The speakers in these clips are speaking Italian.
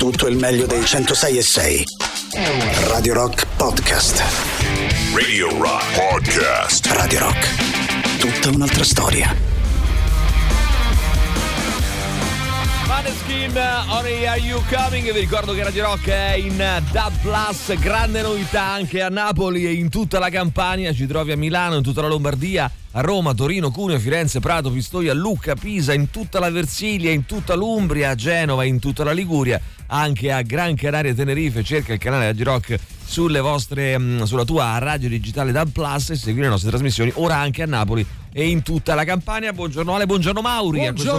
Tutto il meglio dei 106.6. Radio Rock Podcast. Radio Rock Podcast. Radio Rock. Tutta un'altra storia. Maneskin, Honey Are You Coming? Vi ricordo che Radio Rock è in DAB+, grande novità anche a Napoli e in tutta la Campania. Ci trovi a Milano, in tutta la Lombardia, a Roma, Torino, Cuneo, Firenze, Prato, Pistoia, Lucca, Pisa, in tutta la Versilia, in tutta l'Umbria, a Genova, in tutta la Liguria, anche a Gran Canaria e Tenerife. Cerca il canale Radio Rock sulla tua radio digitale DAB+ e segui le nostre trasmissioni ora anche a Napoli e in tutta la Campania. Buongiorno Ale, buongiorno Mauri.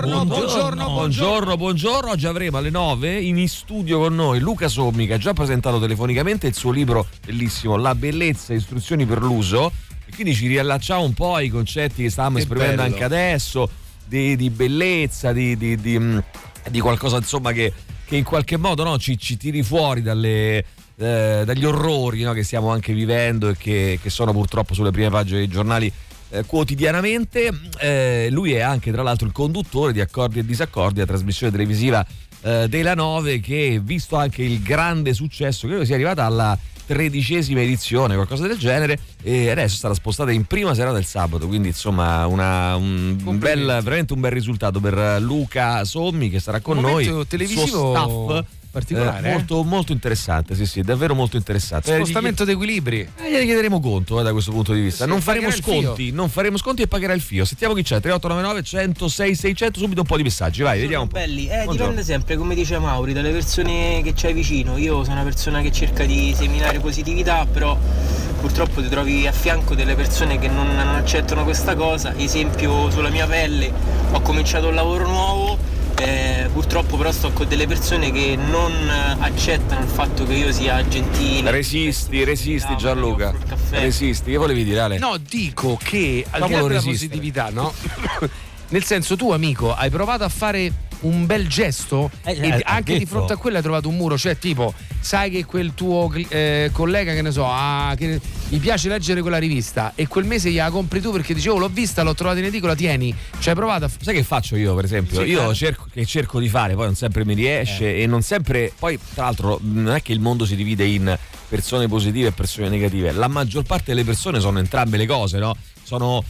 Buongiorno. Oggi avremo alle 9 in studio con noi Luca Sommi, che ha già presentato telefonicamente il suo libro bellissimo La bellezza, istruzioni per l'uso, e quindi ci riallacciamo un po' ai concetti che stavamo esprimendo anche adesso di bellezza, di qualcosa insomma che in qualche modo, no, ci tiri fuori dagli orrori, no, che stiamo anche vivendo e che sono purtroppo sulle prime pagine dei giornali quotidianamente. Lui è anche tra l'altro il conduttore di Accordi e Disaccordi, la trasmissione televisiva della 9, che, visto anche il grande successo, credo sia arrivata alla 13ª edizione, qualcosa del genere, e adesso è stata spostata in prima serata del sabato, quindi insomma veramente un bel risultato per Luca Sommi, che sarà con noi, televisivo suo staff particolare, molto, molto interessante, sì, davvero molto interessante. Spostamento d'equilibri. Gliene chiederemo conto da questo punto di vista. Non faremo sconti e pagherà il fio. Sentiamo chi c'è. 3899 106 600. Subito un po' di messaggi, vai, vediamo un po'. Belli, dipende sempre, come dice Mauri, dalle persone che c'hai vicino. Io sono una persona che cerca di seminare positività, però purtroppo ti trovi a fianco delle persone che non accettano questa cosa. Esempio, sulla mia pelle, ho cominciato un lavoro nuovo. Purtroppo però sto con delle persone che non accettano il fatto che io sia gentile. Resisti Gianluca, resisti. Che volevi dire, Ale? No, dico che al di là della positività, no? Nel senso, tu amico hai provato a fare un bel gesto e anche di fronte a quello hai trovato un muro, cioè tipo, sai che quel tuo collega, che ne so, che gli piace leggere quella rivista e quel mese gliela compri tu perché dicevo l'ho vista, l'ho trovata in edicola, tieni, cioè hai provato sai che faccio io, per esempio? Sì, io cerco di fare, poi non sempre mi riesce e non sempre, poi tra l'altro non è che il mondo si divide in persone positive e persone negative, la maggior parte delle persone sono entrambe le cose, no? Sono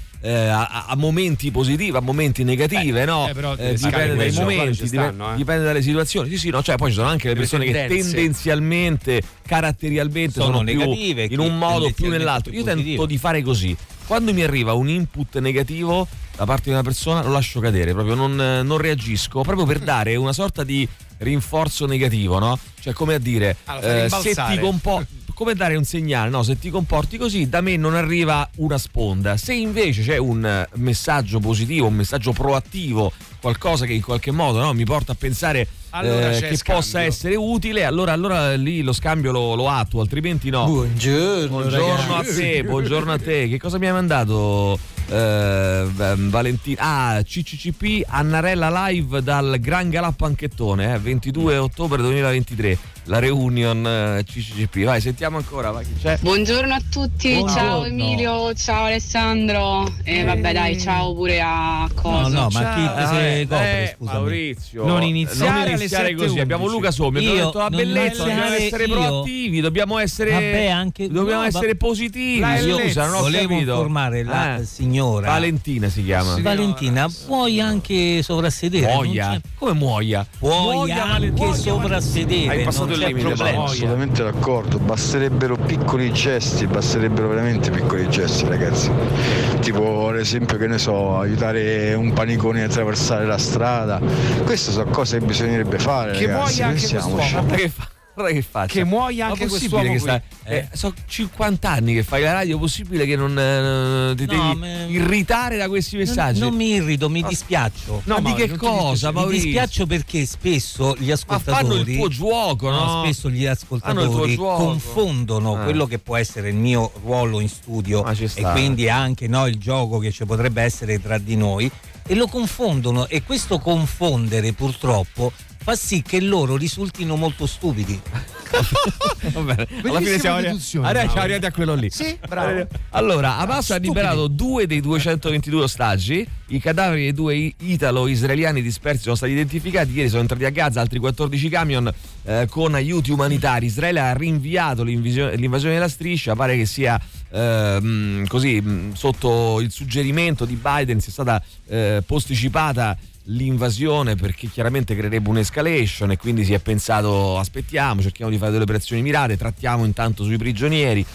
a momenti positivi, a momenti negative, no? Però dipende dai momenti, dipende dalle situazioni. Sì, no, cioè poi ci sono anche le persone che tendenzialmente, caratterialmente sono negative, più in un modo più nell'altro. Io tento di fare così. Quando mi arriva un input negativo da parte di una persona, lo lascio cadere, proprio non reagisco, proprio per dare una sorta di rinforzo negativo, no? Cioè, come a dire, se ti comporti, come dare un segnale, no? Se ti comporti così, da me non arriva una sponda. Se invece c'è un messaggio positivo, un messaggio proattivo, qualcosa che in qualche modo, no, mi porta a pensare che possa essere utile, allora lì lo scambio lo attuo, altrimenti no. Buongiorno a te. Che cosa mi hai mandato, Valentina? CCCP Annarella live dal Gran Galà Panchettone, 22 ottobre 2023, la reunion CCCP. Vai, sentiamo ancora, vai, chi c'è? Buongiorno a tutti. Buongiorno. Ciao Emilio, ciao Alessandro, vabbè dai, ciao pure a Cosa. No, ma chi ti sei copre, scusami. Maurizio, non iniziare così. Abbiamo Luca Sommi, abbiamo detto la bellezza, dobbiamo essere proattivi, dobbiamo essere positivi. Scusa, non ho volevo informare la signora Valentina, si chiama. Valentina, puoi anche sovrassedere. Muoia. Come muoia? Puoi anche sovrassedere. Hai passato il limite. Sono assolutamente d'accordo, basterebbero veramente piccoli gesti, ragazzi. Tipo, ad esempio, che ne so, aiutare un panicone a attraversare la strada. Queste sono cose che bisognerebbe fare, che ragazzi. Muoia anche quest'uomo. Guarda che faccia. Che muoia anche quest'uomo qui. Sono 50 anni che fai la radio, possibile che non ti devi irritare da questi messaggi? Non mi irrito, mi dispiaccio. No, ma di che cosa? Mi dispiaccio perché spesso gli ascoltatori fanno il tuo gioco, no? Spesso gli ascoltatori confondono quello che può essere il mio ruolo in studio e quindi anche il gioco che ci potrebbe essere tra di noi, e lo confondono, e questo confondere purtroppo fa sì che loro risultino molto stupidi. Va bene. Alla fine siamo arrivati a quello lì. Sì, bravo. Allora, Hamas ha liberato 2 dei 222 ostaggi. I cadaveri dei 2 italo-israeliani dispersi sono stati identificati. Ieri sono entrati a Gaza altri 14 camion con aiuti umanitari. Israele ha rinviato l'invasione della striscia. Pare che sia così sotto il suggerimento di Biden sia stata posticipata l'invasione perché chiaramente creerebbe un'escalation e quindi si è pensato aspettiamo, cerchiamo di fare delle operazioni mirate, trattiamo intanto sui prigionieri.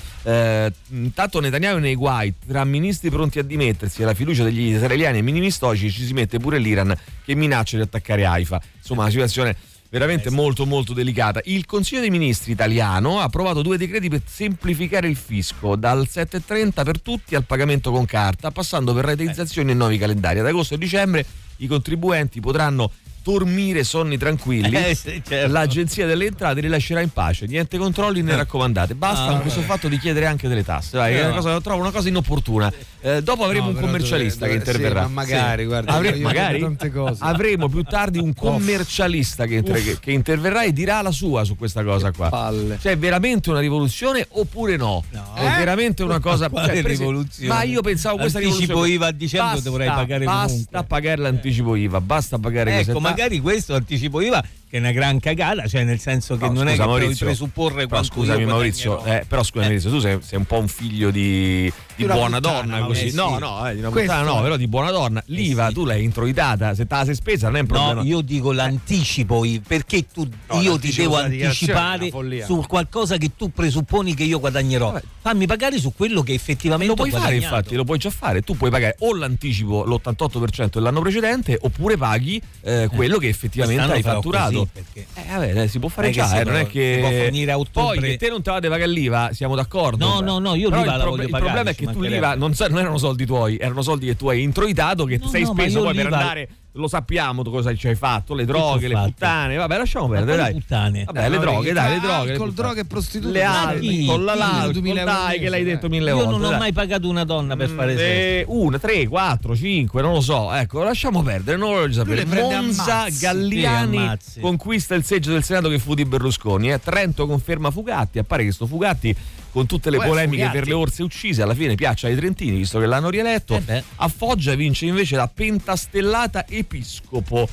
Intanto Netanyahu è nei guai, tra ministri pronti a dimettersi e la fiducia degli israeliani e minimi storici ci si mette pure l'Iran che minaccia di attaccare Haifa. Insomma, una situazione veramente molto molto delicata. Il Consiglio dei Ministri italiano ha approvato 2 decreti per semplificare il fisco, dal 7,30 per tutti al pagamento con carta, passando per rateizzazioni e nuovi calendari. Ad agosto e dicembre i contribuenti potranno dormire sonni tranquilli. Certo. L'Agenzia delle Entrate li lascerà in pace, niente controlli né raccomandate. Basta con questo fatto di chiedere anche delle tasse. Trovo una cosa inopportuna. Dopo avremo un commercialista che interverrà. Sì, ma magari, guarda, magari tante cose. Avremo più tardi un commercialista che interverrà e dirà la sua su questa cosa qua. Palle. Cioè, è veramente una rivoluzione oppure no? È veramente una cosa. Rivoluzione? Ma io pensavo questa anticipo rivoluzione. IVA a dicembre dovrai pagare comunque. Basta pagare l'anticipo IVA, basta pagare ecco, magari questo anticipo IVA che è una gran cagata, cioè nel senso che non è che puoi presupporre quanto. Scusami Maurizio, però scusami Maurizio, tu sei un po' un figlio di buona donna così. Di una puttana no, però di buona donna. L'IVA tu l'hai introitata, se te la sei spesa non è un problema. No, io dico l'anticipo, perché io ti devo anticipare su qualcosa che tu presupponi che io guadagnerò. Fammi pagare su quello che effettivamente lo puoi fare, infatti, lo puoi già fare. Tu puoi pagare o l'anticipo l'88% dell'anno precedente oppure paghi quello che effettivamente hai fatturato. Perché si può fare già, non è che può finire a ottobre. Poi che te non te la devi pagare l'IVA, siamo d'accordo. No, io l'IVA la voglio pagare. Il problema è che tu l'IVA non erano soldi tuoi, erano soldi che tu hai introitato, che sei speso poi per andare. Lo sappiamo tu cosa ci hai fatto, le droghe, le puttane, vabbè, lasciamo perdere, dai. Puttane. Vabbè, le droghe, le droghe. Alcol, droghe e prostitute. Le alcol, l'alcol, dai, che l'hai detto 1000 volte. Io non ho mai pagato una donna per fare sesso. 1, 3, 4, 5, non lo so. Ecco, lasciamo perdere, non lo voglio sapere. Monza, Galliani conquista il seggio del Senato che fu di Berlusconi. Trento conferma Fugatti, appare che sto Fugatti con tutte le polemiche per le orse uccise alla fine piaccia ai trentini visto che l'hanno rieletto. A Foggia vince invece la pentastellata Episcopo.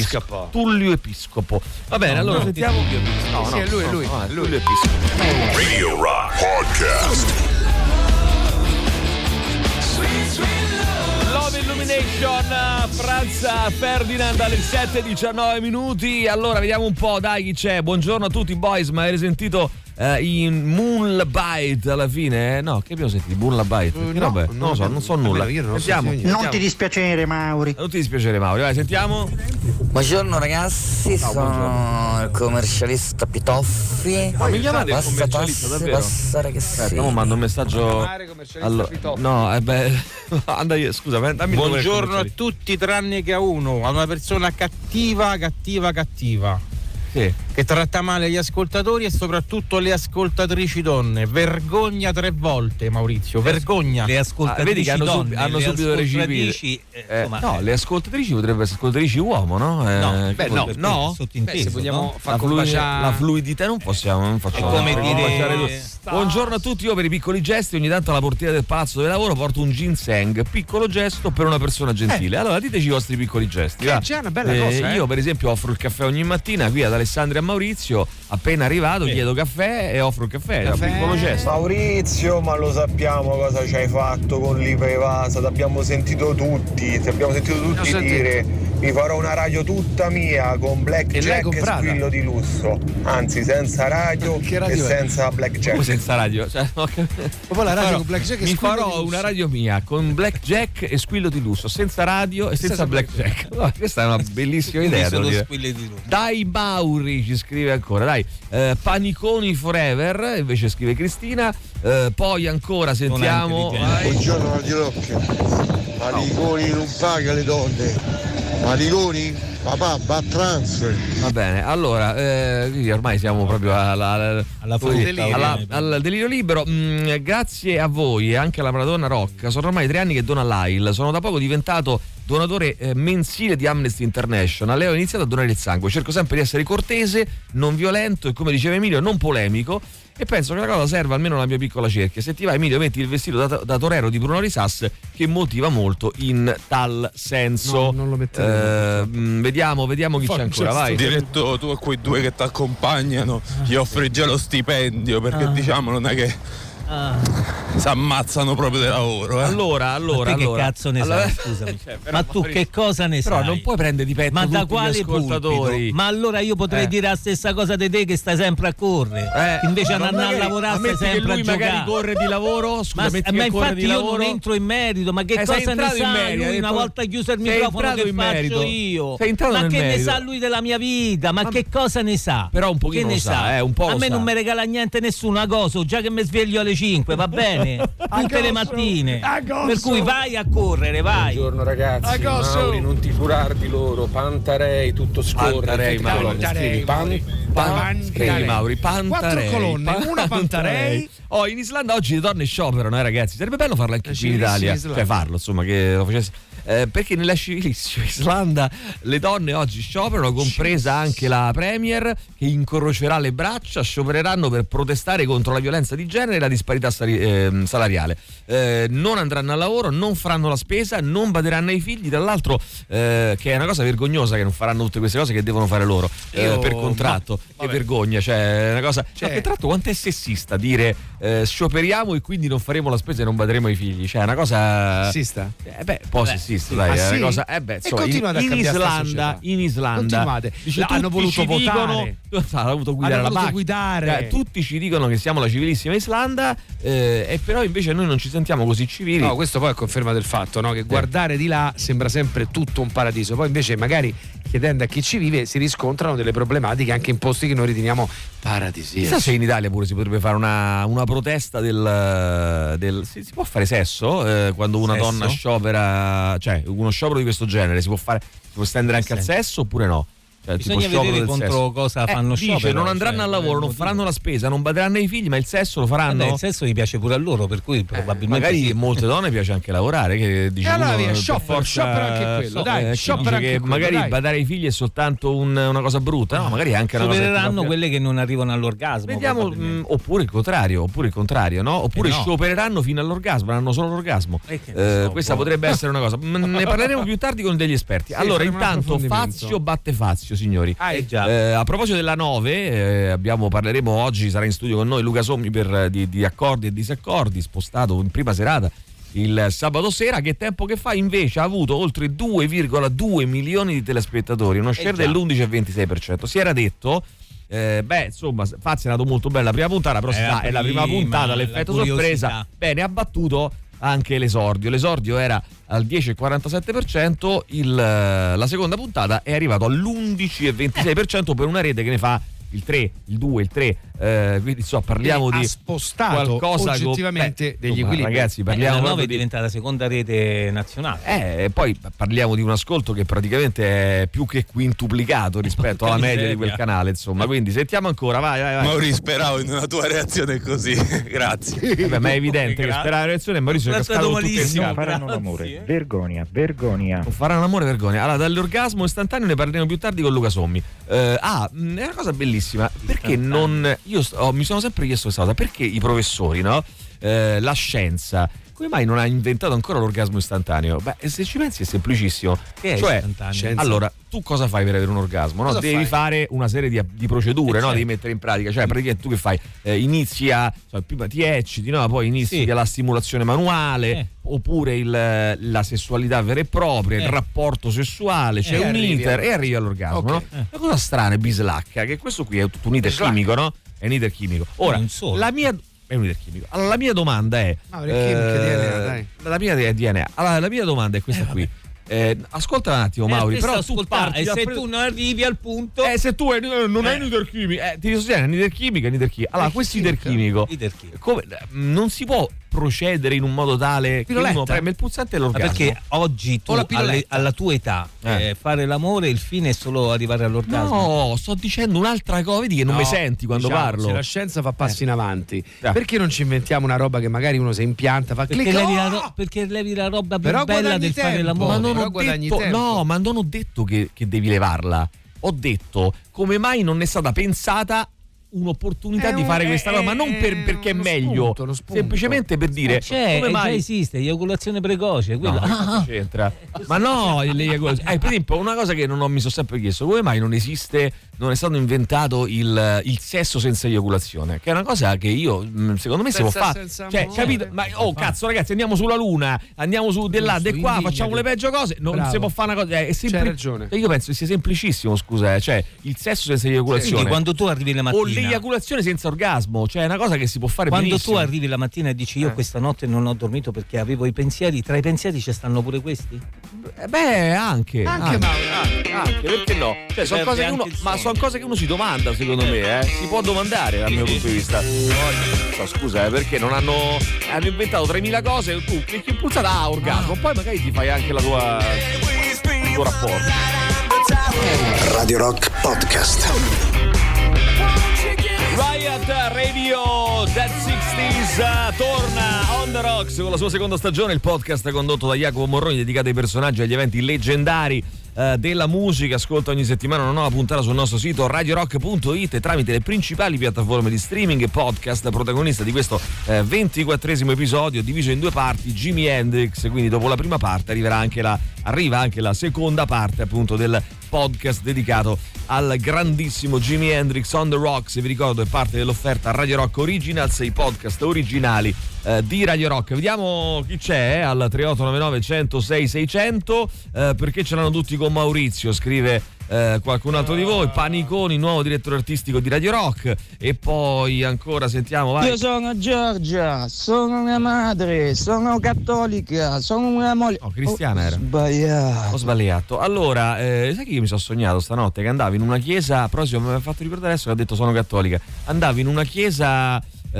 Tullio Episcopo. Va bene, allora sentiamo. Sì, è lui. Tullio Episcopo. Radio Rock Podcast. Love Illumination, Franz Ferdinand alle 7:19. Allora vediamo un po', dai, chi c'è. Buongiorno a tutti boys, ma avete sentito in Moonlight alla fine? No, che abbiamo sentito? Moonlight? Non lo so, non so nulla. Sentiamo. Non ti dispiacere, Mauri. Non ti dispiacere, Mauri. Vai, sentiamo. Buongiorno ragazzi, sono il commercialista Pitoffi. Ma mi chiamate il commercialista, davvero? Passare che sì. Mando un messaggio. No, scusa, dammi. Buongiorno a tutti tranne che a uno, a una persona cattiva. Che tratta male gli ascoltatori e soprattutto le ascoltatrici donne. Vergogna 3 volte, Maurizio, vergogna. Le ascoltatrici vedi che hanno subito recepito. No, le ascoltatrici potrebbero essere ascoltatrici uomo, no? No? Se vogliamo far combaciare la fluidità non facciamo. È come dire. Buongiorno a tutti, io per i piccoli gesti ogni tanto alla portiera del palazzo dove lavoro porto un ginseng, piccolo gesto per una persona gentile. Allora diteci i vostri piccoli gesti. È già una bella cosa. Io per esempio offro il caffè ogni mattina qui ad Alessandro e a Maurizio, appena arrivato chiedo caffè e offro il caffè. È un piccolo gesto. Maurizio, ma lo sappiamo cosa ci hai fatto con l'IVA evasa, ti abbiamo sentito tutti dire mi farò una radio tutta mia con blackjack e squillo di lusso, anzi senza radio e senza blackjack. Come senza radio? Cioè, la radio con blackjack e mi farò una radio mia con blackjack e squillo di lusso, senza radio e senza blackjack. No, questa è una bellissima idea. Dai Mauri ci scrive ancora, dai. Paniconi forever invece scrive Cristina. Poi ancora sentiamo. Buongiorno Radio Rock. Paniconi non paga le donne. Maniconi Papà, va trans. Va bene, allora ormai siamo proprio al delirio libero. Grazie a voi e anche alla Maradona Rock. Sono ormai 3 anni che dono all'AIL. Sono da poco diventato donatore mensile di Amnesty International e ho iniziato a donare il sangue. Cerco sempre di essere cortese, non violento e, come diceva Emilio, non polemico. E penso che la cosa serva almeno alla mia piccola cerchia. Se ti va, Emilio, metti il vestito da torero di Bruno Risas, che motiva molto in tal senso. No, non lo metteremo. Vediamo chi c'è ancora. Vai. Diretto, tu a quei 2 che ti accompagnano gli offri già lo stipendio, perché diciamo non è che si ammazzano proprio di lavoro. Allora che cazzo ne sai? Scusami. Ma tu che cosa ne sai? Però non puoi prendere di petto tutti gli ascoltatori. Pulpito? Ma allora io potrei dire la stessa cosa di te, che stai sempre a correre. Invece di andare a lavorare stai sempre a giocare. Magari corre di lavoro. Ma infatti io non entro in merito. Ma che cosa ne sa lui una volta chiuso il microfono che faccio io? Ma che ne sa lui della mia vita? Ma che cosa ne sa? Però un pochino lo sa, un po' a me non mi regala niente nessuno, a gozo, già che mi sveglio alle 5, va bene? Tutte le mattine. Per cui vai a correre, vai. Buongiorno ragazzi, Mauri, non ti furare di loro. Pantarei, tutto scorre. Pantarei, Mauri, Pantarei. 4 colonne, una Pantarei. In Islanda oggi le donne scioperano, ragazzi. Sarebbe bello farlo anche qui in Italia. Cioè farlo, insomma, che lo facesse. Perché nella civilissima Islanda le donne oggi scioperano, compresa anche la premier, che incrocerà le braccia. Sciopereranno per protestare contro la violenza di genere e la disparità salariale. Non andranno al lavoro, non faranno la spesa, non baderanno ai figli. Tra l'altro che è una cosa vergognosa che non faranno tutte queste cose che devono fare loro per contratto. Che vergogna, cioè è una cosa. Tra l'altro quanto è sessista dire scioperiamo e quindi non faremo la spesa e non baderemo ai figli. Cioè è una cosa sessista? Un po' sessista, dai, è una cosa. Insomma, in Islanda hanno voluto votare. Hanno voluto guidare. Tutti ci dicono che siamo la civilissima Islanda, e però invece noi non ci sentiamo così civili. No, questo poi è conferma del fatto, no? Che guardare di là sembra sempre tutto un paradiso, poi invece magari chiedendo a chi ci vive si riscontrano delle problematiche anche in posti che noi riteniamo paradisiaci. Chissà se in Italia pure si potrebbe fare una protesta si può fare sesso quando una donna sciopera, cioè uno sciopero di questo genere si può stendere anche al sesso oppure no? Bisogna vedere contro cosa fanno sciopero. Non andranno al lavoro, non faranno la spesa, non baderanno ai figli, ma il sesso lo faranno. Il sesso gli piace pure a loro, per cui probabilmente magari molte donne piace anche lavorare, che allora sciopero anche quello, dai, sciopero anche quello, magari dai. Badare ai figli è soltanto una cosa brutta, no, magari anche una cosa. Sciopereranno quelle che non arrivano all'orgasmo. Vediamo, oppure il contrario, no? Oppure sciopereranno fino all'orgasmo, hanno solo l'orgasmo. Questa potrebbe essere una cosa. Ne parleremo più tardi con degli esperti. Allora, intanto Fazio batte Fazio, signori. A proposito della 9, parleremo oggi, sarà in studio con noi Luca Sommi di accordi e disaccordi, spostato in prima serata il sabato sera. Che tempo che fa? Invece ha avuto oltre 2,2 milioni di telespettatori, uno share dell'11,26%. Si era detto insomma, Fazio è andato molto bene la prima puntata, però è la prima puntata, l'effetto sorpresa. Bene, ha battuto anche l'esordio era al 10,47%, la seconda puntata è arrivato all'11,26% per una rete che ne fa il 3, il 2, il 3, quindi parliamo di spostato qualcosa oggettivamente degli equilibri. Ragazzi, parliamo la 9 è diventata la seconda rete nazionale. E poi parliamo di un ascolto che praticamente è più che quintuplicato rispetto alla media di quel canale, insomma. Quindi sentiamo ancora, vai. Maurizio, speravo in una tua reazione così. Grazie. Ma è evidente che sperava la reazione, Maurizio è cascato malissimo. Non faranno l'amore, vergogna. Non faranno l'amore, vergogna. Allora, dall'orgasmo istantaneo ne parleremo più tardi con Luca Sommi. È una cosa bellissima. Perché mi sono sempre chiesto questa cosa, perché i professori, no? La scienza, come mai non ha inventato ancora l'orgasmo istantaneo? Se ci pensi è semplicissimo. Che è istantaneo? Allora, tu cosa fai per avere un orgasmo? No? Devi fare una serie di procedure, no? Devi mettere in pratica. Cioè, praticamente tu che fai? Inizi prima ti ecciti, no? Poi inizi la stimolazione manuale, oppure la sessualità vera e propria, il rapporto sessuale, c'è un iter e arrivi all'orgasmo. No? La cosa strana è bislacca, che questo qui è tutto un iter chimico, no? È un iter chimico. Ora, la mia domanda è la mia DNA. Allora, la mia domanda è questa qui. Ascolta un attimo, Mauri, però tu parti se tu non arrivi al punto, se tu non hai un iter chimico, ti sostiene un iter chimico, allora questo iter chimico come, non si può procedere in un modo tale che uno preme il pulsante e l'orgasmo. Perché oggi tu alla tua età fare l'amore, il fine è solo arrivare all'orgasmo. No, sto dicendo un'altra cosa, vedi che non mi senti quando parlo. Se la scienza fa passi in avanti, perché non ci inventiamo una roba che magari uno si impianta, fa perché levi la roba più bella del fare l'amore. Ma non ho detto che devi levarla. Ho detto come mai non è stata pensata un'opportunità di fare questa cosa, ma non perché è meglio, semplicemente per dire come mai già esiste eiaculazione precoce, no, c'entra. Ma no, l'eiaculazione, per esempio, una cosa che mi sono sempre chiesto, come mai non è stato inventato il sesso senza eiaculazione, che è una cosa che io secondo me si può fare, cioè, capito? Ma cazzo ragazzi, andiamo sulla luna, andiamo su di là, di qua, facciamo le peggio cose, non si può fare una cosa, c'hai ragione. Io penso che sia semplicissimo, scusa, cioè il sesso senza eiaculazione. Quindi quando tu arrivi la mattina o l'eiaculazione senza orgasmo, cioè è una cosa che si può fare quando benissimo. Tu arrivi la mattina e dici io questa notte non ho dormito perché avevo i pensieri, tra i pensieri ci stanno pure questi? Anche perché no? Cioè sono cose che uno, ma sono cose che uno si domanda, secondo me, si può domandare dal mio punto di vista. Scusa, perché non hanno inventato 3000 cose, tu clicchi in pulsata, orgasmo, poi magari ti fai anche il tuo rapporto. Radio Rock Podcast. Riot Radio Dead 60s torna on the rocks con la sua seconda stagione, il podcast condotto da Jacopo Morroni dedicato ai personaggi e agli eventi leggendari della musica. Ascolta ogni settimana una nuova puntata sul nostro sito radiorock.it e tramite le principali piattaforme di streaming e podcast. Protagonista di questo 24esimo episodio diviso in due parti, Jimi Hendrix, quindi dopo la prima parte arriva anche la seconda parte appunto del podcast dedicato al grandissimo Jimi Hendrix on the Rocks. Vi ricordo è parte dell'offerta Radio Rock Originals, i podcast originali di Radio Rock. Vediamo chi c'è al 3899 106 600 perché ce l'hanno tutti con Maurizio, scrive qualcun altro di voi. Paniconi, nuovo direttore artistico di Radio Rock. E poi ancora sentiamo, vai. Io sono Giorgia, sono una madre, sono cattolica, sono una moglie. Cristiana era. Ho sbagliato. Allora, sai che io mi sono sognato stanotte che andavo in una chiesa, proprio mi ha fatto ricordare adesso che ha detto sono cattolica. Andavo in una chiesa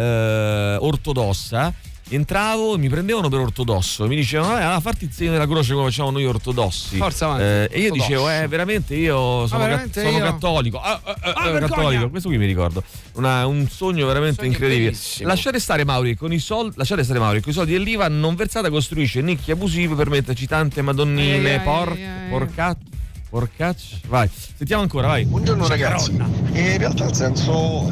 ortodossa, entravo e mi prendevano per ortodosso, mi dicevano farti il segno della croce come facciamo noi ortodossi. Forza avanti. E io dicevo veramente io sono cattolico. Cattolico, questo qui mi ricordo. Un sogno veramente incredibile. Bellissimo. Lasciate stare Mauri, con i soldi dell'IVA non versata costruisce nicchie abusive per metterci tante madonnine. Porcaccio, vai, sentiamo ancora, vai. Buongiorno ragazzi. In realtà il senso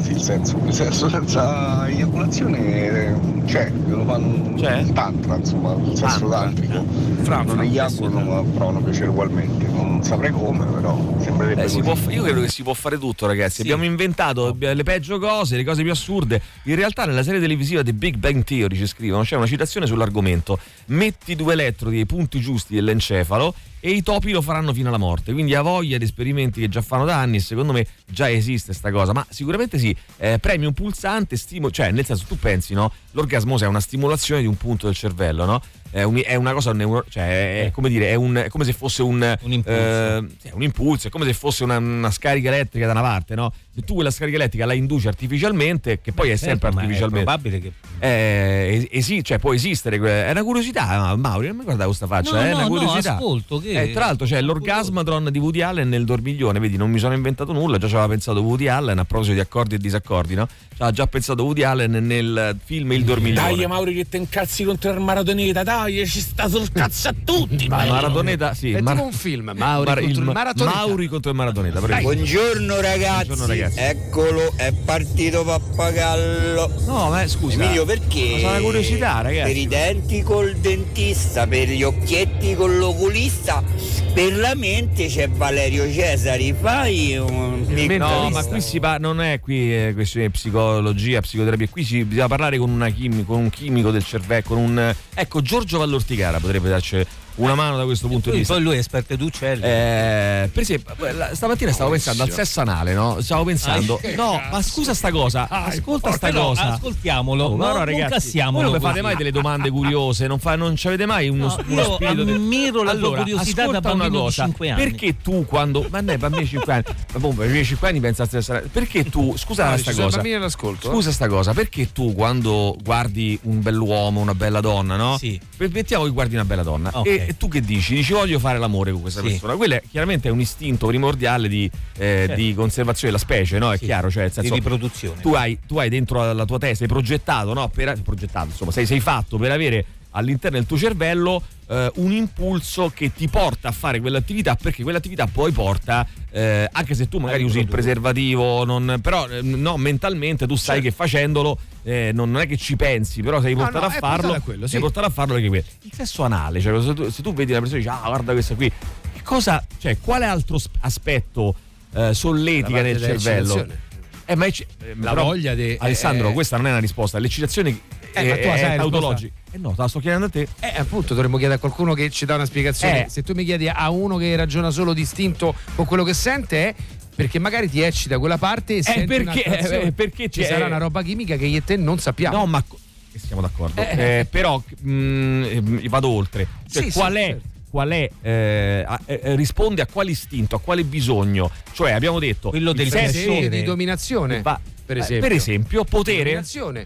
senza eiaculazione c'è, lo fanno il tantra, insomma, il sesso tantrico. Non eiaculano, ma provano piacere ugualmente. Non saprei come, però sembrerebbe così. Io credo che si può fare tutto, ragazzi. Abbiamo inventato le peggio cose, le cose più assurde. In realtà nella serie televisiva The Big Bang Theory ci scrivono, c'è una citazione sull'argomento: metti 2 elettrodi ai punti giusti dell'encefalo e i topi lo faranno fino alla morte. Quindi ha voglia di esperimenti che già fanno da anni, e secondo me già esiste sta cosa. Ma sicuramente sì, premi un pulsante, cioè nel senso, tu pensi, no? L'orgasmo è una stimolazione di un punto del cervello, no? È una cosa cioè è come dire, è come se fosse un impulso, è come se fosse una scarica elettrica da una parte, no? Se tu quella scarica elettrica la induci artificialmente, che poi è sempre artificialmente, è probabile che cioè può esistere, è una curiosità. Mauri, non mi guardavo questa faccia, è una curiosità. Ascolto che tra l'altro c'è l'orgasmatron di Woody Allen nel dormiglione, vedi, non mi sono inventato nulla, già ci aveva pensato Woody Allen a proposito di accordi e disaccordi, no? Ci aveva già pensato Woody Allen nel film Il dormiglione. Dai Mauri che te incazzi contro il Maratoneta, dai, ci sta sul cazzo a tutti. Maratoneta, sì, è tipo un film, Mauri contro il Maratoneta. Buongiorno ragazzi. Eccolo, è partito Pappagallo. No, ma scusa Emilio, perché? Ma una curiosità, ragazzi. Per i denti col dentista, per gli occhietti con l'oculista, per la mente c'è Valerio Cesari. Fai un no, ma qui non è qui questione di psicologia, psicoterapia. Qui bisogna parlare con un chimico del cervello, ecco, Giorgio Vallortigara potrebbe darci una mano da questo punto di vista. Poi lui è esperto di uccelli. Per esempio, stamattina stavo pensando al sesso anale, no? Stavo pensando, no, ma scusa sta cosa, ascolta sta cosa. Ascoltiamolo. No, ragazzi, voi non mi fate mai delle domande curiose, non ci avete mai uno spirito. Ammiro la tua curiosità da bambino di 5 anni. Perché tu quando. Ma ne bambini di 5 anni, ma i 5 anni pensa a stessa. Perché tu, scusa sta cosa. Scusa sta cosa, perché tu quando guardi un bell'uomo, una bella donna, no? Sì. Mettiamo che guardi una bella donna. Okay. E tu che dici? Dici voglio fare l'amore con questa persona. Quello chiaramente è un istinto primordiale di conservazione della specie, no? È chiaro, cioè nel senso, di riproduzione. Tu hai dentro la tua testa, hai progettato, no? Insomma, sei fatto per avere all'interno del tuo cervello un impulso che ti porta a fare quell'attività, perché quell'attività poi porta anche se tu magari usi il preservativo, però no, mentalmente tu sai che facendolo non è che ci pensi, però sei portato a farlo. Sei portato a farlo perché il sesso anale, cioè se tu vedi una persona e dici guarda questa qui, che cosa, cioè quale altro aspetto solletica nel cervello? La voglia di Alessandro, questa non è una risposta, l'eccitazione è autologica. No, te la sto chiedendo a te. Appunto, dovremmo chiedere a qualcuno che ci dà una spiegazione. Se tu mi chiedi a uno che ragiona solo distinto con quello che sente, perché magari ti eccita quella parte e senti perché ci sarà una roba chimica che io e te non sappiamo. No, ma siamo d'accordo. Però vado oltre. Cioè, qual è risponde a quale istinto, a quale bisogno? Cioè abbiamo detto quello del sesso di dominazione, per esempio potere,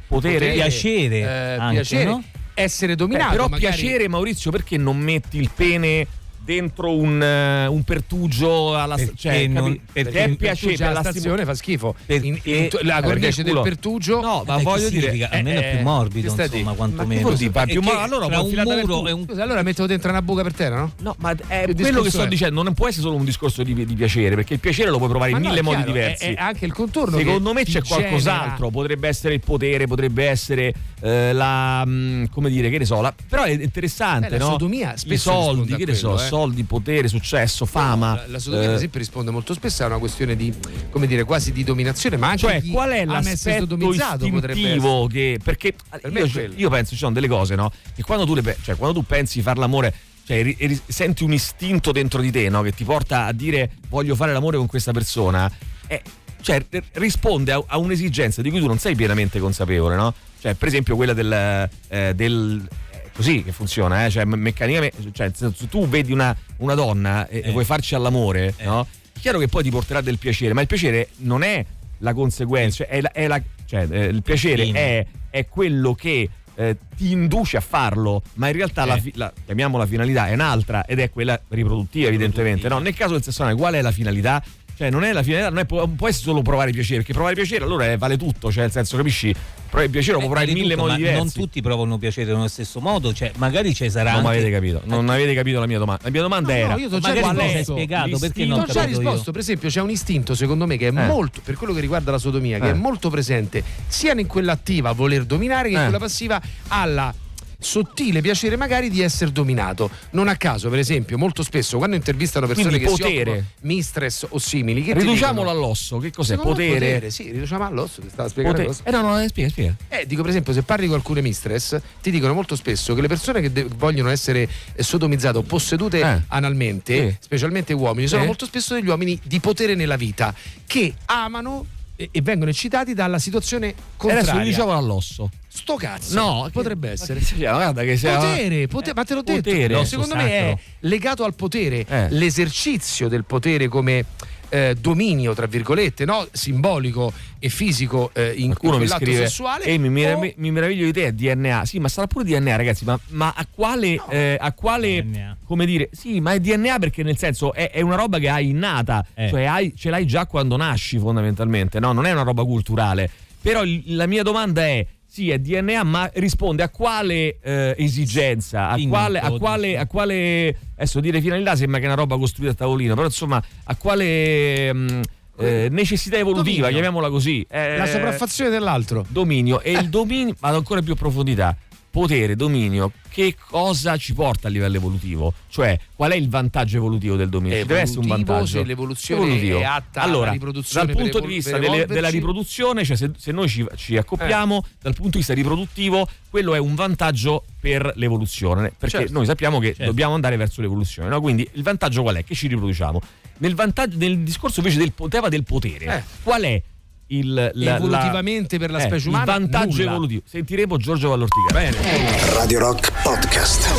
piacere, piacere, no? Essere dominato. Però magari... piacere, Maurizio, perché non metti il pene dentro un pertugio alla perché è piacere, alla stazione fa schifo, la cornice del pertugio. No, ma voglio dire, almeno è più morbido, insomma, quantomeno. Allora allora mettevo dentro una buca per terra, no? No, ma è quello che sto dicendo, non può essere solo un discorso di piacere, perché il piacere lo puoi provare in mille modi diversi. È anche il contorno. Secondo me c'è qualcos'altro, potrebbe essere il potere, potrebbe essere come dire, che ne so, però è interessante, la no? sodomia, i soldi, che ne so, soldi, potere, successo, fama. La sodomia, ad esempio, risponde molto spesso a una questione di, come dire, quasi di dominazione, ma anche cioè qual è l'aspetto istintivo che, perché io penso ci sono delle cose, no? Che quando tu pensi fare l'amore, cioè senti un istinto dentro di te, no? Che ti porta a dire voglio fare l'amore con questa persona, cioè risponde a un'esigenza di cui tu non sei pienamente consapevole, no? Cioè per esempio quella del così che funziona, cioè meccanicamente, cioè se tu vedi una donna e vuoi farci all'amore, no? È chiaro che poi ti porterà del piacere, ma il piacere non è la conseguenza, il piacere è quello che ti induce a farlo, ma in realtà chiamiamola finalità è un'altra, ed è quella riproduttiva, evidentemente, no? Nel caso del sesso anale, qual è la finalità? Cioè non è la finalità, non può essere solo provare piacere, perché provare piacere allora vale tutto, cioè nel senso, capisci? Il piacere lo può provare in mille modi diversi. Non tutti provano piacere nello stesso modo, cioè magari ci sarà non anche... avete capito, non avete capito la mia domanda. La mia domanda era io ti ho spiegato perché non ho già risposto. Per esempio c'è un istinto, secondo me, che è molto, per quello che riguarda la sodomia, che è molto presente sia in quella attiva, voler dominare, che in quella passiva, alla sottile piacere magari di essere dominato. Non a caso, per esempio, molto spesso quando intervistano persone che si occupano mistress o simili, che riduciamolo all'osso, che cos'è? Potere? Sì, riduciamo all'osso, ti stava spiegando spiega. Dico, per esempio, se parli con alcune mistress, ti dicono molto spesso che le persone che vogliono essere sodomizzate o possedute analmente, specialmente uomini, sono molto spesso degli uomini di potere nella vita, che amano e vengono eccitati dalla situazione contraria. Adesso diciamo all'osso. Sto cazzo. No, potrebbe essere. Guarda che potere, ma te l'ho detto. No, secondo me è legato al potere, l'esercizio del potere come dominio, tra virgolette, no? Simbolico e fisico in quell'atto sessuale. Mi meraviglio di te, è DNA. Sì, ma sarà pure DNA, ragazzi, ma a quale DNA. Come dire? Sì, ma è DNA perché nel senso è una roba che hai innata, cioè ce l'hai già quando nasci, fondamentalmente, no? Non è una roba culturale. Però la mia domanda è: sì, è DNA, ma risponde a quale esigenza, a quale adesso dire finalità sembra che è una roba costruita a tavolino, però insomma a quale necessità evolutiva, dominio. Chiamiamola così, la sopraffazione dell'altro, dominio, e il dominio vado ancora più a profondità. potere, dominio, che cosa ci porta a livello evolutivo? Cioè, qual è il vantaggio evolutivo del dominio? Ci deve essere un vantaggio. Se l'evoluzione è atta alla riproduzione, dal punto di vista della riproduzione, cioè se noi ci accoppiamo, dal punto di vista riproduttivo, quello è un vantaggio per l'evoluzione, perché noi sappiamo che dobbiamo andare verso l'evoluzione, no? Quindi il vantaggio qual è? Che ci riproduciamo. Nel discorso invece del potere, qual è evolutivamente per la specie umana? Il vantaggio evolutivo. Sentiremo Giorgio Vallortigara. Bene. Radio Rock Podcast.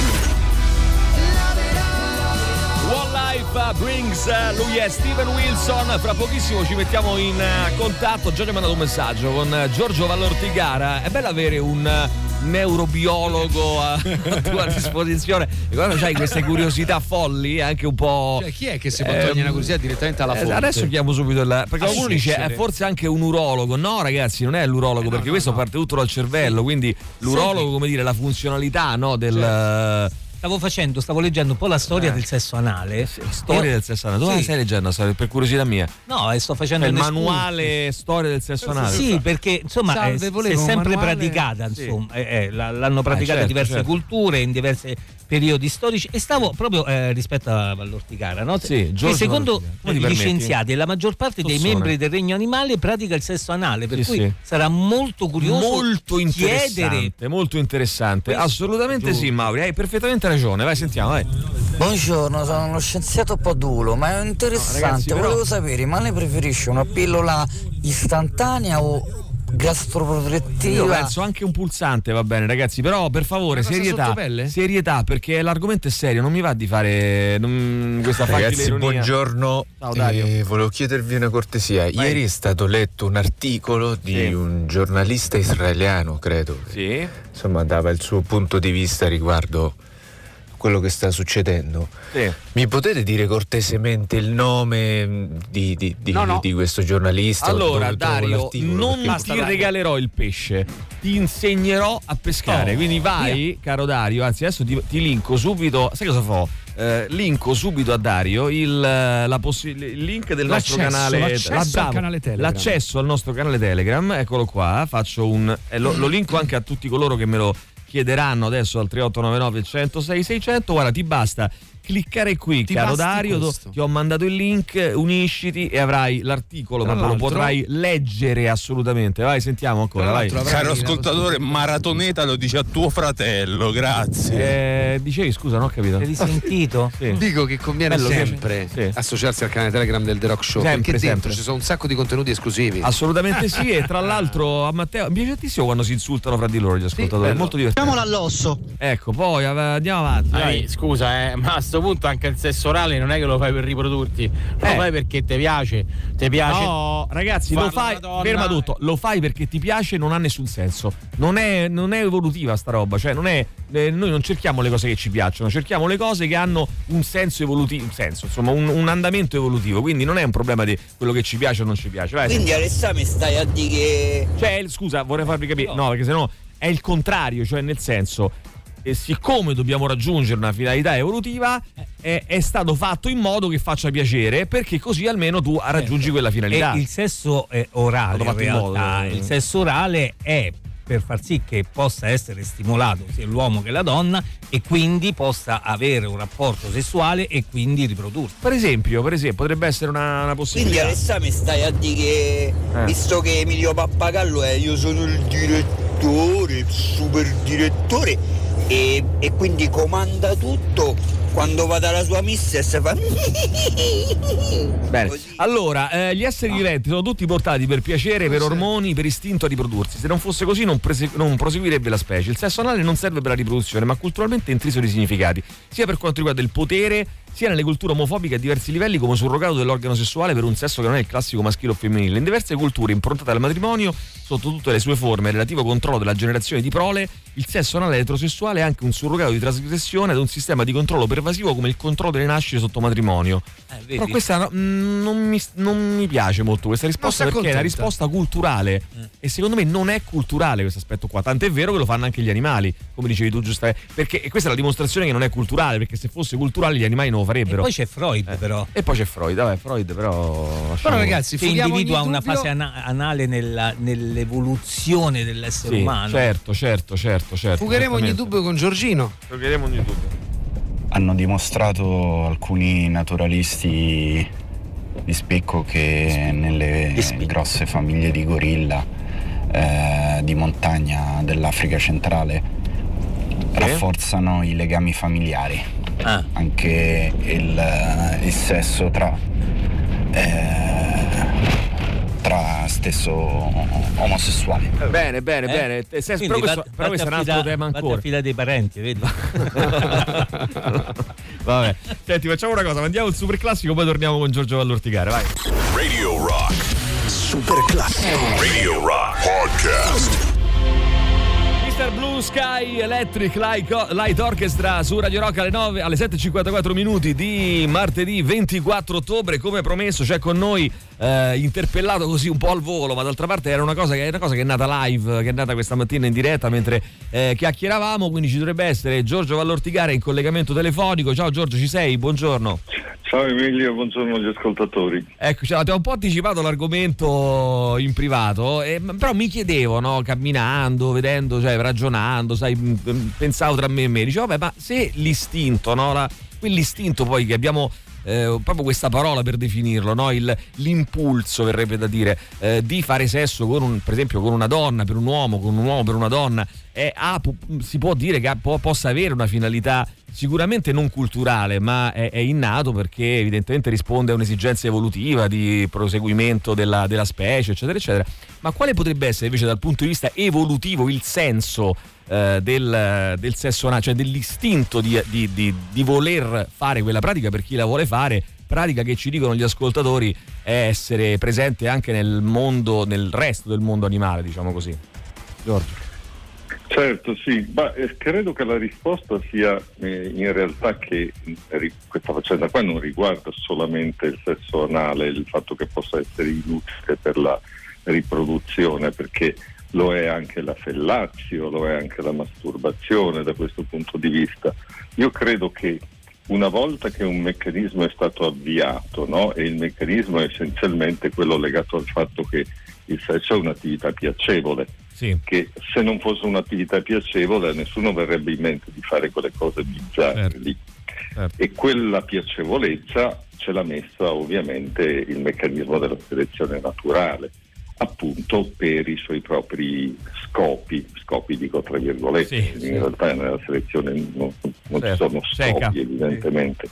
One Life brings, lui è Steven Wilson. Fra pochissimo ci mettiamo in contatto. Già mi ha mandato un messaggio con Giorgio Vallortigara. È bello avere un neurobiologo a tua disposizione, e quando c'hai queste curiosità folli anche un po', cioè, chi è che si può togliere una curiosità direttamente alla fonte? Adesso chiamo subito perché qualcuno dice è forse anche un urologo. No ragazzi, non è l'urologo, perché questo parte tutto dal cervello, quindi l'urologo, come dire, la funzionalità, no, del Stavo leggendo un po' la storia del sesso anale. Storia del sesso anale. Dove la stai leggendo? Per curiosità mia. No, sto facendo il manuale storia del sesso anale. Sì, perché insomma è sempre praticata, insomma, l'hanno praticata in diverse culture, in diversi periodi storici, e stavo proprio rispetto a Vallortigara, no? Che secondo gli scienziati la maggior parte dei membri del regno animale pratica il sesso anale, per cui sarà molto curioso, molto interessante. Assolutamente sì, Mauri, hai perfettamente ragione. Vai, sentiamo, vai. Buongiorno, sono uno scienziato Podulo, ma è interessante. Ragazzi, volevo sapere, ma lei preferisce una pillola istantanea o gastroprotettiva? Io penso anche un pulsante, va bene ragazzi, però per favore serietà, perché l'argomento è serio, non mi va di fare questa ragazzi, buongiorno. Ciao Dario. Volevo chiedervi una cortesia. Ieri è stato letto un articolo di un giornalista israeliano, credo, insomma dava il suo punto di vista riguardo quello che sta succedendo. Mi potete dire cortesemente il nome di questo giornalista? Allora Dario, non ti regalerò il pesce, ti insegnerò a pescare, quindi vai, caro Dario, anzi adesso ti linko subito, sai cosa fa? Linko subito a Dario il link del nostro canale Telegram. L'accesso al nostro canale Telegram, eccolo qua, faccio lo linko anche a tutti coloro che me lo chiederanno adesso al 3899 106 600. Guarda, ti basta cliccare qui, caro Dario, ti ho mandato il link, unisciti e avrai l'articolo, ma lo potrai leggere assolutamente. Vai, sentiamo ancora, vai. Caro ascoltatore, maratoneta lo dice a tuo fratello, grazie. Dicevi, scusa, non ho capito. Hai risentito? Sì. Dico che conviene sempre associarsi al canale Telegram del The Rock Show, perché dentro ci sono un sacco di contenuti esclusivi. Assolutamente sì, e tra l'altro a Matteo mi piace tantissimo quando si insultano fra di loro gli ascoltatori, è molto divertente. Mettiamola all'osso. Ecco, poi andiamo avanti. Scusa, ma a questo punto anche il sesso orale non è che lo fai per riprodurti, lo fai perché ti piace. No, ragazzi, lo fai, ferma tutto, lo fai perché ti piace, non ha nessun senso. Non è evolutiva sta roba, cioè noi non cerchiamo le cose che ci piacciono, cerchiamo le cose che hanno un senso evolutivo, insomma un andamento evolutivo, quindi non è un problema di quello che ci piace o non ci piace. Vai, quindi Alessà mi stai a dire che... Cioè, scusa, vorrei farvi capire, no, perché sennò è il contrario, cioè nel senso... E siccome dobbiamo raggiungere una finalità evolutiva, è stato fatto in modo che faccia piacere, perché così almeno tu raggiungi quella finalità. E il sesso orale, in realtà, il sesso orale è per far sì che possa essere stimolato sia l'uomo che la donna, e quindi possa avere un rapporto sessuale e quindi riprodursi. Per esempio potrebbe essere una possibilità. Quindi Alessà mi stai a dire che visto che Emilio Pappagallo io sono il direttore, il super direttore, e quindi comanda tutto, quando va dalla sua mistress fa bene. Così. Allora, gli esseri viventi sono tutti portati per piacere, per ormoni, per istinto a riprodursi. Se non fosse così non proseguirebbe la specie. Il sesso anale non serve per la riproduzione, ma culturalmente è intriso di significati, sia per quanto riguarda il potere, sia nelle culture omofobiche a diversi livelli, come surrogato dell'organo sessuale per un sesso che non è il classico maschile o femminile. In diverse culture improntate al matrimonio, sotto tutte le sue forme, relativo controllo della generazione di prole, il sesso anale eterosessuale è anche un surrogato di trasgressione ad un sistema di controllo pervasivo invasivo come il controllo delle nascite sotto matrimonio. Però questa non mi piace molto questa risposta, perché è una risposta culturale e secondo me non è culturale questo aspetto qua, tant'è vero che lo fanno anche gli animali, come dicevi tu giustamente, perché e questa è la dimostrazione che non è culturale, perché se fosse culturale gli animali non lo farebbero. E poi c'è Freud però. E poi c'è Freud, vabbè, Freud però ragazzi, che individua una fase anale nell'evoluzione dell'essere umano. Certo. Fugheremo ogni dubbio con Giorgino. Hanno dimostrato alcuni naturalisti di spicco che nelle grosse famiglie di gorilla di montagna dell'Africa centrale rafforzano i legami familiari, anche il sesso tra stesso omosessuali. Bene. Però questo è un altro tema ancora. Vatti a fila dei parenti, vedi? Vabbè. Senti, facciamo una cosa, mandiamo il super classico, poi torniamo con Giorgio Vallorticare, vai. Radio Rock. Super classico. Radio Rock Podcast. Mr. Blue Sky Electric Light Orchestra su Radio Rock alle 7:54 minuti di martedì 24 ottobre. Come promesso c'è con noi interpellato così un po' al volo, ma d'altra parte era una cosa che è nata live, che è nata questa mattina in diretta mentre chiacchieravamo, quindi ci dovrebbe essere Giorgio Vallorticare in collegamento telefonico. Ciao Giorgio, ci sei? Buongiorno. Ciao Emilio, buongiorno agli ascoltatori. Ecco, ti ho un po' anticipato l'argomento in privato, però mi chiedevo, no, camminando, vedendo, cioè ragionando, sai, pensavo tra me e me, dicevo, vabbè, ma se l'istinto, no, quell'istinto poi che abbiamo proprio questa parola per definirlo, no? L'impulso, verrebbe da dire, di fare sesso per esempio con una donna, per un uomo, con un uomo per una donna, si può dire che possa avere una finalità sicuramente non culturale, ma è innato, perché evidentemente risponde a un'esigenza evolutiva di proseguimento della specie, eccetera eccetera. Ma quale potrebbe essere invece dal punto di vista evolutivo il senso del sesso, cioè dell'istinto di voler fare quella pratica, per chi la vuole fare, pratica che ci dicono gli ascoltatori è essere presente anche nel mondo, nel resto del mondo animale, diciamo così. Giorgio. Certo, sì, ma credo che la risposta sia in realtà che questa faccenda qua non riguarda solamente il sesso anale, il fatto che possa essere inutile per la riproduzione, perché lo è anche la fellatio, lo è anche la masturbazione da questo punto di vista. Io credo che una volta che un meccanismo è stato avviato, no? E il meccanismo è essenzialmente quello legato al fatto che il sesso è un'attività piacevole, che se non fosse un'attività piacevole a nessuno verrebbe in mente di fare quelle cose bizzarre lì. E quella piacevolezza ce l'ha messa ovviamente il meccanismo della selezione naturale, appunto per i suoi propri scopi dico tra virgolette, in realtà nella selezione non ci sono scopi evidentemente.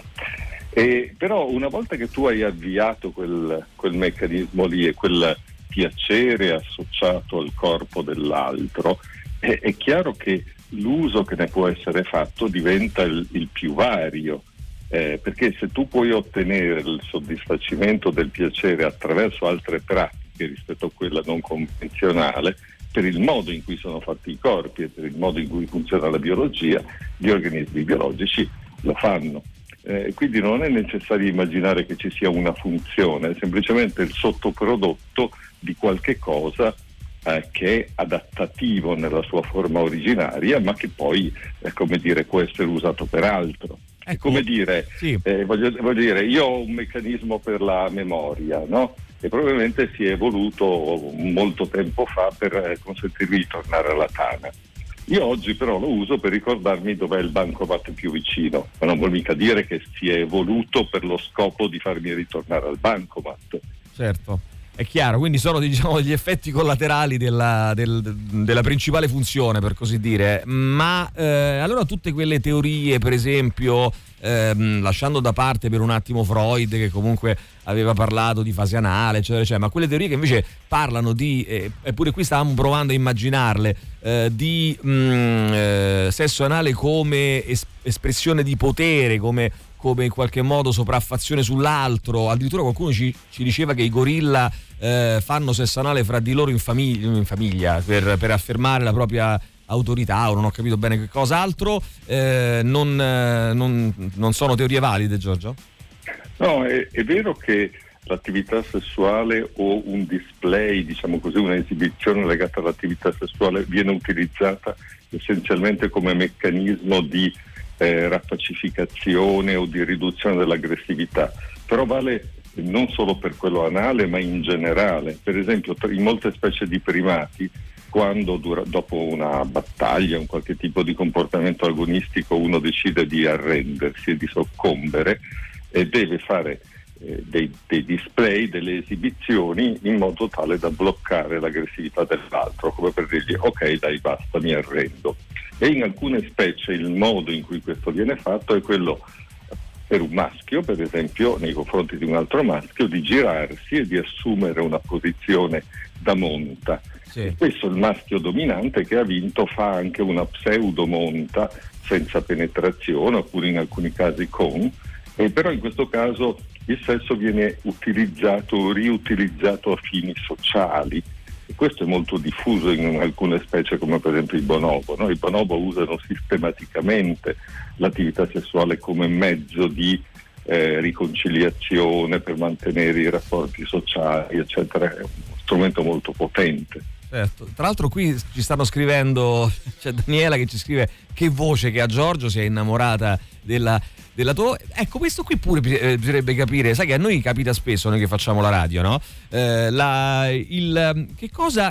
Però una volta che tu hai avviato quel meccanismo lì e quel piacere associato al corpo dell'altro, è chiaro che l'uso che ne può essere fatto diventa il più vario, perché se tu puoi ottenere il soddisfacimento del piacere attraverso altre pratiche rispetto a quella non convenzionale, per il modo in cui sono fatti i corpi e per il modo in cui funziona la biologia, gli organismi biologici lo fanno. Quindi non è necessario immaginare che ci sia una funzione, è semplicemente il sottoprodotto di qualche cosa che è adattativo nella sua forma originaria, ma che poi come dire, può essere usato per altro. È come dire, voglio dire, io ho un meccanismo per la memoria, no? E probabilmente si è evoluto molto tempo fa per consentirmi di tornare alla tana. Io oggi però lo uso per ricordarmi dov'è il bancomat più vicino, ma non vuol mica dire che si è evoluto per lo scopo di farmi ritornare al bancomat. Certo, è chiaro, quindi sono, diciamo, gli effetti collaterali della principale funzione, per così dire. Ma allora tutte quelle teorie, per esempio, lasciando da parte per un attimo Freud, che comunque aveva parlato di fase anale, eccetera, eccetera, ma quelle teorie che invece parlano di, eppure qui stavamo provando a immaginarle, di sesso anale come espressione di potere, come in qualche modo sopraffazione sull'altro. Addirittura qualcuno ci diceva che i gorilla fanno sesso anale fra di loro in famiglia per affermare la propria autorità o non ho capito bene che cos'altro, non sono teorie valide, Giorgio? No, è vero che l'attività sessuale o un display, diciamo così, un'esibizione legata all'attività sessuale viene utilizzata essenzialmente come meccanismo di rappacificazione o di riduzione dell'aggressività, però vale non solo per quello anale ma in generale. Per esempio in molte specie di primati, quando dopo una battaglia, un qualche tipo di comportamento agonistico, uno decide di arrendersi e di soccombere e deve fare dei display, delle esibizioni in modo tale da bloccare l'aggressività dell'altro, come per dirgli ok dai basta, mi arrendo. E in alcune specie il modo in cui questo viene fatto è quello, per un maschio per esempio nei confronti di un altro maschio, di girarsi e di assumere una posizione da monta. Sì. Spesso il maschio dominante che ha vinto fa anche una pseudomonta senza penetrazione, oppure in alcuni casi con, però in questo caso il sesso viene utilizzato o riutilizzato a fini sociali, e questo è molto diffuso in alcune specie come per esempio i bonobo, no? I bonobo usano sistematicamente l'attività sessuale come mezzo di riconciliazione, per mantenere i rapporti sociali eccetera, è uno strumento molto potente. Certo. Tra l'altro qui ci stanno scrivendo, c'è Daniela che ci scrive che voce che ha Giorgio, si è innamorata della tua. Ecco, questo qui pure bisognerebbe capire, sai che a noi capita spesso, noi che facciamo la radio, no? Che cosa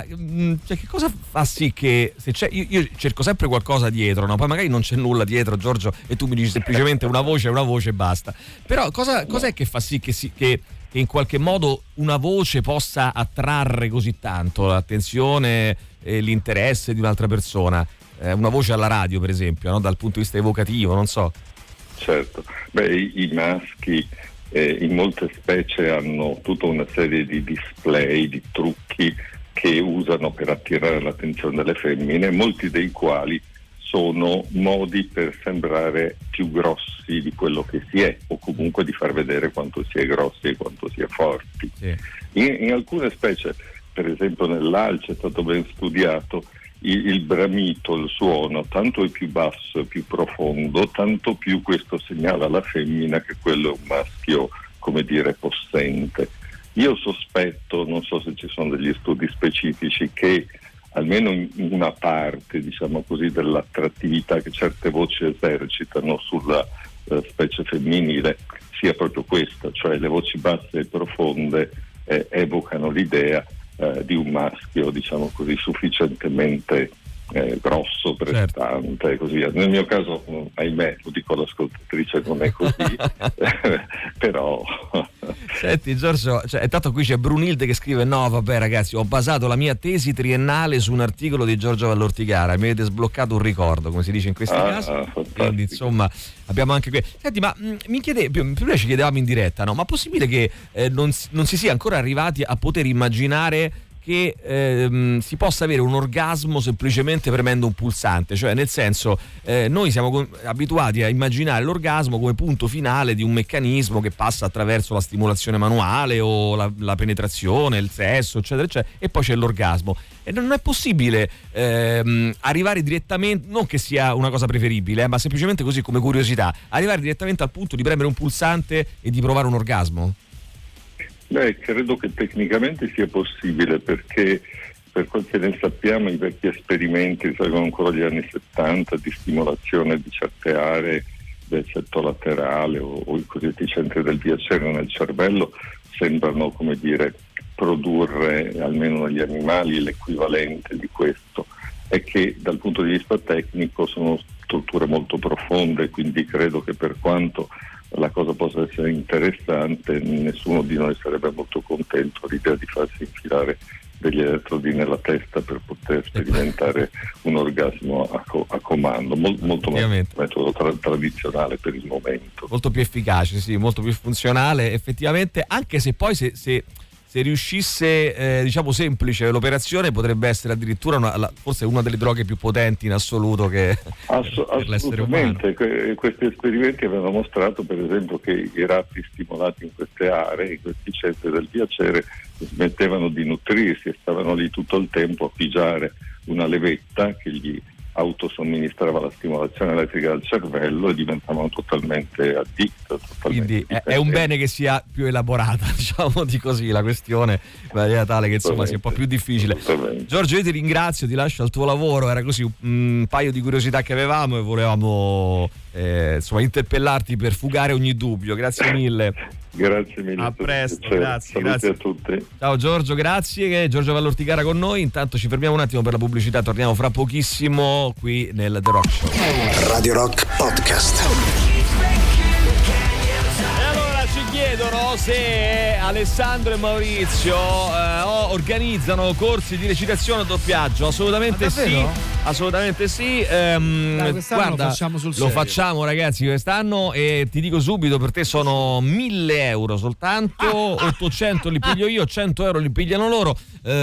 fa sì che se c'è, io cerco sempre qualcosa dietro, no? Poi magari non c'è nulla dietro, Giorgio, e tu mi dici semplicemente una voce e basta. Però cos'è che fa sì che in qualche modo una voce possa attrarre così tanto l'attenzione e l'interesse di un'altra persona? Una voce alla radio, per esempio, no? Dal punto di vista evocativo, non so. Certo, i maschi in molte specie hanno tutta una serie di display, di trucchi che usano per attirare l'attenzione delle femmine, molti dei quali sono modi per sembrare più grossi di quello che si è, o comunque di far vedere quanto si è grossi e quanto si è forti. Sì. In alcune specie, per esempio nell'alce, è stato ben studiato, il bramito, il suono, tanto è più basso e più profondo, tanto più questo segnala alla femmina che quello è un maschio, come dire, possente. Io sospetto, non so se ci sono degli studi specifici, che almeno in una parte, diciamo così, dell'attrattività che certe voci esercitano sulla specie femminile sia proprio questa, cioè le voci basse e profonde evocano l'idea di un maschio, diciamo così, sufficientemente grosso, prestante, e così via. Nel mio caso, ahimè, lo dico all'ascoltatrice, non è così, però... Senti Giorgio, intanto qui c'è Brunilde che scrive: no vabbè ragazzi, ho basato la mia tesi triennale su un articolo di Giorgio Vallortigara, mi avete sbloccato un ricordo, come si dice in questi casi. Quindi insomma abbiamo anche qui. Senti, ma mi chiedevo, prima ci chiedevamo in diretta, no? Ma è possibile che non si sia ancora arrivati a poter immaginare che si possa avere un orgasmo semplicemente premendo un pulsante? Cioè, nel senso, noi siamo abituati a immaginare l'orgasmo come punto finale di un meccanismo che passa attraverso la stimolazione manuale o la penetrazione, il sesso, eccetera eccetera, e poi c'è l'orgasmo. E non è possibile arrivare direttamente, non che sia una cosa preferibile, ma semplicemente così come curiosità, arrivare direttamente al punto di premere un pulsante e di provare un orgasmo? Beh, credo che tecnicamente sia possibile, perché per quel che ne sappiamo i vecchi esperimenti risalgono ancora agli anni 70 di stimolazione di certe aree del setto laterale o i cosiddetti centri del piacere nel cervello sembrano, come dire, produrre, almeno negli animali, l'equivalente di questo. È che dal punto di vista tecnico sono strutture molto profonde, quindi credo che per quanto la cosa possa essere interessante, nessuno di noi sarebbe molto contento all'idea di farsi infilare degli elettrodi nella testa per poter sperimentare un orgasmo a comando, molto metodo tradizionale per il momento. Molto più efficace, sì, molto più funzionale effettivamente, anche se poi se riuscisse diciamo semplice l'operazione potrebbe essere addirittura forse una delle droghe più potenti in assoluto che per l'essere umano. Questi esperimenti avevano mostrato per esempio che i ratti stimolati in queste aree, in questi centri del piacere, smettevano di nutrirsi e stavano lì tutto il tempo a pigiare una levetta che gli autosomministrava la stimolazione elettrica del cervello e diventavano totalmente addicti. Quindi è un bene che sia più elaborata, diciamo di così, la questione, in maniera tale che insomma sia un po' più difficile. Giorgio, io ti ringrazio, ti lascio al tuo lavoro, era così un paio di curiosità che avevamo e volevamo insomma interpellarti per fugare ogni dubbio. Grazie mille. Grazie mille. A presto, grazie. Saluti a tutti. Ciao Giorgio, grazie. Giorgio Vallortigara con noi. Intanto ci fermiamo un attimo per la pubblicità, torniamo fra pochissimo qui nel The Rock Show. Radio Rock Podcast. Ci chiedono se Alessandro e Maurizio organizzano corsi di recitazione o doppiaggio. Assolutamente sì. Assolutamente sì. Guarda, lo facciamo ragazzi quest'anno e ti dico subito, per te sono 1.000 euro soltanto, 800 li piglio io, 100 euro li pigliano loro.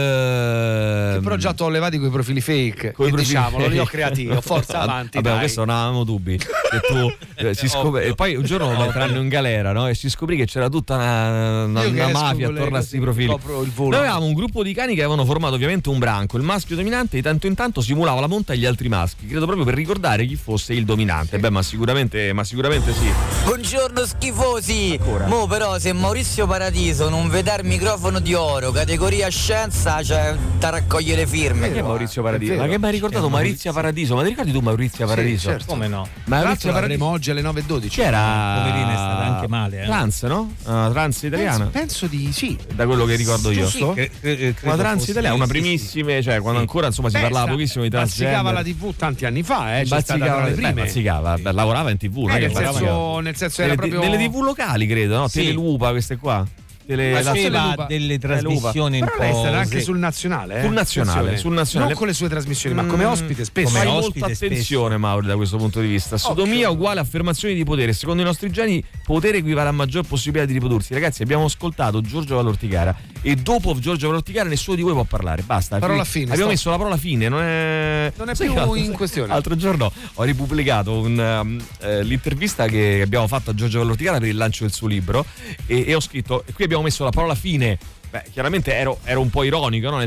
Però già t'ho levati coi profili fake, diciamolo, li ho creati io. Forza avanti. Vabbè, questo non avevamo dubbi che tu e poi un giorno lo metteranno in galera, no? E si scoprì che c'era tutta una mafia attorno a questi profili. Noi avevamo un gruppo di cani che avevano formato ovviamente un branco. Il maschio dominante di tanto in tanto simulava la monta agli altri maschi, credo proprio per ricordare chi fosse il dominante. Beh, ma sicuramente sì. Buongiorno schifosi. Mo però se Maurizio Paradiso non vede il microfono di oro, categoria scienza, cioè da raccogliere le firme. Che Maurizio Paradiso? Ma che mi hai ricordato Maurizia Paradiso? Ma ti ricordi tu Maurizia Paradiso? Certo. Come no? Maurizia Paradiso oggi alle 9:12. C'era poverina, è stata anche male. Trans, no? Trans italiana. Penso di sì. Da quello che ricordo io. Una trans italiana, una primissime, cioè quando ancora insomma si parlava pochissimo di transgender. Bazzicava la TV tanti anni fa, c'è stata tra le prime. Bazzicava, lavorava in TV, nel senso era proprio nelle TV locali, credo, no? Telelupa, queste qua. Faceva delle trasmissioni un po'. Però lei è stata anche sul nazionale. Sul nazionale. Non con le sue trasmissioni, ma come ospite spesso. Fai molta attenzione, Mauri, da questo punto di vista. Sodomia uguale affermazione di potere. Secondo i nostri geni, potere equivale a maggior possibilità di riprodursi. Ragazzi, abbiamo ascoltato Giorgio Vallortigara e dopo Giorgio Vallortigara nessuno di voi può parlare. Basta. Parola fine. Abbiamo messo la parola fine, non è più in questione. L'altro giorno ho ripubblicato l'intervista che abbiamo fatto a Giorgio Vallortigara per il lancio del suo libro e ho scritto, qui abbiamo messo la parola fine. Beh, chiaramente ero un po' ironico, no?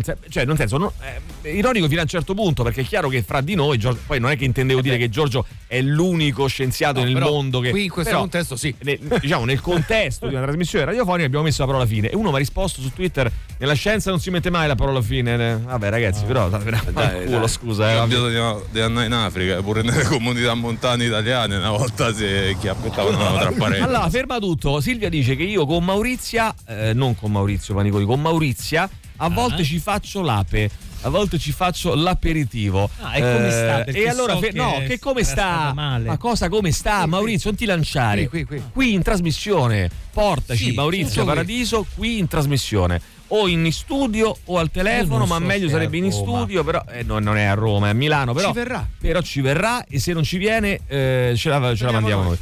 Ironico fino a un certo punto, perché è chiaro che fra di noi, poi non è che intendevo dire che Giorgio è l'unico scienziato nel mondo che. Qui in questo contesto sì. Diciamo nel contesto di una trasmissione radiofonica abbiamo messo la parola fine. E uno mi ha risposto su Twitter: nella scienza non si mette mai la parola fine. Vabbè, ragazzi, però dai. Scusa. È cambiato di andare in Africa, pure nelle comunità montane italiane una volta chi aspettavano tra parenti. Allora, ferma tutto. Silvia dice che io con Maurizia, non con Maurizio Paniconi, con Maurizia a volte ci faccio l'ape, a volte ci faccio l'aperitivo. E come sta? E allora che come sta? Ma cosa come sta? Maurizio, non ti lanciare. Qui in trasmissione. Portaci Maurizio Paradiso qui in trasmissione. O in studio o al telefono, ma meglio sarebbe in studio, però non è a Roma, è a Milano, però ci verrà e se non ci viene ce la mandiamo noi.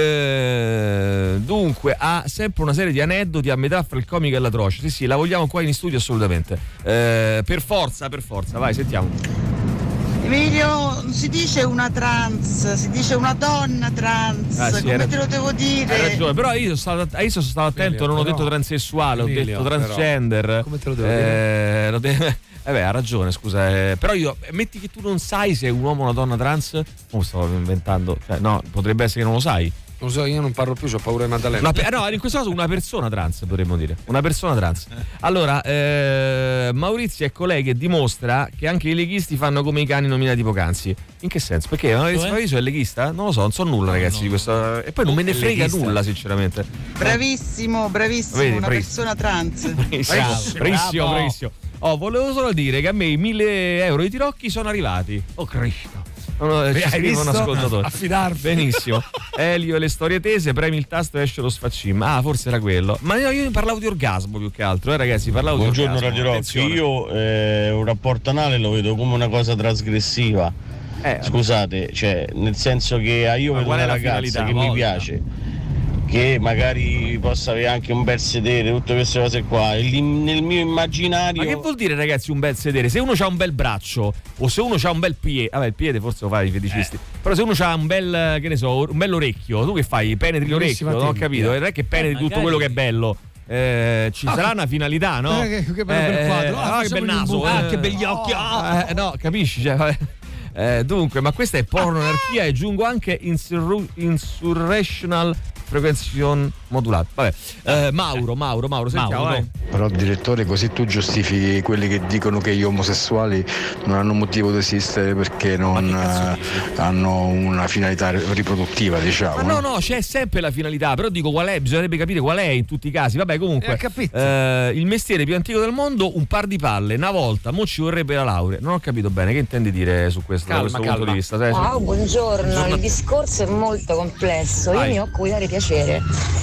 Dunque ha sempre una serie di aneddoti a metà fra il comico e l'atroce. Sì, la vogliamo qua in studio assolutamente. Per forza, vai, sentiamo. Emilio, non si dice una trans, si dice una donna trans, come te lo devo dire? Hai ragione, però io sono stato attento, non ho detto transessuale, ho detto transgender. Però, come te lo devo dire? Ha ragione, scusa, però metti che tu non sai se è un uomo o una donna trans. Stavo inventando, no, potrebbe essere che non lo sai. Non so, io non parlo più, ho paura di Maddalena. No, in questo caso una persona trans, potremmo dire. Una persona trans. Allora, Maurizio è colei che dimostra che anche i leghisti fanno come i cani nominati poc'anzi. In che senso? Perché Maurizio è leghista? Non lo so, non so nulla, ragazzi, di questo. E poi non me ne frega nulla, sinceramente. Bravissimo, una persona trans. Bravissimo. Volevo solo dire che a me i 1.000 euro di Tirocchi sono arrivati. Oh Cristo. Hai visto? Un ascoltatore. Affidarvi. Benissimo. Elio e le storie tese, premi il tasto e esce lo sfaccim. Forse era quello. Ma io parlavo di orgasmo più che altro, ragazzi, parlavo Buongiorno di orgasmo. Radio Rock, io un rapporto anale lo vedo come una cosa trasgressiva. Scusate, cioè, nel senso che io vedo una ragazza che mi piace, che magari possa avere anche un bel sedere, tutte queste cose qua, e nel mio immaginario. Ma che vuol dire, ragazzi, un bel sedere? Se uno ha un bel braccio o se uno ha un bel piede, vabbè, il piede forse lo fai i feticisti, però se uno ha un bel, che ne so, un bel orecchio, tu che fai? Penetri l'orecchio, non ho capito, non è che penetri tutto quello che è bello. Ci sarà una finalità, no? Che bello quel quadro, che bel naso, che begli occhi, no, capisci? Cioè, vabbè. Dunque, ma questa è pornoanarchia e aggiungo anche insurrectional frequency modulata. Vabbè, Mauro, sentiamo. Vai. Però direttore, così tu giustifichi quelli che dicono che gli omosessuali non hanno motivo di esistere perché non hanno una finalità riproduttiva, diciamo. Ma no, c'è sempre la finalità, però dico qual è, bisognerebbe capire qual è in tutti i casi. Vabbè, comunque il mestiere più antico del mondo, un par di palle, una volta, mo ci vorrebbe la laurea. Non ho capito bene, che intendi dire su questo, da questo punto di vista? Buongiorno, il discorso è molto complesso. Io mi occupo di dare piacere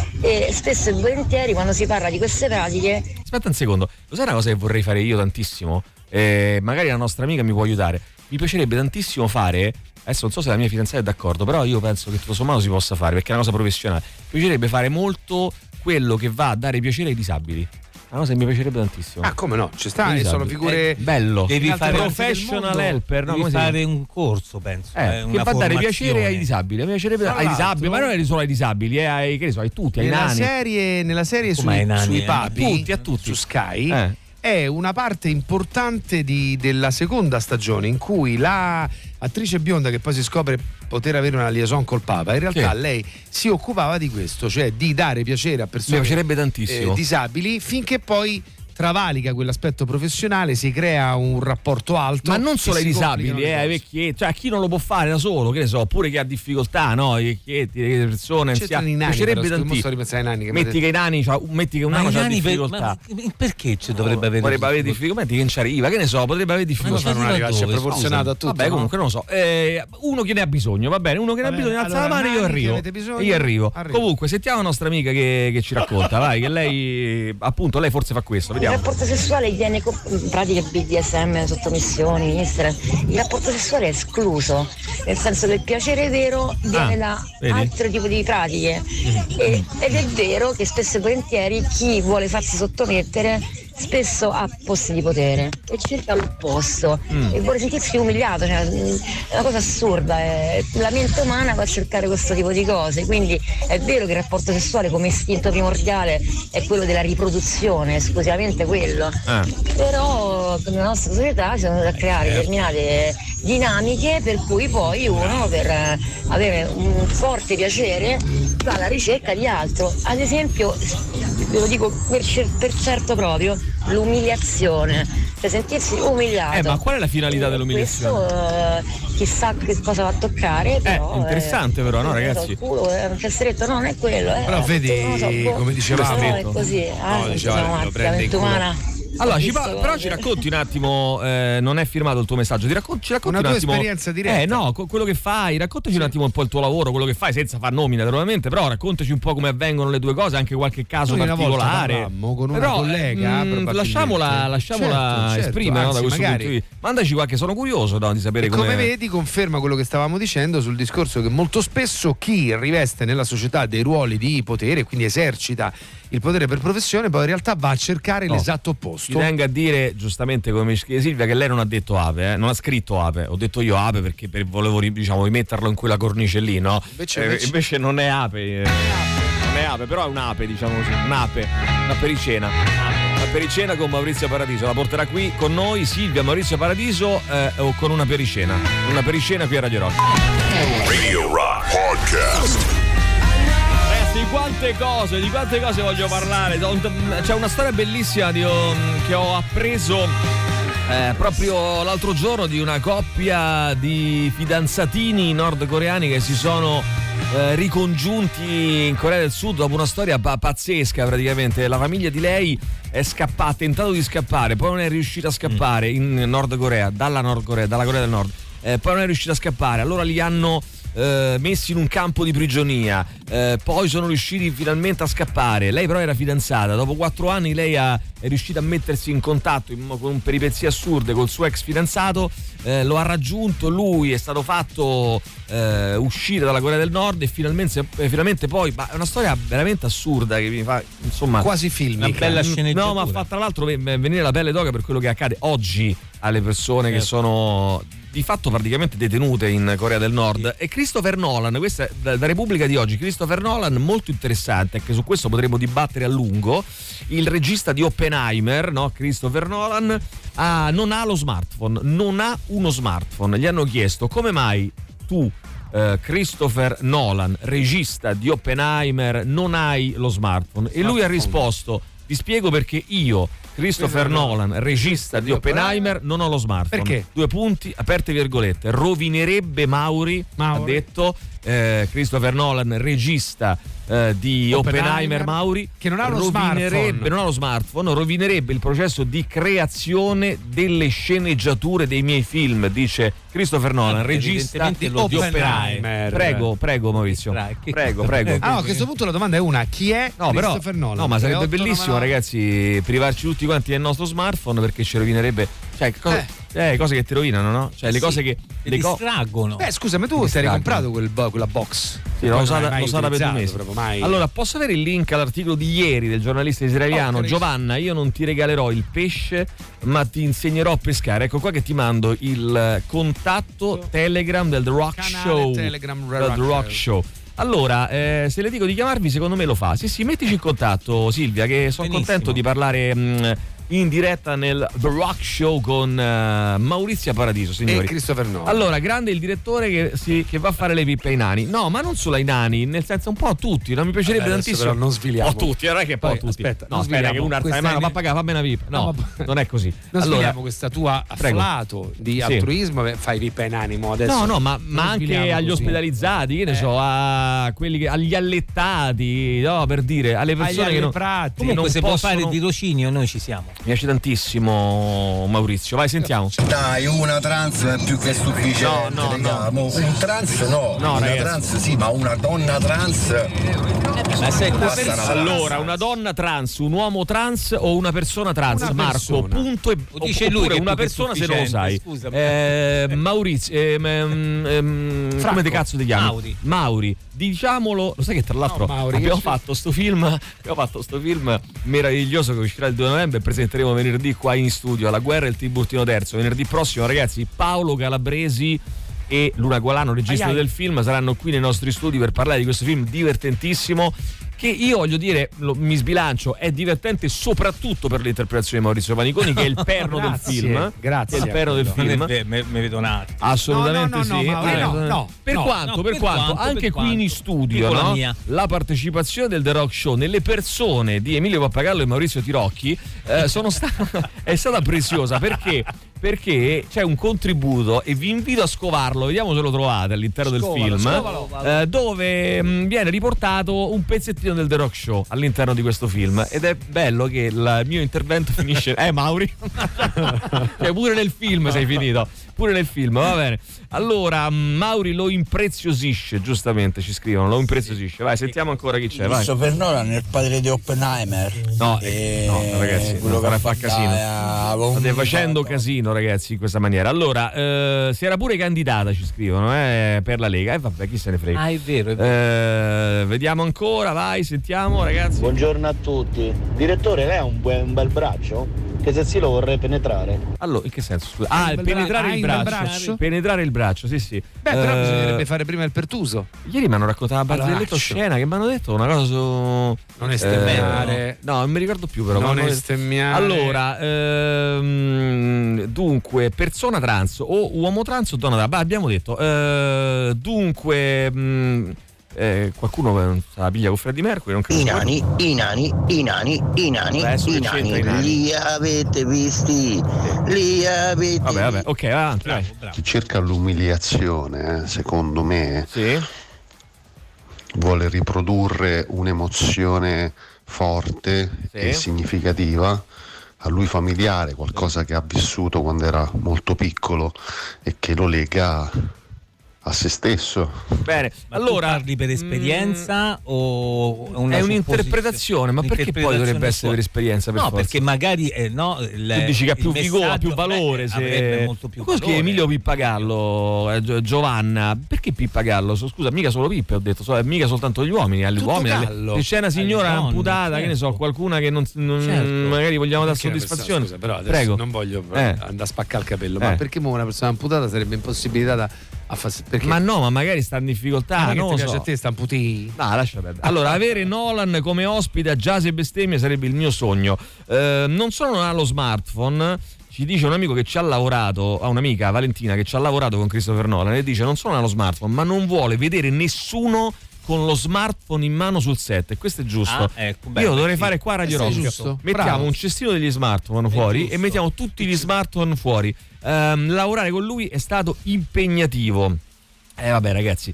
e spesso e volentieri quando si parla di queste pratiche. Aspetta un secondo, lo sai una cosa che vorrei fare io tantissimo? Magari la nostra amica mi può aiutare. Mi piacerebbe tantissimo fare, adesso non so se la mia fidanzata è d'accordo, però io penso che tutto sommato si possa fare perché è una cosa professionale. Mi piacerebbe fare molto quello che va a dare piacere ai disabili. Una cosa che mi piacerebbe tantissimo. Ah, come no? Ci sta, sono figure. Bello. Devi fare professional helper, no? Devi fare un corso, penso. Che va a dare piacere ai disabili. Mi piacerebbe ai disabili, ma non è solo ai disabili, ai, che ne so, ai tutti, ai nani. Nella serie sui papi, a tutti. Su Sky. È una parte importante della seconda stagione in cui la attrice bionda che poi si scopre poter avere una liaison col Papa, in realtà lei si occupava di questo, cioè di dare piacere a persone disabili, finché poi travalica quell'aspetto professionale, si crea un rapporto alto. Ma non solo ai disabili, ai vecchietti, cioè a chi non lo può fare da solo, che ne so, oppure chi ha difficoltà, no? I vecchietti, le persone anziane. Mi piacerebbe tantissimo. Metti che i nani, metti che un nano ha difficoltà. Perché ci dovrebbe avere? Potrebbe avere difficoltà, metti che non ci arriva, che ne so, potrebbe avere difficoltà. Ma non è proporzionato a tutti. Vabbè, comunque non lo so. Uno che ne ha bisogno, va bene, uno che ne ha bisogno, alza la mano e io arrivo. Comunque, sentiamo la nostra amica che ci racconta, vai, che lei appunto lei forse fa questo, vediamo. Il rapporto sessuale viene con pratiche BDSM, sottomissioni, il rapporto sessuale è escluso, nel senso che il piacere vero viene da altro tipo di pratiche ed è vero che spesso e volentieri chi vuole farsi sottomettere spesso ha posti di potere e cerca l'opposto e vuole sentirsi umiliato, cioè, è una cosa assurda, la mente umana va a cercare questo tipo di cose, quindi è vero che il rapporto sessuale come istinto primordiale è quello della riproduzione, esclusivamente quello, però nella nostra società si sono andate a creare determinate dinamiche per cui poi uno per avere un forte piacere va alla ricerca di altro, ad esempio ve lo dico per certo proprio, l'umiliazione, cioè sentirsi umiliato. Ma qual è la finalità dell'umiliazione? Questo chissà che cosa va a toccare, però è interessante però, no ragazzi? Il culo, un stretto, non è quello, però vedi, come dicevamo, è così, lo prende in culo. Allora, però ci racconti un attimo, non è firmato il tuo messaggio, ci racconti una un attimo. Tua esperienza diretta. No, quello che fai, raccontaci un attimo un po' il tuo lavoro, quello che fai, senza far nomi naturalmente, però raccontaci un po' come avvengono le due cose, anche qualche caso particolare. Con una collega, lasciamola esprimere, no, da questo punto di vista. Mandaci qualche, sono curioso di sapere come vedi, conferma quello che stavamo dicendo sul discorso che molto spesso chi riveste nella società dei ruoli di potere, quindi esercita il potere per professione, poi in realtà va a cercare l'esatto opposto. Ti venga a dire, giustamente come mi scrive Silvia, che lei non ha detto ape, non ha scritto ape, ho detto io ape perché volevo rimetterlo in quella cornice lì, no? Invece non è ape, non è ape, però è un'ape, diciamo così, una pericena. Una pericena con Maurizio Paradiso, la porterà qui con noi Silvia Maurizio Paradiso o con una pericena qui a Radio Rock. Radio Rock Podcast. Di quante cose voglio parlare. C'è una storia bellissima che ho appreso proprio l'altro giorno di una coppia di fidanzatini nordcoreani che si sono ricongiunti in Corea del Sud dopo una storia pazzesca. Praticamente la famiglia di lei è scappata, ha tentato di scappare, poi non è riuscita a scappare in Nord Corea, dalla Corea del Nord, poi non è riuscita a scappare, allora li hanno messi in un campo di prigionia, poi sono riusciti finalmente a scappare. Lei però era fidanzata, dopo 4 anni lei è riuscita a mettersi in contatto con peripezie assurde col suo ex fidanzato, lo ha raggiunto, lui è stato fatto uscire dalla Corea del Nord e finalmente poi, ma è una storia veramente assurda che mi fa, insomma, quasi filmica, una bella sceneggiatura. No, ma fa tra l'altro venire la pelle d'oca per quello che accade oggi alle persone che sono di fatto praticamente detenute in Corea del Nord. E Christopher Nolan, questa è da Repubblica di oggi, Christopher Nolan, molto interessante, anche su questo potremo dibattere a lungo. Il regista di Oppenheimer, no? Christopher Nolan, non ha lo smartphone, non ha uno smartphone. Gli hanno chiesto: come mai tu, Christopher Nolan, regista di Oppenheimer, non hai lo smartphone? E lui ha risposto: vi spiego perché io, Christopher Nolan, regista di Oppenheimer, non ho lo smartphone. Perché? 2 punti, aperte virgolette, rovinerebbe Mauri. Ha detto Christopher Nolan, regista di Oppenheimer, Mauri, che non ha lo smartphone. Non ha lo smartphone, rovinerebbe il processo di creazione delle sceneggiature dei miei film, dice Christopher Nolan, regista di Oppenheimer. Prego Maurizio. Prego. A questo punto la domanda è una: chi è Christopher Nolan? No, ma sarebbe bellissimo, ragazzi, privarci tutti quanti del nostro smartphone, perché ci rovinerebbe, cioè cose che ti rovinano, no? Cioè le cose che distraggono. Scusa, ma tu ti eri comprato quella box? Sì, l'ho usata per 2 mesi. Allora, posso avere il link all'articolo di ieri del giornalista israeliano? Giovanna, io non ti regalerò il pesce, ma ti insegnerò a pescare. Ecco qua che ti mando il contatto Telegram del The Rock Show. The Rock Show. Allora, se le dico di chiamarvi, secondo me lo fa. Sì, mettici in contatto, Silvia, che sono contento di parlare in diretta nel The Rock Show con Maurizio Paradiso, signori. E Christopher Nolan. Allora, grande il direttore che va a fare le pippe ai nani. No, ma non solo ai nani, nel senso un po' a tutti. Non mi piacerebbe tantissimo. Però non sviliamo. Un po' a tutti, non è che poi a tutti. Aspetta, che una alza mano va a pagare, fammi una pipa. No, non è così. Non sviliamo questa tua afflato di altruismo, fai pippe ai nani adesso. No, ma anche agli ospedalizzati, che ne so, a quelli agli allettati, no, per dire, alle persone che non comunque se può fare tirocinio, noi ci siamo. Mi piace tantissimo, Maurizio. Vai, sentiamo. Dai, una trans è più che sufficiente. No. Un trans no. Una ragazzi. Trans sì, ma una donna trans. Allora, una donna trans, un uomo trans o una persona trans? Una Marco, persona. Punto e dice lui che una persona, se non lo sai. Maurizio, come de cazzo ti chiami? Mauri. Diciamolo, lo sai che tra l'altro abbiamo fatto sto film meraviglioso che uscirà il 2 novembre e presenteremo venerdì qua in studio alla Guerra e il Tiburtino Terzo. Venerdì prossimo, ragazzi, Paolo Calabresi e Luna Gualano, regista del film, saranno qui nei nostri studi per parlare di questo film divertentissimo, che io voglio dire, mi sbilancio, è divertente soprattutto per l'interpretazione di Maurizio Paniconi, che è il perno del film. Grazie. È il perno del film. Mi vedo un attimo. Assolutamente sì. Per quanto anche qui in studio, no? La partecipazione del The Rock Show nelle persone di Emilio Pappagallo e Maurizio Tirocchi è stata preziosa, perché c'è un contributo, e vi invito a scovarlo, vediamo se lo trovate all'interno del film, dove viene riportato un pezzettino del The Rock Show all'interno di questo film, ed è bello che il mio intervento finisce Mauri cioè pure nel film sei finito, pure nel film, va bene. Allora, Mauri lo impreziosisce, giustamente ci scrivono, lo impreziosisce. Vai, sentiamo ancora chi c'è. Christopher Nolan è il padre di Oppenheimer. No, ragazzi, non farà fa casino. State facendo casino, ragazzi, in questa maniera. Allora, si era pure candidata, ci scrivono, per la Lega. Vabbè, chi se ne frega. È vero. Vediamo ancora, vai, sentiamo, ragazzi. Buongiorno a tutti. Direttore, lei ha un bel braccio? Che se sì lo vorrei penetrare. Allora, in che senso? Scusa. Penetrare il braccio. Penetrare il braccio, sì. Però bisognerebbe fare prima il pertuso. Ieri mi hanno raccontato una barzelletta oscena, che mi hanno detto una cosa su non estemmiare. No, non mi ricordo più, però. Non estemmiare. Allora, dunque, persona trans o uomo trans o donna trans. Abbiamo detto. Dunque. Qualcuno se la piglia con Freddie Mercury, non credo. I nani, li avete visti? Li avete Vabbè, ok, avanti, vai. Chi cerca l'umiliazione, secondo me, vuole riprodurre un'emozione forte e significativa, a lui familiare, qualcosa che ha vissuto quando era molto piccolo e che lo lega a se stesso. Bene, ma allora parli per esperienza o è un'interpretazione? Ma perché poi dovrebbe essere per esperienza? Per forza? Perché magari tu dici che ha più vigore, più valore. Se molto più valore. Emilio Pippagallo, Giovanna, perché Pippagallo? Scusa, mica solo Pippa, ho detto, mica soltanto gli uomini, agli uomini. Se c'è una signora amputata, certo. Che ne so, qualcuna che non certo. Magari vogliamo dare soddisfazione. Scusa, però adesso prego. Non voglio andare a spaccare il capello, ma perché una persona amputata sarebbe impossibilitata perché? Ma no, ma magari sta in difficoltà. Non ti piace a te, sta amputi? No, lascia perdere. Allora, avere Nolan come ospite a Jazz e Bestemmie sarebbe il mio sogno. Non solo non ha lo smartphone, ci dice un amico che ci ha lavorato, a un'amica Valentina che ci ha lavorato con Christopher Nolan, e dice non solo non ha lo smartphone, ma non vuole vedere nessuno con lo smartphone in mano sul set, e questo è giusto. Io dovrei fare qua a Radio Rock. Mettiamo un cestino degli smartphone fuori e mettiamo tutti gli smartphone fuori. Lavorare con lui è stato impegnativo. Vabbè ragazzi,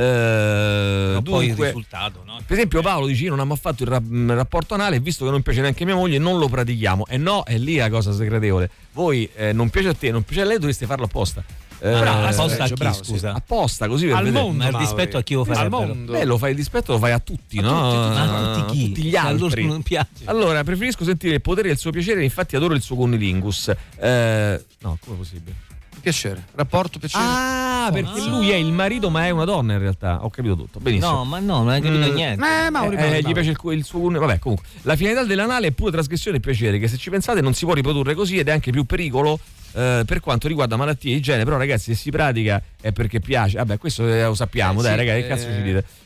poi il risultato, no? Per esempio Paolo dice: io non abbiamo fatto il rapporto anale, visto che non piace neanche a mia moglie non lo pratichiamo. No, è lì la cosa segretevole. Voi non piace a te, non piace a lei, dovreste farlo apposta. Apposta a chi, scusa? Apposta, così per al vedere. Mondo, ma il dispetto a chi lo fai? Al mondo. Lo fai il dispetto, lo fai a tutti, no? A tutti chi? Tutti gli altri. Non piace. Allora, preferisco sentire il potere del suo piacere, infatti adoro il suo cunnilingus. No, come è possibile? Piacere, rapporto piacere. Perché lui è il marito, ma è una donna in realtà. Ho capito tutto. Benissimo. No, ma no, non hai capito niente. Gli piace il suo. Vabbè, comunque. La finalità dell'anale è pure trasgressione e piacere, che se ci pensate non si può riprodurre così ed è anche più pericolo per quanto riguarda malattie e igiene. Però ragazzi, se si pratica è perché piace. Vabbè, questo lo sappiamo, dai ragazzi, che cazzo ci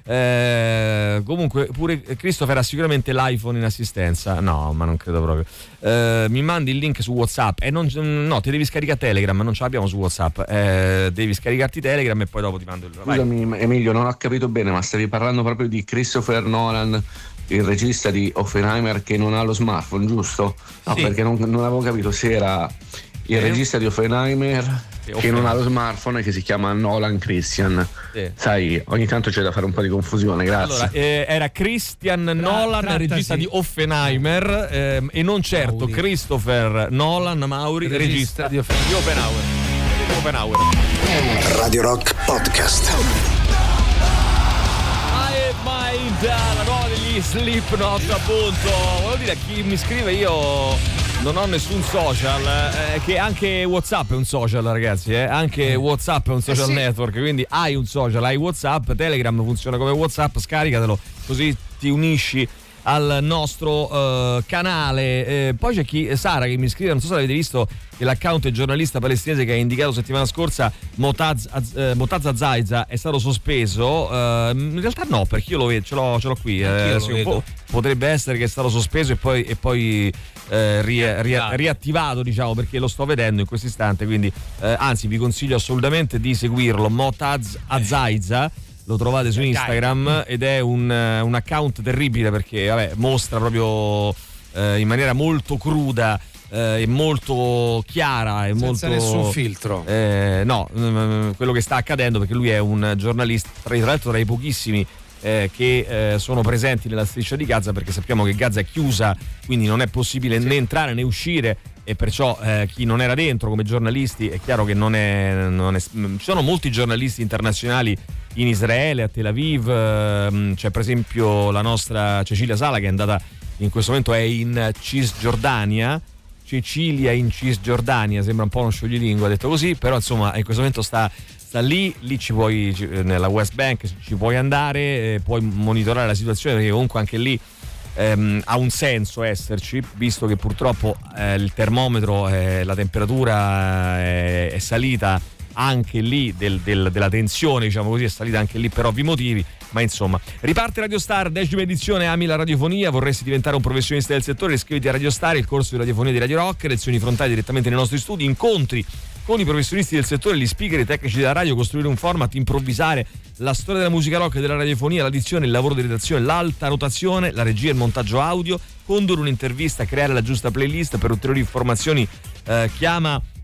dite? Comunque pure Christopher ha sicuramente l'iPhone in assistenza. No, ma non credo proprio. Mi mandi il link su WhatsApp no, ti devi scaricare Telegram, non ce l'abbiamo su WhatsApp. Devi scaricarti Telegram e poi dopo ti mando il. Scusami Emilio, non ho capito bene, ma stavi parlando proprio di Christopher Nolan, il regista di Oppenheimer, che non ha lo smartphone, giusto? No, sì. Perché non avevo capito se era il regista di Oppenheimer che non ha lo smartphone e che si chiama Nolan Christian. Sai, ogni tanto c'è da fare un po' di confusione, grazie. Allora, era Christian Nolan, regista di Oppenheimer, e non certo Mauri. Christopher Nolan Mauri, regista di Oppenheimer. Radio Rock Podcast. La nuova degli Slipknot, appunto. Volevo dire a chi mi scrive, io non ho nessun social, che anche WhatsApp è un social, ragazzi, anche WhatsApp è un social network, quindi hai un social, hai WhatsApp, Telegram funziona come WhatsApp, scaricatelo così ti unisci al nostro canale. Poi c'è Sara che mi scrive, non so se l'avete visto, che l'account del giornalista palestinese che ha indicato settimana scorsa Motaz Zaiza è stato sospeso. In realtà no, perché io lo vedo, ce l'ho qui. Potrebbe essere che è stato sospeso e poi riattivato, diciamo, perché lo sto vedendo in questo istante, quindi anzi vi consiglio assolutamente di seguirlo. Motaz Zaiza, lo trovate su Instagram ed è un account terribile, perché mostra proprio in maniera molto cruda e molto chiara e senza nessun filtro quello che sta accadendo, perché lui è un giornalista tra l'altro tra i pochissimi che sono presenti nella striscia di Gaza, perché sappiamo che Gaza è chiusa, quindi non è possibile né entrare né uscire, e perciò chi non era dentro come giornalisti è chiaro che non è ci sono molti giornalisti internazionali in Israele, a Tel Aviv. C'è per esempio la nostra Cecilia Sala, che è andata in questo momento, è in Cisgiordania. Cecilia in Cisgiordania, sembra un po' uno scioglilingua detto così, però insomma in questo momento sta lì ci puoi, nella West Bank ci puoi andare, puoi monitorare la situazione, perché comunque anche lì ha un senso esserci, visto che purtroppo il termometro, la temperatura è salita anche lì, della tensione, diciamo così, è salita anche lì per ovvi motivi. Ma insomma, riparte Radio Star, 10ª edizione. Ami la radiofonia, vorresti diventare un professionista del settore? Iscriviti a Radio Star, il corso di radiofonia di Radio Rock, lezioni frontali direttamente nei nostri studi, incontri con i professionisti del settore, gli speaker, i tecnici della radio, costruire un format, improvvisare la storia della musica rock e della radiofonia, l'addizione, il lavoro di redazione, l'alta rotazione, la regia e il montaggio audio, condurre un'intervista, creare la giusta playlist. Per ulteriori informazioni chiama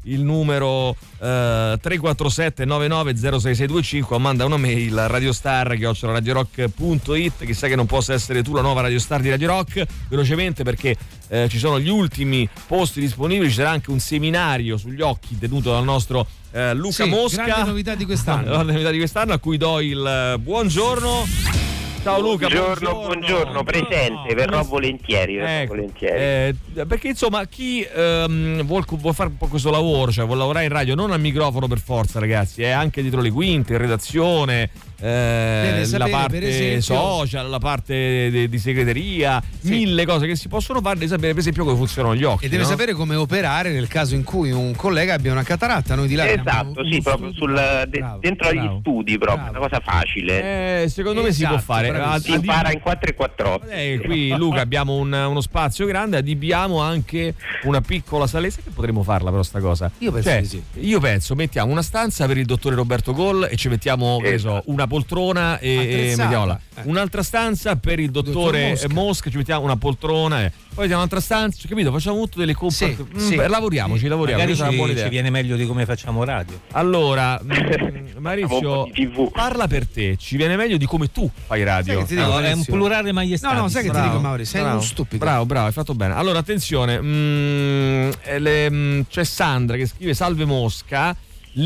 il numero 347 99 06625 o manda una mail a radiostar@radiorock.it. Chissà che non possa essere tu la nuova radiostar di Radio Rock. Velocemente, perché ci sono gli ultimi posti disponibili, ci sarà anche un seminario sugli occhi tenuto dal nostro Luca Mosca. Grande novità di quest'anno. A cui do il buongiorno. Ciao Luca, buongiorno, presente, verrò volentieri. Perché insomma chi vuol fare un po' questo lavoro, cioè vuol lavorare in radio, non al microfono per forza, ragazzi, è anche dietro le quinte, in redazione, la parte social, la parte di segreteria, mille cose che si possono fare, deve sapere per esempio come funzionano gli occhi. E deve sapere come operare nel caso in cui un collega abbia una cataratta. Noi di là esatto, proprio dentro agli studi, proprio una cosa facile. Secondo me si può fare. Si impara in 4 e 4. Qui Luca abbiamo uno spazio grande, adibbiamo anche una piccola saletta, che potremmo farla però sta cosa. Io penso di sì. Io penso mettiamo una stanza per il dottore Roberto Goll e ci mettiamo una poltrona e mettiamola. Un'altra stanza per il dottore Mosca, ci mettiamo una poltrona poi mettiamo un'altra stanza, capito? Facciamo tutto delle lavoriamoci. Magari ci viene meglio di come facciamo radio. Allora Maurizio, parla per te, ci viene meglio di come tu fai radio. È un plurale maiestatis. No, sai che ti dico, Mauri, sei uno stupido. Bravo, hai fatto bene. Allora attenzione, c'è Sandra che scrive: salve Mosca,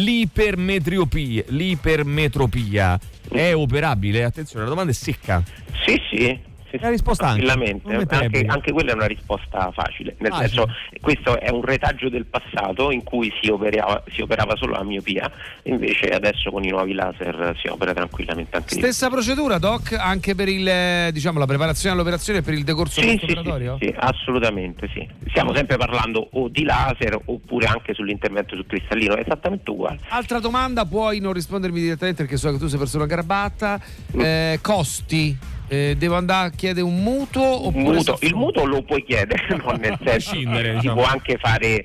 l'ipermetropia è operabile? Attenzione, la domanda è secca. Sì. La risposta anche quella è una risposta facile, nel senso, questo è un retaggio del passato in cui si operava solo la miopia, invece adesso con i nuovi laser si opera tranquillamente anche stessa procedura, Doc, anche per la preparazione all'operazione e per il decorso post-operatorio? Sì, assolutamente sì. Stiamo sempre parlando o di laser oppure anche sull'intervento sul cristallino, è esattamente uguale. Altra domanda, puoi non rispondermi direttamente perché so che tu sei persona garbatta. Costi? Devo andare a chiedere un mutuo? Il mutuo lo puoi chiedere, non nel senso, si può anche fare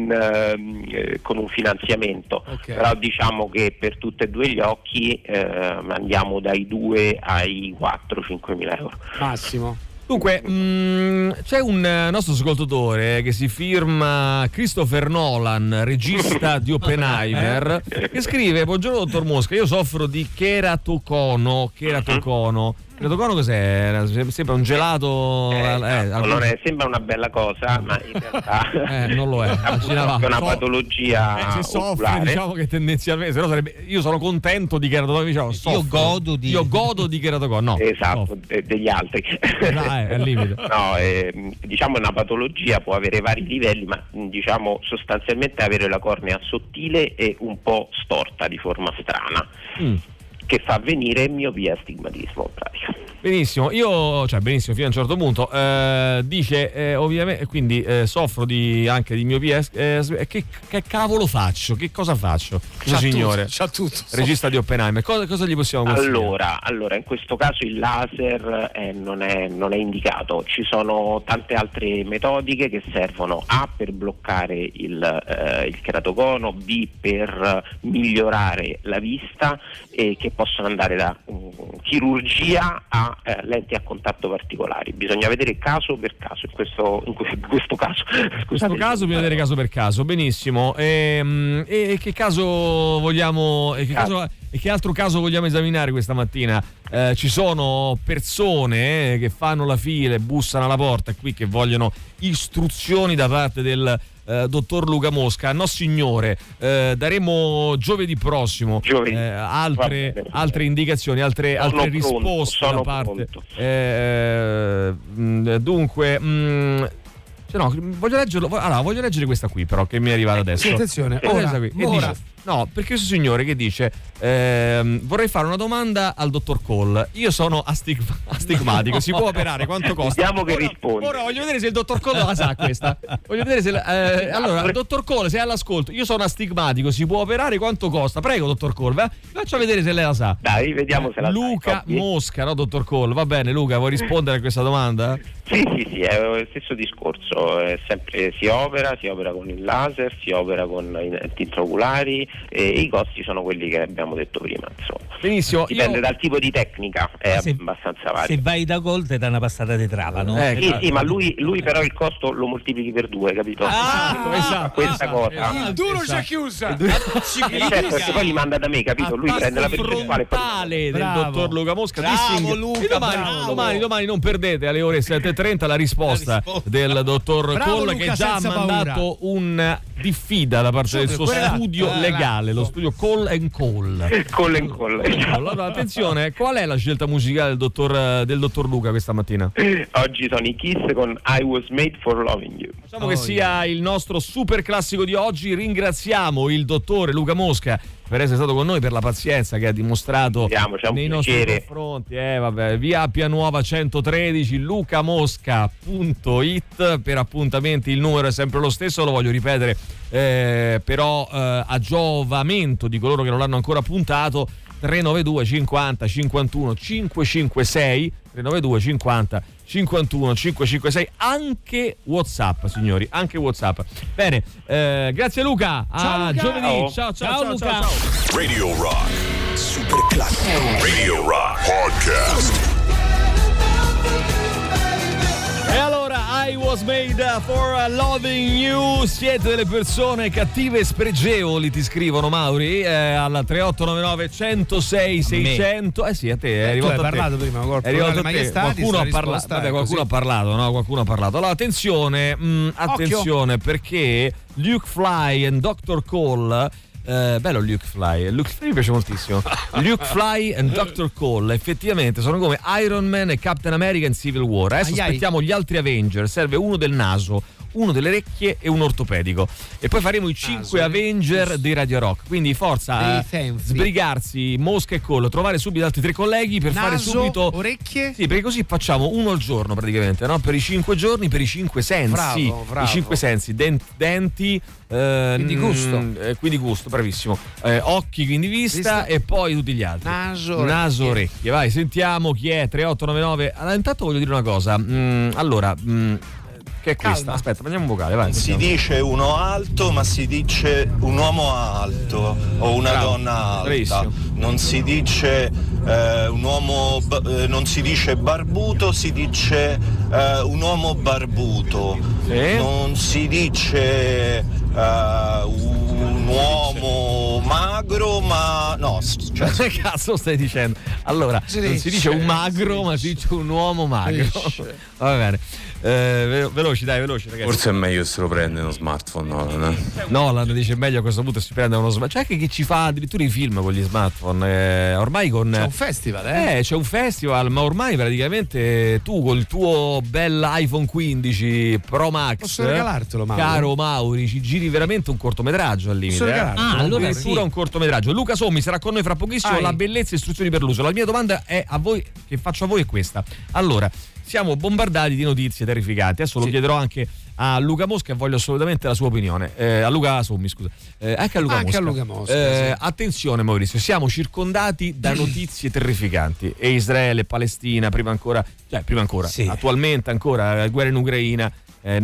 con un finanziamento, però diciamo che per tutti e due gli occhi andiamo dai 2 ai 4-5 mila euro massimo. Dunque, c'è un nostro ascoltatore che si firma Christopher Nolan, regista di Oppenheimer, che scrive: buongiorno dottor Mosca, io soffro di keratocono. Keratocono cos'è? Sembra un gelato. Sembra una bella cosa, ma in realtà non lo è. È una patologia. Se soffre, diciamo che tendenzialmente, se no sarebbe. Io sono contento di keratocono, diciamo, io godo di keratocono. No. Esatto, degli altri. È al limite. No, diciamo è una patologia, può avere vari livelli, ma diciamo sostanzialmente avere la cornea sottile e un po' storta, di forma strana. Che fa venire miopia e astigmatismo in pratica. Benissimo, benissimo fino a un certo punto. Dice ovviamente, quindi soffro anche di miopia. Che cavolo faccio? Che cosa faccio? Signore, c'ha tutto. Regista di Oppenheimer, cosa gli possiamo consigliare? Allora, in questo caso il laser non è indicato. Ci sono tante altre metodiche che servono A per bloccare il keratocono, B per migliorare la vista, e che possono andare da chirurgia a lenti a contatto particolari. Bisogna vedere caso per caso. In questo caso, in questo caso bisogna vedere caso per caso. Benissimo. E che caso vogliamo? E che altro caso vogliamo esaminare questa mattina? Ci sono persone che fanno la fila e bussano alla porta qui, che vogliono istruzioni da parte del dottor Luca Mosca. No signore, daremo giovedì prossimo altre indicazioni, altre risposte da parte. Dunque voglio leggere questa qui, però, che mi è arrivata adesso. Sì, attenzione, no, perché questo signore che dice vorrei fare una domanda al dottor Cole. Io sono astigmatico, si può operare? Quanto costa? Vediamo che risponde. Ora voglio vedere se il dottor Cole la sa questa. Voglio vedere se allora, dottor Cole, se è all'ascolto, io sono astigmatico, si può operare? Quanto costa? Prego, dottor Cole, faccia vedere se lei la sa. Dai, vediamo se la sa. Luca Mosca, no, dottor Cole. Va bene, Luca, vuoi rispondere a questa domanda? Sì, è lo stesso discorso. Si opera con il laser, si opera con i lenti intraoculari, i costi sono quelli che abbiamo detto prima, insomma. Benissimo. Dipende dal tipo di tecnica, è abbastanza vario. Se vai da Gold ti dà una passata di trava, no? Sì, ma lui però il costo lo moltiplichi per 2, capito? Esatto. Questa cosa. Il duro c'è chiusa. Certo, perché poi li manda da me, capito? Lui prende la percentuale del dottor Luca Mosca. Bravo, Luca, domani non perdete alle ore 7:30 la risposta del dottor Cole, che già ha mandato un diffida da parte del suo studio legale, lo studio Cole & Cole. Allora, attenzione, qual è la scelta musicale del dottor Luca questa mattina? Oggi sono i Kiss con I Was Made for Loving You. Facciamo che sia il nostro super classico di oggi. Ringraziamo il dottore Luca Mosca per essere stato con noi, per la pazienza che ha dimostrato nei nostri confronti. Via Appia Nuova 113, lucamosca.it per appuntamenti. Il numero è sempre lo stesso, lo voglio ripetere però a giovamento di coloro che non l'hanno ancora puntato: 392 50 51 556, 392 50 51 556, anche WhatsApp, signori, anche WhatsApp. Bene, grazie Luca. Ciao, Luca. Giovedì. Ciao Luca. Radio Rock Super Classico. Radio Rock Podcast. E allora, I Was Made for Loving You. Siete delle persone cattive e spregevoli, ti scrivono, Mauri, alla 3899 106 600. Sì, a te, è arrivato. Tu hai parlato prima, qualcuno ha parlato. Qualcuno ha parlato, no? Qualcuno ha parlato. Allora, attenzione, perché Luke Fly e Dr. Cole. Bello Luke Fly mi piace moltissimo. Luke Fly e Dr. Cole effettivamente sono come Iron Man e Captain America in Civil War. Adesso aspettiamo gli altri Avenger. Serve uno del naso, uno delle orecchie e un ortopedico, e poi faremo i 5 Avenger di Radio Rock. Quindi forza, sbrigarsi Mosca e Cole, trovare subito altri 3 colleghi per fare subito orecchie. Sì, perché così facciamo uno al giorno praticamente, no? Per i 5 giorni, per i 5 sensi. Bravo. I 5 sensi, denti, quindi gusto, bravissimo, occhi, quindi vista, e poi tutti gli altri, naso, orecchie. Vai, sentiamo chi è. 3899. Allora, intanto voglio dire una cosa, che è questa? Aspetta, prendiamo un vocale, vai. Si dice uno alto, ma si dice un uomo alto o una donna alta. Bravissimo. Non si dice un uomo, non si dice barbuto, si dice un uomo barbuto. Sì. Non si dice un uomo magro, ma no, cioè, che cazzo stai dicendo? Allora, non si dice un magro, ma si dice un uomo magro. Va bene. Veloci ragazzi. Forse è meglio se lo prende uno smartphone, no? Nolan dice meglio a questo punto si prende uno smartphone. C'è anche chi ci fa addirittura i film con gli smartphone, ormai con c'è un festival, c'è un festival, ma ormai praticamente tu col tuo bel iPhone 15 Pro Max, posso regalartelo, Mauri? Caro Mauri, ci giri veramente un cortometraggio al limite. Allora addirittura un cortometraggio. Luca Sommi sarà con noi fra pochissimo. La bellezza e istruzioni per l'uso. La mia domanda è a voi, che faccio a voi, è questa. Allora, siamo bombardati di notizie terrificanti. Adesso lo chiederò anche a Luca Mosca e voglio assolutamente la sua opinione. A Luca Sommi, scusa. Anche a Luca Mosca. Attenzione Maurizio, siamo circondati da notizie terrificanti. E Israele, Palestina, prima ancora, attualmente ancora guerra in Ucraina,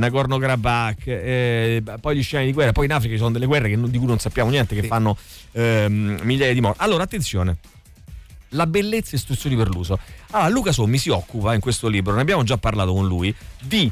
Nagorno-Karabakh, poi gli scenari di guerra, poi in Africa ci sono delle guerre di cui non sappiamo niente, che fanno migliaia di morti. Allora, attenzione. La bellezza e istruzioni per l'uso. Allora, Luca Sommi si occupa in questo libro, ne abbiamo già parlato con lui, di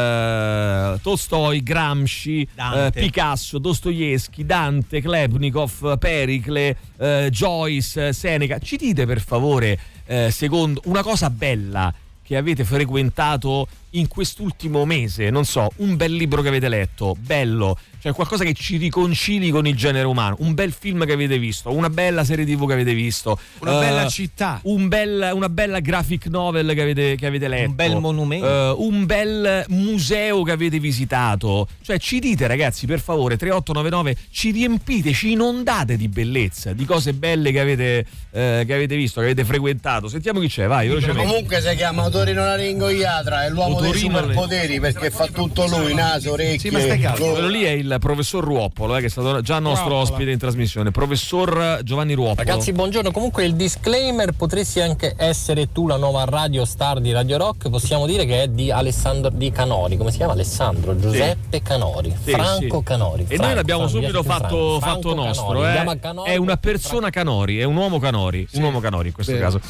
Tolstoi, Gramsci, Picasso, Dostoevsky, Dante, Klepnikov, Pericle, Joyce, Seneca. Ci dite per favore, secondo una cosa bella che avete frequentato in quest'ultimo mese, non so, un bel libro che avete letto, bello, cioè qualcosa che ci riconcili con il genere umano, un bel film che avete visto, una bella serie TV che avete visto, una bella città, una bella graphic novel che avete letto, un bel monumento, un bel museo che avete visitato. Cioè ci dite, ragazzi, per favore, 3899, ci riempite, ci inondate di bellezza, di cose belle che avete visto, che avete frequentato. Sentiamo chi c'è, vai velocemente. Comunque si chiama Torino Laringoiatra, è l'uomo dei superpoteri perché fa tutto lui, naso, orecchie. Sì, ma stai calmo. Quello lì è il professor Ruoppolo, che è stato già nostro ospite in trasmissione. Professor Giovanni Ruoppolo. Ragazzi, buongiorno. Comunque il disclaimer: potresti anche essere tu la nuova radio star di Radio Rock. Possiamo dire che è di Alessandro di Canori. Come si chiama? Alessandro Giuseppe Canori. Franco Canori. E noi l'abbiamo subito fatto nostro. È una persona Canori, è un uomo Canori. Un uomo Canori in questo caso.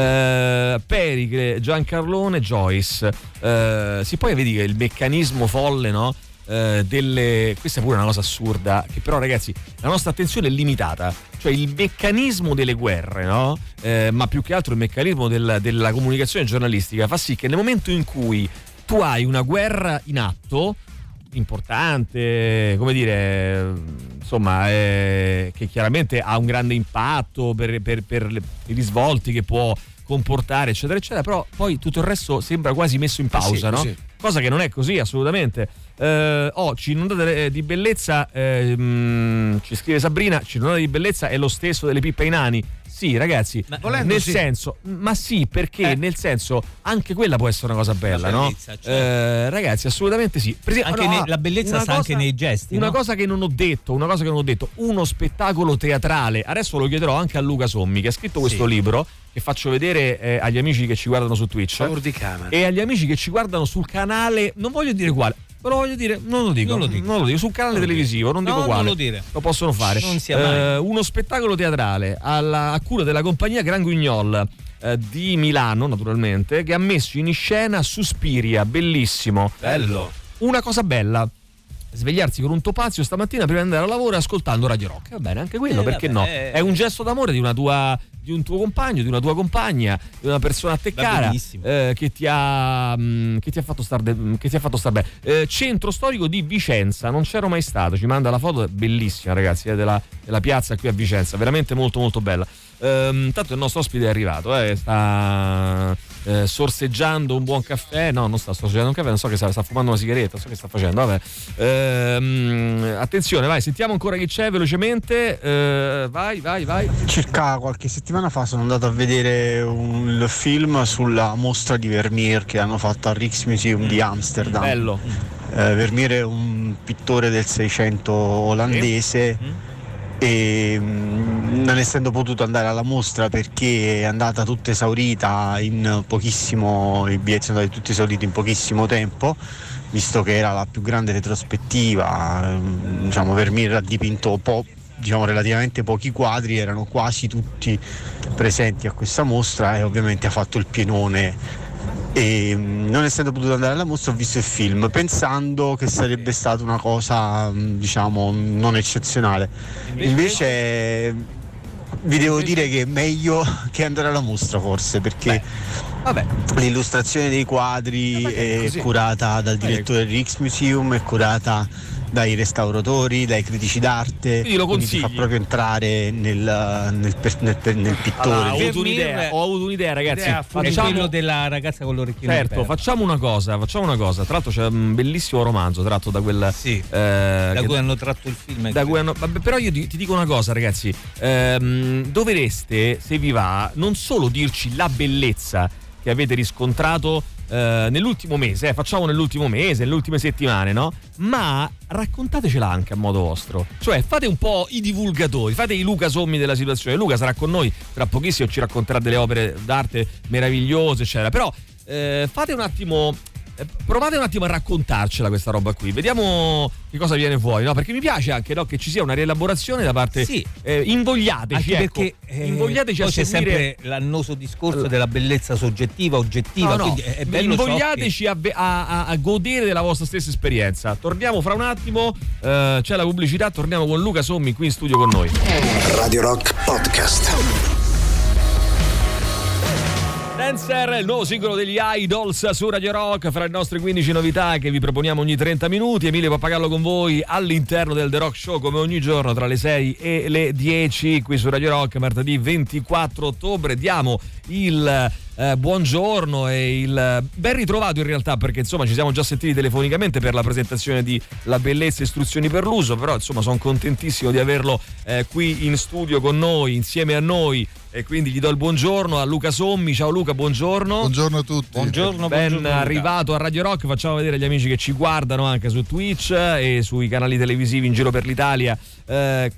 Pericle, Giancarlone, Joyce. Si poi vedi che il meccanismo folle, no? Questa è pure una cosa assurda, che però ragazzi la nostra attenzione è limitata, cioè il meccanismo delle guerre, no? Ma più che altro il meccanismo della comunicazione giornalistica fa sì che nel momento in cui tu hai una guerra in atto importante, come dire, insomma, che chiaramente ha un grande impatto per i risvolti che può comportare, eccetera eccetera, però poi tutto il resto sembra quasi messo in pausa, no? Sì. Cosa che non è così assolutamente. Ci inondate di bellezza, ci scrive Sabrina, ci inondate di bellezza è lo stesso delle pippe ai nani. Sì, ragazzi, nel senso, ma sì, perché nel senso anche quella può essere una cosa bella, no? Certo. Ragazzi, assolutamente sì. La bellezza sta anche nei gesti. Una cosa che non ho detto, uno spettacolo teatrale. Adesso lo chiederò anche a Luca Sommi, che ha scritto questo libro, che faccio vedere agli amici che ci guardano su Twitch e agli amici che ci guardano sul canale, non voglio dire quale, però voglio dire, non lo dico sul canale televisivo, non dico quale, lo possono fare. Non sia mai. Uno spettacolo teatrale a cura della compagnia Gran Guignol di Milano, naturalmente, che ha messo in scena Suspiria, bellissimo, bello, una cosa bella. Svegliarsi con un topazio stamattina prima di andare al lavoro ascoltando Radio Rock. Va bene, anche quello, perché no? È un gesto d'amore di un tuo compagno, di una tua compagna, di una persona a te cara, che ti ha fatto star bene. Centro storico di Vicenza, non c'ero mai stato, ci manda la foto, bellissima ragazzi, della piazza qui a Vicenza, veramente molto molto bella. Tanto il nostro ospite è arrivato, sta sorseggiando un buon caffè. No, non sta sorseggiando un caffè, non so che sta fumando una sigaretta, non so che sta facendo, vabbè. Attenzione, vai, sentiamo ancora chi c'è velocemente. Vai. Circa qualche settimana fa sono andato a vedere un film sulla mostra di Vermeer che hanno fatto al Rijksmuseum di Amsterdam. Bello. Vermeer è un pittore del Seicento olandese. E non essendo potuto andare alla mostra perché è andata tutta esaurita in pochissimo, i biglietti sono andati tutti esauriti in pochissimo tempo, visto che era la più grande retrospettiva, diciamo, Vermeer ha dipinto relativamente pochi quadri, erano quasi tutti presenti a questa mostra e ovviamente ha fatto il pienone. E non essendo potuto andare alla mostra ho visto il film pensando che sarebbe stata una cosa, diciamo, non eccezionale. Invece vi devo dire che è meglio che andare alla mostra, forse, perché l'illustrazione dei quadri è curata dal direttore del Rijksmuseum, è curata dai restauratori, dai critici d'arte, quindi ti fa proprio entrare nel pittore. Allora, ho avuto un'idea ragazzi, facciamo quello della ragazza con l'orecchino. Certo, facciamo una cosa, tra l'altro c'è un bellissimo romanzo tratto da quel da cui hanno tratto il film, però io ti dico una cosa ragazzi, dovreste, se vi va, non solo dirci la bellezza che avete riscontrato nell'ultimo mese, facciamo nell'ultimo mese, nelle ultime settimane, no? Ma raccontatecela anche a modo vostro, cioè fate un po' i divulgatori, fate i Luca Sommi della situazione. Luca sarà con noi tra pochissimo, ci racconterà delle opere d'arte meravigliose eccetera, però fate un attimo, provate un attimo a raccontarcela questa roba qui, vediamo che cosa viene fuori, no? Perché mi piace anche, no, che ci sia una rielaborazione da parte, invogliateci, anche perché invogliateci a c'è seguire sempre l'annoso discorso della bellezza soggettiva, oggettiva, quindi è bello, invogliateci a godere della vostra stessa esperienza. Torniamo fra un attimo, c'è la pubblicità, torniamo con Luca Sommi qui in studio con noi. Radio Rock Podcast. Dancer, il nuovo singolo degli Idols su Radio Rock, fra le nostre 15 novità che vi proponiamo ogni 30 minuti. Emilio Pappagallo con voi all'interno del The Rock Show come ogni giorno tra le 6 e le 10 qui su Radio Rock, martedì 24 ottobre. Diamo il buongiorno e il ben ritrovato in realtà, perché insomma ci siamo già sentiti telefonicamente per la presentazione di La bellezza istruzioni per l'uso, però insomma sono contentissimo di averlo qui in studio con noi, insieme a noi, e quindi gli do il buongiorno a Luca Sommi. Ciao Luca, buongiorno. Buongiorno a tutti. Buongiorno, arrivato a Radio Rock. Facciamo vedere agli amici che ci guardano anche su Twitch e sui canali televisivi in giro per l'Italia di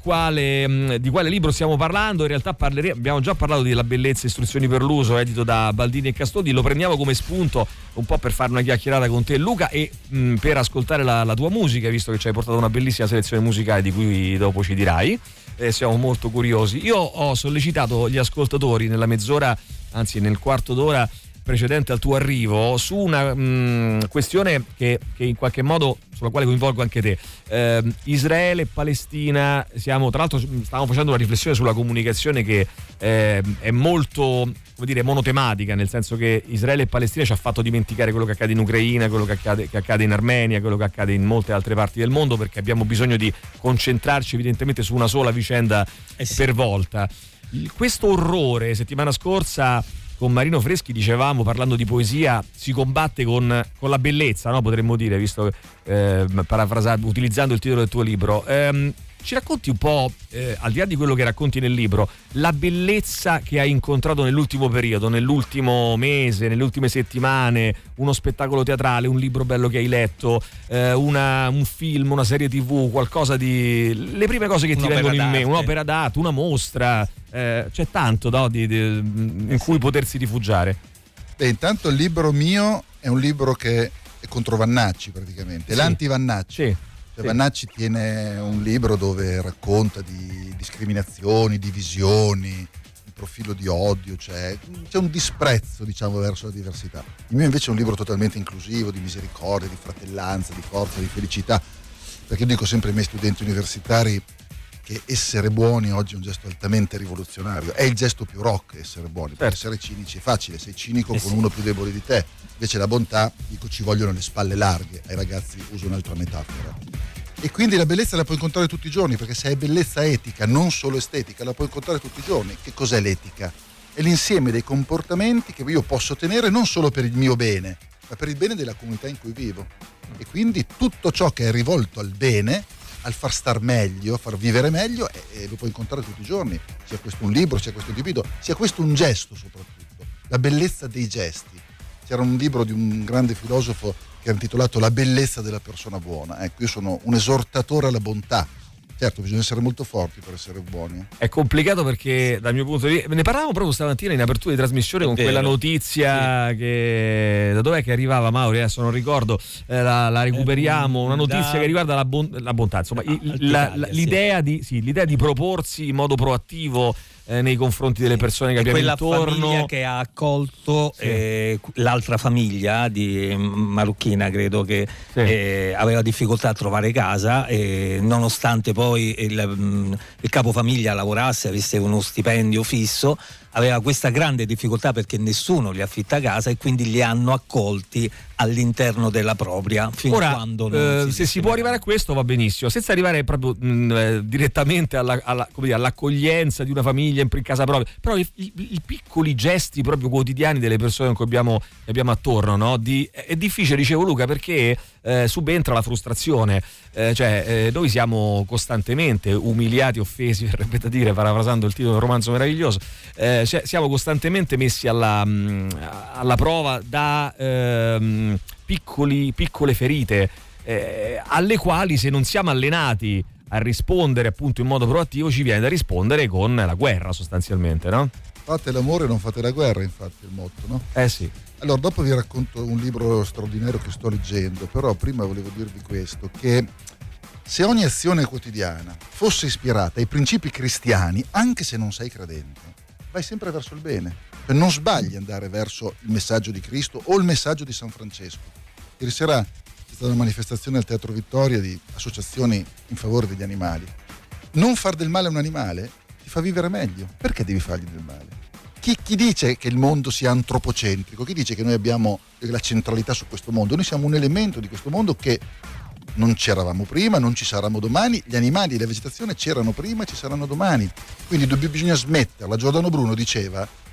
quale libro stiamo parlando. In realtà abbiamo già parlato di La bellezza istruzioni per l'uso, edito da Baldini e Castodi. Lo prendiamo come spunto un po' per fare una chiacchierata con te, Luca, e per ascoltare la tua musica, visto che ci hai portato una bellissima selezione musicale di cui dopo ci dirai. Siamo molto curiosi. Io ho sollecitato gli ascoltatori nella mezz'ora, anzi nel quarto d'ora precedente al tuo arrivo, su una questione che in qualche modo, sulla quale coinvolgo anche te. Israele e Palestina, tra l'altro stavamo facendo una riflessione sulla comunicazione che è molto, come dire, monotematica, nel senso che Israele e Palestina ci ha fatto dimenticare quello che accade in Ucraina, quello che accade in Armenia, quello che accade in molte altre parti del mondo, perché abbiamo bisogno di concentrarci evidentemente su una sola vicenda per volta. Questo orrore, settimana scorsa con Marino Freschi dicevamo, parlando di poesia, si combatte con la bellezza, no? Potremmo dire, visto utilizzando il titolo del tuo libro. Ci racconti un po', al di là di quello che racconti nel libro, la bellezza che hai incontrato nell'ultimo periodo, nell'ultimo mese, nelle ultime settimane, uno spettacolo teatrale, un libro bello che hai letto, un film, una serie TV, qualcosa di... le prime cose che ti vengono in mente, un'opera d'arte, una mostra, c'è tanto, no, in cui potersi rifugiare. Intanto il libro mio è un libro che è contro Vannacci praticamente, è l'anti-Vannacci. Sì. Vannacci tiene un libro dove racconta di discriminazioni, divisioni, un profilo di odio, c'è un disprezzo, diciamo, verso la diversità. Il mio invece è un libro totalmente inclusivo, di misericordia, di fratellanza, di forza, di felicità, perché io dico sempre ai miei studenti universitari che essere buoni oggi è un gesto altamente rivoluzionario, è il gesto più rock essere buoni, perché essere cinici è facile, sei cinico con uno più debole di te, invece la bontà, dico, ci vogliono le spalle larghe. Ai ragazzi uso un'altra metafora. E quindi la bellezza la puoi incontrare tutti i giorni, perché se è bellezza etica, non solo estetica, la puoi incontrare tutti i giorni. Che cos'è l'etica? È l'insieme dei comportamenti che io posso tenere non solo per il mio bene, ma per il bene della comunità in cui vivo. E quindi tutto ciò che è rivolto al bene, al far star meglio, a far vivere meglio, lo puoi incontrare tutti i giorni. Sia questo un libro, sia questo un dipinto, sia questo un gesto soprattutto. La bellezza dei gesti. C'era un libro di un grande filosofo che era intitolato La bellezza della persona buona. Ecco, io sono un esortatore alla bontà. Certo, bisogna essere molto forti per essere buoni. È complicato perché dal mio punto di vista, ne parlavamo proprio stamattina in apertura di trasmissione con quella notizia che da dov'è che arrivava, Mauri? Adesso non ricordo, la recuperiamo, una notizia che riguarda la bontà, insomma, l'idea di proporsi in modo proattivo nei confronti delle persone che abbiamo intorno. Quella famiglia che ha accolto l'altra famiglia di marocchina, credo, che aveva difficoltà a trovare casa, nonostante poi il capofamiglia lavorasse, avesse uno stipendio fisso, aveva questa grande difficoltà perché nessuno li affitta casa e quindi li hanno accolti all'interno della propria fino a quando non se si può arrivare a questo va benissimo, senza arrivare proprio direttamente all'accoglienza di una famiglia in casa propria, però i piccoli gesti proprio quotidiani delle persone che abbiamo attorno, no? È difficile, dicevo Luca, perché subentra la frustrazione, noi siamo costantemente umiliati, offesi, verrebbe da dire, parafrasando il titolo di un romanzo meraviglioso, siamo costantemente messi alla prova da piccole ferite alle quali, se non siamo allenati a rispondere appunto in modo proattivo, ci viene da rispondere con la guerra sostanzialmente, no? Fate l'amore, non fate la guerra, infatti è il motto, no? Sì. Allora, dopo vi racconto un libro straordinario che sto leggendo, però prima volevo dirvi questo, che se ogni azione quotidiana fosse ispirata ai principi cristiani, anche se non sei credente, vai sempre verso il bene. Non sbagli andare verso il messaggio di Cristo o il messaggio di San Francesco. Ieri sera c'è stata una manifestazione al Teatro Vittoria di associazioni in favore degli animali. Non far del male a un animale ti fa vivere meglio. Perché devi fargli del male? Chi dice che il mondo sia antropocentrico? Chi dice che noi abbiamo la centralità su questo mondo? Noi siamo un elemento di questo mondo che non c'eravamo prima, non ci saranno domani. Gli animali e la vegetazione c'erano prima e ci saranno domani. Quindi bisogna smetterla. Giordano Bruno diceva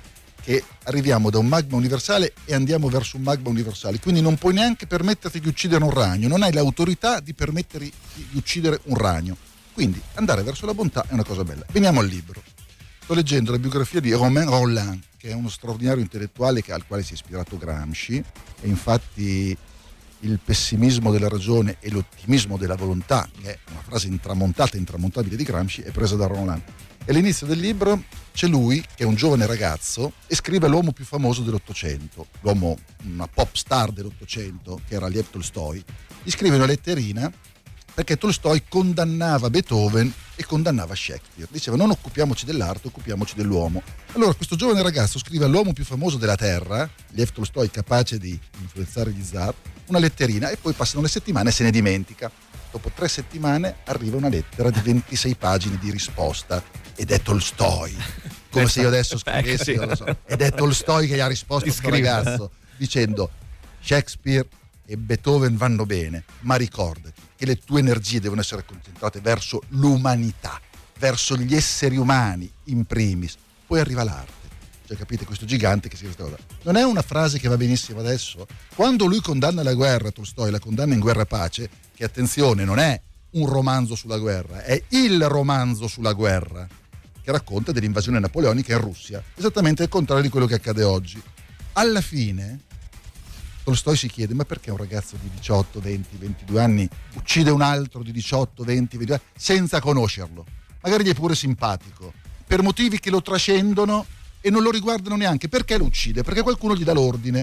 che arriviamo da un magma universale e andiamo verso un magma universale, quindi non puoi neanche permetterti di uccidere un ragno, non hai l'autorità di permetterti di uccidere un ragno, quindi andare verso la bontà è una cosa bella. Veniamo al libro. Sto leggendo la biografia di Romain Rolland, che è uno straordinario intellettuale al quale si è ispirato Gramsci, e infatti il pessimismo della ragione e l'ottimismo della volontà, che è una frase intramontata e intramontabile di Gramsci, è presa da Rolland. E all'inizio del libro c'è lui, che è un giovane ragazzo, e scrive l'uomo più famoso dell'Ottocento, l'uomo, una pop star dell'Ottocento, che era Lev Tolstoi. Gli scrive una letterina perché Tolstoi condannava Beethoven e condannava Shakespeare. Diceva: non occupiamoci dell'arte, occupiamoci dell'uomo. Allora questo giovane ragazzo scrive all'uomo più famoso della terra, Lev Tolstoi, capace di influenzare gli zar, una letterina, e poi passano le settimane e se ne dimentica. Dopo 3 settimane arriva una lettera di 26 pagine di risposta, ed è Tolstoi, come se io adesso scrivessi, non lo so. Ed è Tolstoi che gli ha risposto a questo ragazzo dicendo: Shakespeare e Beethoven vanno bene, ma ricordati che le tue energie devono essere concentrate verso l'umanità, verso gli esseri umani in primis, poi arriva l'arte. Cioè, capite, questo gigante che si resta. Non è una frase che va benissimo adesso? Quando lui condanna la guerra, Tolstoi la condanna in Guerra e Pace, che attenzione, non è un romanzo sulla guerra, è il romanzo sulla guerra, che racconta dell'invasione napoleonica in Russia, esattamente il contrario di quello che accade oggi. Alla fine Tolstoi si chiede: ma perché un ragazzo di 18, 20, 22 anni uccide un altro di 18, 20, 22 anni senza conoscerlo? Magari gli è pure simpatico, per motivi che lo trascendono e non lo riguardano neanche. Perché lo uccide? Perché qualcuno gli dà l'ordine.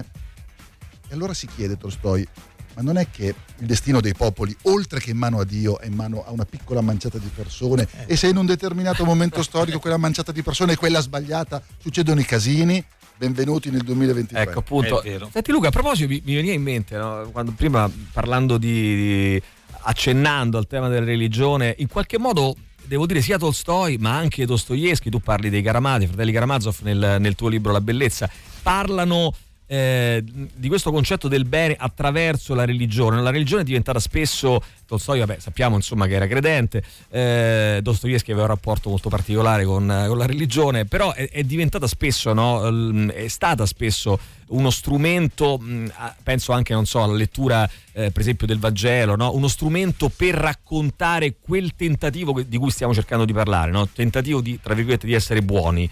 E allora si chiede Tolstoi: ma non è che il destino dei popoli, oltre che in mano a Dio, è in mano a una piccola manciata di persone, e se in un determinato momento storico quella manciata di persone è quella sbagliata, succedono i casini? Benvenuti nel 2023. Ecco, appunto. Senti Luca, a proposito mi veniva in mente, no? Quando prima parlando accennando al tema della religione, in qualche modo devo dire sia Tolstoi ma anche Dostoevskij, tu parli dei Karamazov, fratelli Karamazov nel tuo libro La bellezza, parlano di questo concetto del bene attraverso la religione. La religione è diventata spesso, Tolstoi vabbè sappiamo insomma che era credente, Dostoevskij aveva un rapporto molto particolare con la religione, però è diventata spesso, no? È stata spesso uno strumento, penso anche, non so, alla lettura per esempio del Vangelo, no? Uno strumento per raccontare quel tentativo di cui stiamo cercando di parlare, no? Tentativo di, tra virgolette, di essere buoni.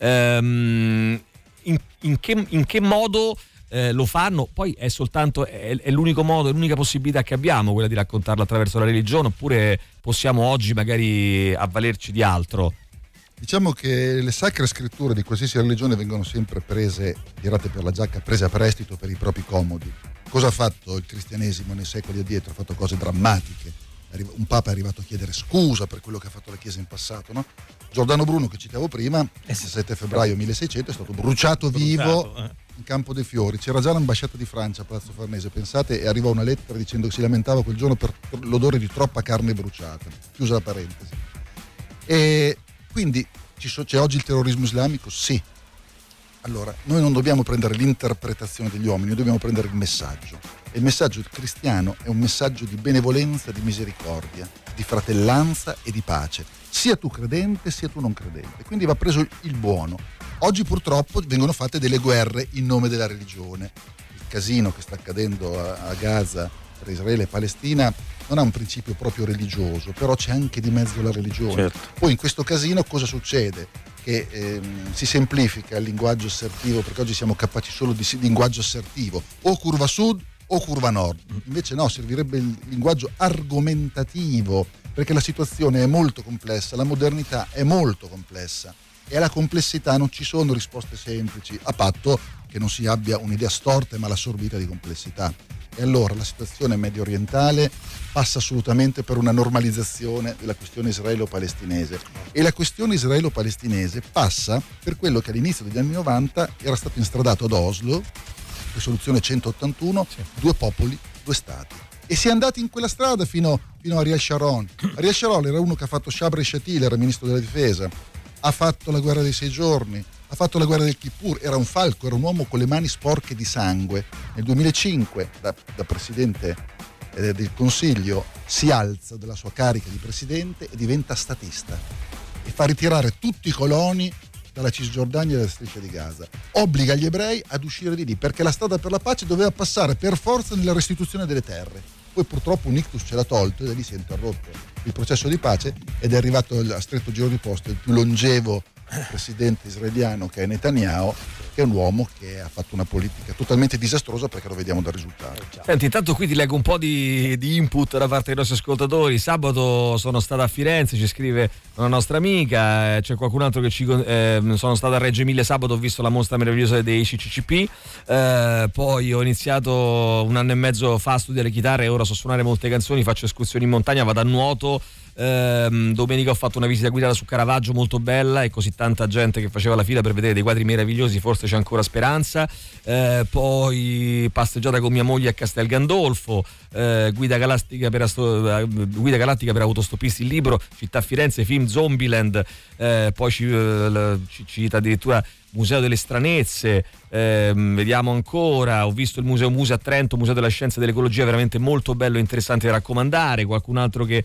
In che modo lo fanno? Poi è soltanto è l'unico modo, è l'unica possibilità che abbiamo, quella di raccontarlo attraverso la religione, oppure possiamo oggi magari avvalerci di altro? Diciamo che le sacre scritture di qualsiasi religione vengono sempre prese, tirate per la giacca, prese a prestito per i propri comodi. Cosa ha fatto il cristianesimo nei secoli addietro? Ha fatto cose drammatiche. Un papa è arrivato a chiedere scusa per quello che ha fatto la Chiesa in passato, no? Giordano Bruno, che citavo prima, il 17 febbraio 1600 è stato bruciato vivo in Campo dei Fiori. C'era già l'ambasciata di Francia a Palazzo Farnese, pensate, e arrivò una lettera dicendo che si lamentava quel giorno per l'odore di troppa carne bruciata. Chiusa la parentesi. E quindi c'è oggi il terrorismo islamico? Sì. Allora, noi non dobbiamo prendere l'interpretazione degli uomini, noi dobbiamo prendere il messaggio. E il messaggio cristiano è un messaggio di benevolenza, di misericordia, di fratellanza e di pace. Sia tu credente, sia tu non credente. Quindi va preso il buono. Oggi purtroppo vengono fatte delle guerre in nome della religione. Il casino che sta accadendo a Gaza tra Israele e Palestina non ha un principio proprio religioso, però c'è anche di mezzo la religione. Certo. Poi in questo casino cosa succede? Che si semplifica il linguaggio assertivo, perché oggi siamo capaci solo di linguaggio assertivo, o curva sud o curva nord. Invece no, servirebbe il linguaggio argomentativo, perché la situazione è molto complessa, la modernità è molto complessa e alla complessità non ci sono risposte semplici, a patto che non si abbia un'idea storta e malassorbita di complessità. E allora la situazione medio orientale passa assolutamente per una normalizzazione della questione israelo-palestinese, e la questione israelo-palestinese passa per quello che all'inizio degli anni 90 era stato instradato ad Oslo, risoluzione 181, sì. 2 popoli, 2 stati. E si è andati in quella strada fino a Ariel Sharon. Ariel Sharon era uno che ha fatto Shabra e Shatil, era ministro della difesa, ha fatto la guerra dei 6 giorni, ha fatto la guerra del Kippur, era un falco, era un uomo con le mani sporche di sangue. Nel 2005 da presidente del Consiglio si alza dalla sua carica di presidente e diventa statista e fa ritirare tutti i coloni dalla Cisgiordania e dalla striscia di Gaza. Obbliga gli ebrei ad uscire di lì, perché la strada per la pace doveva passare per forza nella restituzione delle terre. Poi purtroppo un ictus ce l'ha tolto e da lì si è interrotto il processo di pace ed è arrivato a stretto giro di posto il più longevo presidente israeliano, che è Netanyahu, che è un uomo che ha fatto una politica totalmente disastrosa, perché lo vediamo dal risultato. Senti, intanto qui ti leggo un po' di input da parte dei nostri ascoltatori. Sabato sono stata a Firenze, ci scrive una nostra amica, c'è qualcun altro che sono stata a Reggio Emilia sabato, ho visto la mostra meravigliosa dei CCCP, poi ho iniziato 1 anno e mezzo fa a studiare chitarra e ora so suonare molte canzoni, faccio escursioni in montagna, vado a nuoto. Domenica ho fatto una visita guidata su Caravaggio molto bella e così tanta gente che faceva la fila per vedere dei quadri meravigliosi, forse c'è ancora speranza. Poi passeggiata con mia moglie a Castel Gandolfo, guida galattica per autostoppisti, il libro Città Firenze, film Zombieland, poi ci cita addirittura Museo delle Stranezze, vediamo ancora, ho visto il Museo Muse a Trento, Museo della Scienza e dell'Ecologia, veramente molto bello e interessante da raccomandare. Qualcun altro che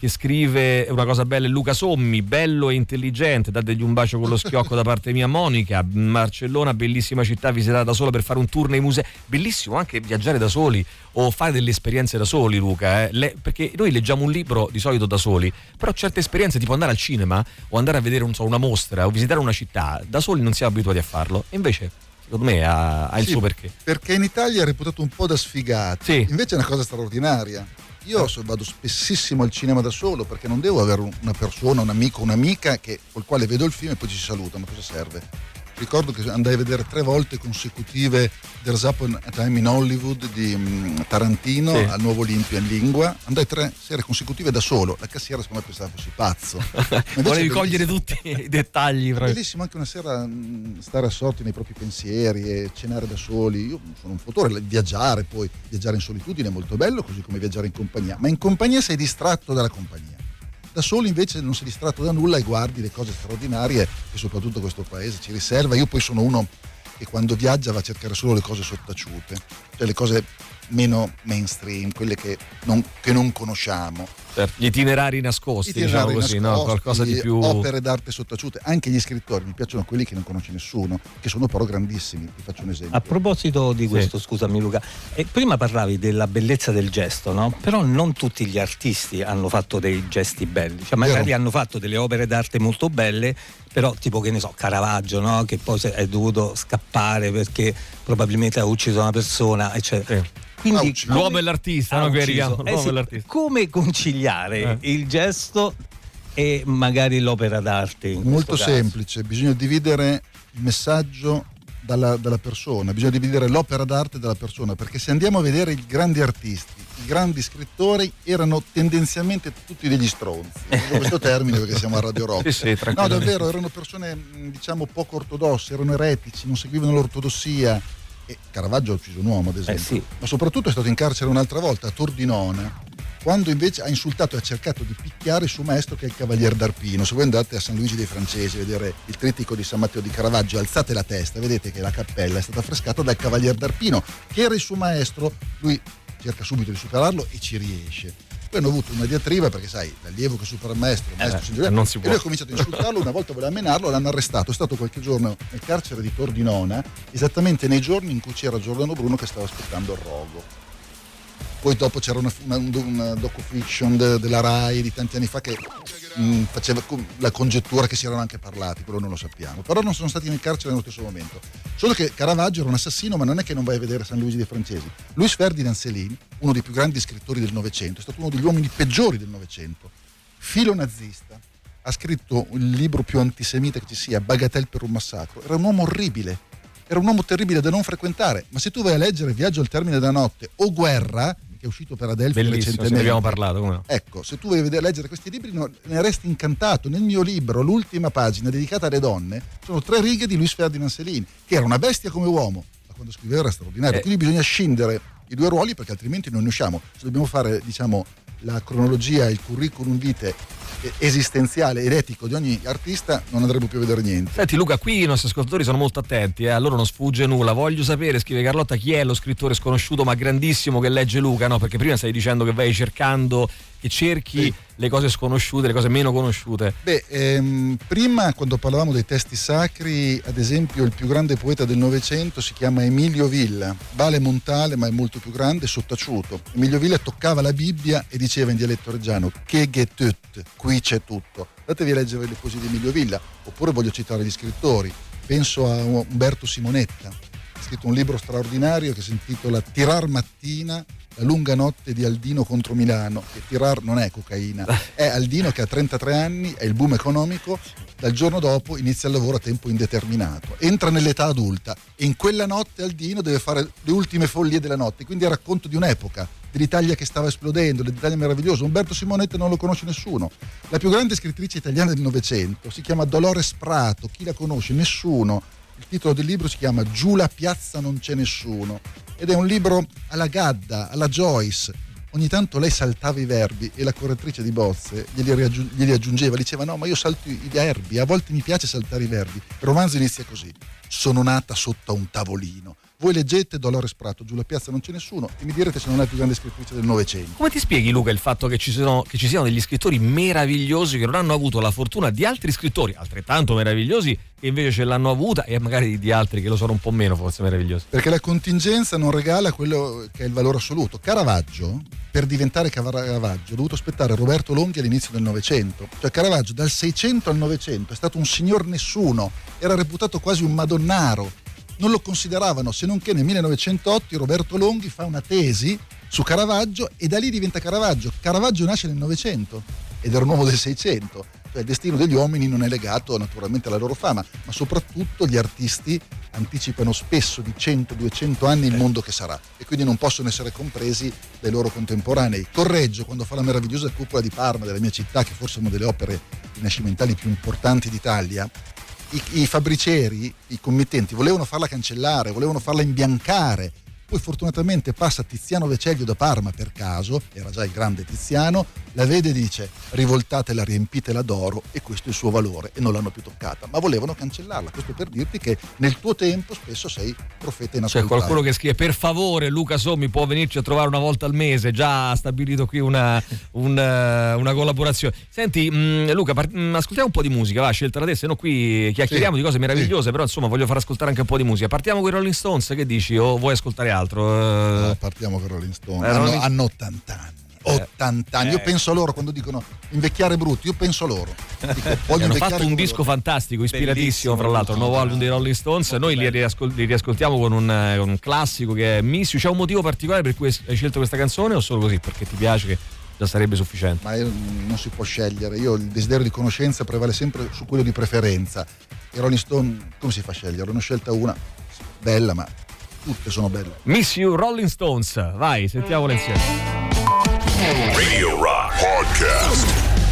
scrive una cosa bella è Luca Sommi, bello e intelligente, dategli un bacio con lo schiocco da parte mia. Monica, Barcellona, bellissima città visitata da sola per fare un tour nei musei, bellissimo anche viaggiare da soli o fare delle esperienze da soli, Luca, perché noi leggiamo un libro di solito da soli, però certe esperienze tipo andare al cinema o andare a vedere una mostra o visitare una città da soli non siamo abituati a farlo, e invece secondo me ha il suo perché. Perché in Italia è reputato un po' da sfigati, sì. Invece è una cosa straordinaria. Io vado spessissimo al cinema da solo, perché non devo avere una persona, un amico, un'amica col quale vedo il film e poi ci si saluta, ma cosa serve? Ricordo che andai a vedere 3 volte consecutive There's Upon a Time in Hollywood di Tarantino, sì, al Nuovo Olimpia in lingua. Andai 3 sere consecutive da solo. La cassiera secondo me pensava fossi pazzo. Volevi cogliere tutti i dettagli. È bellissimo anche una sera stare assorti nei propri pensieri e cenare da soli. Io sono un fotore, viaggiare in solitudine è molto bello, così come viaggiare in compagnia, ma in compagnia sei distratto dalla compagnia. Da solo invece non sei distratto da nulla e guardi le cose straordinarie che soprattutto questo paese ci riserva. Io poi sono uno che quando viaggia va a cercare solo le cose sottaciute, cioè le cose meno mainstream, quelle che non conosciamo. Gli itinerari nascosti, diciamo così, no? Qualcosa di più. Opere d'arte sottaciute, anche gli scrittori, mi piacciono quelli che non conosce nessuno, che sono però grandissimi. Ti faccio un esempio. A proposito di questo, sì, scusami Luca, prima parlavi della bellezza del gesto, no? Però non tutti gli artisti hanno fatto dei gesti belli, cioè magari hanno fatto delle opere d'arte molto belle, però tipo, che ne so, Caravaggio, no? Che poi è dovuto scappare perché probabilmente ha ucciso una persona, eccetera. Sì. Quindi l'uomo e l'artista, no? L'artista. Come conciliare il gesto e magari l'opera d'arte? Molto semplice, bisogna dividere il messaggio dalla persona, bisogna dividere l'opera d'arte dalla persona, perché se andiamo a vedere i grandi artisti, i grandi scrittori erano tendenzialmente tutti degli stronzi. Uso questo termine perché siamo a Radio Rock. Sì, no, davvero, erano persone diciamo poco ortodosse, erano eretici, non seguivano l'ortodossia. E Caravaggio ha ucciso un uomo, ad esempio, sì, ma soprattutto è stato in carcere un'altra volta a Tordinona, quando invece ha insultato e ha cercato di picchiare il suo maestro, che è il Cavalier d'Arpino. Se voi andate a San Luigi dei Francesi a vedere il trittico di San Matteo di Caravaggio, alzate la testa, vedete che la cappella è stata affrescata dal Cavalier d'Arpino, che era il suo maestro. Lui cerca subito di superarlo e ci riesce. Poi hanno avuto una diatriba, perché sai, l'allievo che supera il maestro, non si e può. lui ha cominciato a insultarlo, una volta voleva menarlo, l'hanno arrestato. È stato qualche giorno nel carcere di Tordinona, esattamente nei giorni in cui c'era Giordano Bruno che stava aspettando il rogo. Poi dopo c'era una docu-fiction della Rai di tanti anni fa che faceva la congettura che si erano anche parlati, quello non lo sappiamo, però non sono stati nel carcere nello stesso momento. Solo che Caravaggio era un assassino, ma non è che non vai a vedere San Luigi dei Francesi. Louis Ferdinand Céline, uno dei più grandi scrittori del Novecento, è stato uno degli uomini peggiori del Novecento, filo nazista, ha scritto il libro più antisemita che ci sia, Bagatelle per un massacro. Era un uomo orribile, era un uomo terribile da non frequentare, ma se tu vai a leggere Viaggio al termine della notte o Guerra, che è uscito per Adelphi recentemente, ne abbiamo parlato, come no? Ecco, se tu vuoi leggere questi libri ne resti incantato. Nel mio libro, l'ultima pagina dedicata alle donne, sono 3 righe di Louis Ferdinand Céline, che era una bestia come uomo, ma quando scriveva era straordinario. Quindi bisogna scindere i due ruoli, perché altrimenti non ne usciamo. Se dobbiamo fare, diciamo, la cronologia, il curriculum vitae esistenziale ed etico di ogni artista, non andrebbe più a vedere niente. Senti Luca, qui i nostri ascoltatori sono molto attenti, a loro non sfugge nulla. Voglio sapere, scrive Carlotta, chi è lo scrittore sconosciuto ma grandissimo che legge Luca? No, perché prima stai dicendo che vai cercando, che cerchi le cose sconosciute, le cose meno conosciute. Prima, quando parlavamo dei testi sacri, ad esempio il più grande poeta del Novecento si chiama Emilio Villa, vale Montale ma è molto più grande, sottaciuto. Emilio Villa toccava la Bibbia e diceva in dialetto reggiano che getut, qui c'è tutto. Andatevi a leggere le poesie di Emilio Villa. Oppure voglio citare gli scrittori, penso a Umberto Simonetta, ha scritto un libro straordinario che si intitola Tirar mattina, la lunga notte di Aldino contro Milano. E tirar non è cocaina, è Aldino che ha 33 anni, è il boom economico, dal giorno dopo inizia il lavoro a tempo indeterminato, entra nell'età adulta e in quella notte Aldino deve fare le ultime follie della notte, quindi è il racconto di un'epoca, dell'Italia che stava esplodendo, dell'Italia meravigliosa. Umberto Simonetta non lo conosce nessuno. La più grande scrittrice italiana del Novecento si chiama Dolores Prato, chi la conosce? Nessuno. Il titolo del libro si chiama Giù la piazza non c'è nessuno ed è un libro alla Gadda, alla Joyce. Ogni tanto lei saltava i verbi e la correttrice di bozze glieli aggiungeva, diceva no, ma io salto i verbi, a volte mi piace saltare i verbi. Il romanzo inizia così: sono nata sotto a un tavolino. Voi leggete Dolores Prato, Giù la piazza non c'è nessuno, e mi direte se non è la più grande scrittrice del Novecento. Come ti spieghi, Luca, il fatto che ci siano degli scrittori meravigliosi che non hanno avuto la fortuna di altri scrittori altrettanto meravigliosi che invece ce l'hanno avuta, e magari di altri che lo sono un po' meno forse meravigliosi? Perché la contingenza non regala quello che è il valore assoluto. Caravaggio, per diventare Caravaggio, ha dovuto aspettare Roberto Longhi all'inizio del Novecento. Cioè Caravaggio dal 600 al 900 è stato un signor nessuno, era reputato quasi un madonnaro. Non lo consideravano, se non che nel 1908 Roberto Longhi fa una tesi su Caravaggio e da lì diventa Caravaggio. Caravaggio nasce nel Novecento ed era un uomo del 600. Cioè il destino degli uomini non è legato naturalmente alla loro fama, ma soprattutto gli artisti anticipano spesso di 100-200 anni il mondo che sarà e quindi non possono essere compresi dai loro contemporanei. Correggio, quando fa la meravigliosa cupola di Parma, della mia città, che forse è una delle opere rinascimentali più importanti d'Italia, i fabbricieri, i committenti volevano farla cancellare, volevano farla imbiancare. Poi fortunatamente passa Tiziano Veceglio da Parma per caso, era già il grande Tiziano, la vede e dice rivoltatela, riempitela d'oro, e questo è il suo valore, e non l'hanno più toccata, ma volevano cancellarla. Questo per dirti che nel tuo tempo spesso sei profeta inascoltato. C'è qualcuno che scrive: per favore Luca Sommi può venirci a trovare una volta al mese, già ha stabilito qui una collaborazione. Senti Luca, ascoltiamo un po' di musica, va, scelta da te, se no qui chiacchieriamo di cose meravigliose, però insomma voglio far ascoltare anche un po' di musica. Partiamo con i Rolling Stones, che dici, o vuoi ascoltare altro? No, partiamo con Rolling Stones. Hanno 80 anni. 80 anni, io penso a loro quando dicono invecchiare brutti, io penso a loro. Dico, hanno fatto un disco fantastico, ispiratissimo, fra l'altro, il nuovo album dei Rolling Stones. Noi li riascoltiamo con un classico che è Miss You. C'è un motivo particolare per cui hai scelto questa canzone o solo così perché ti piace, che già sarebbe sufficiente? Ma non si può scegliere, io il desiderio di conoscenza prevale sempre su quello di preferenza. I Rolling Stones come si fa a scegliere? Una scelta una bella, ma tutte sono belle. Miss You, Rolling Stones, vai, sentiamola insieme. Radio Rock Podcast.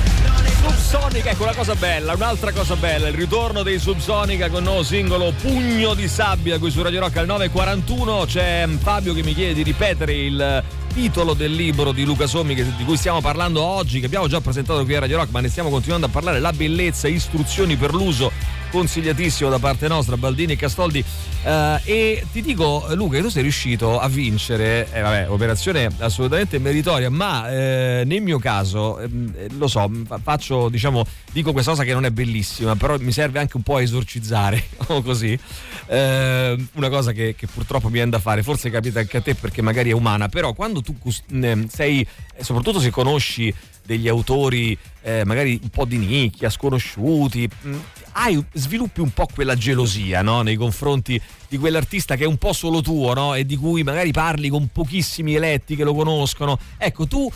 Subsonica, ecco la cosa bella, un'altra cosa bella, il ritorno dei Subsonica con il nuovo singolo Pugno di Sabbia qui su Radio Rock al 9:41. C'è Fabio che mi chiede di ripetere il titolo del libro di Luca Sommi di cui stiamo parlando oggi, che abbiamo già presentato qui a Radio Rock, ma ne stiamo continuando a parlare: La bellezza, istruzioni per l'uso, consigliatissimo da parte nostra, Baldini e Castoldi. E ti dico, Luca, che tu sei riuscito a vincere, operazione assolutamente meritoria, ma nel mio caso, lo so, dico questa cosa che non è bellissima, però mi serve anche un po' a esorcizzare, così, una cosa che purtroppo mi viene da fare, forse capita anche a te perché magari è umana, però quando tu sei, soprattutto se conosci degli autori magari un po' di nicchia, sconosciuti, sviluppi un po' quella gelosia, no? Nei confronti di quell'artista che è un po' solo tuo, no? E di cui magari parli con pochissimi eletti che lo conoscono. Ecco, tu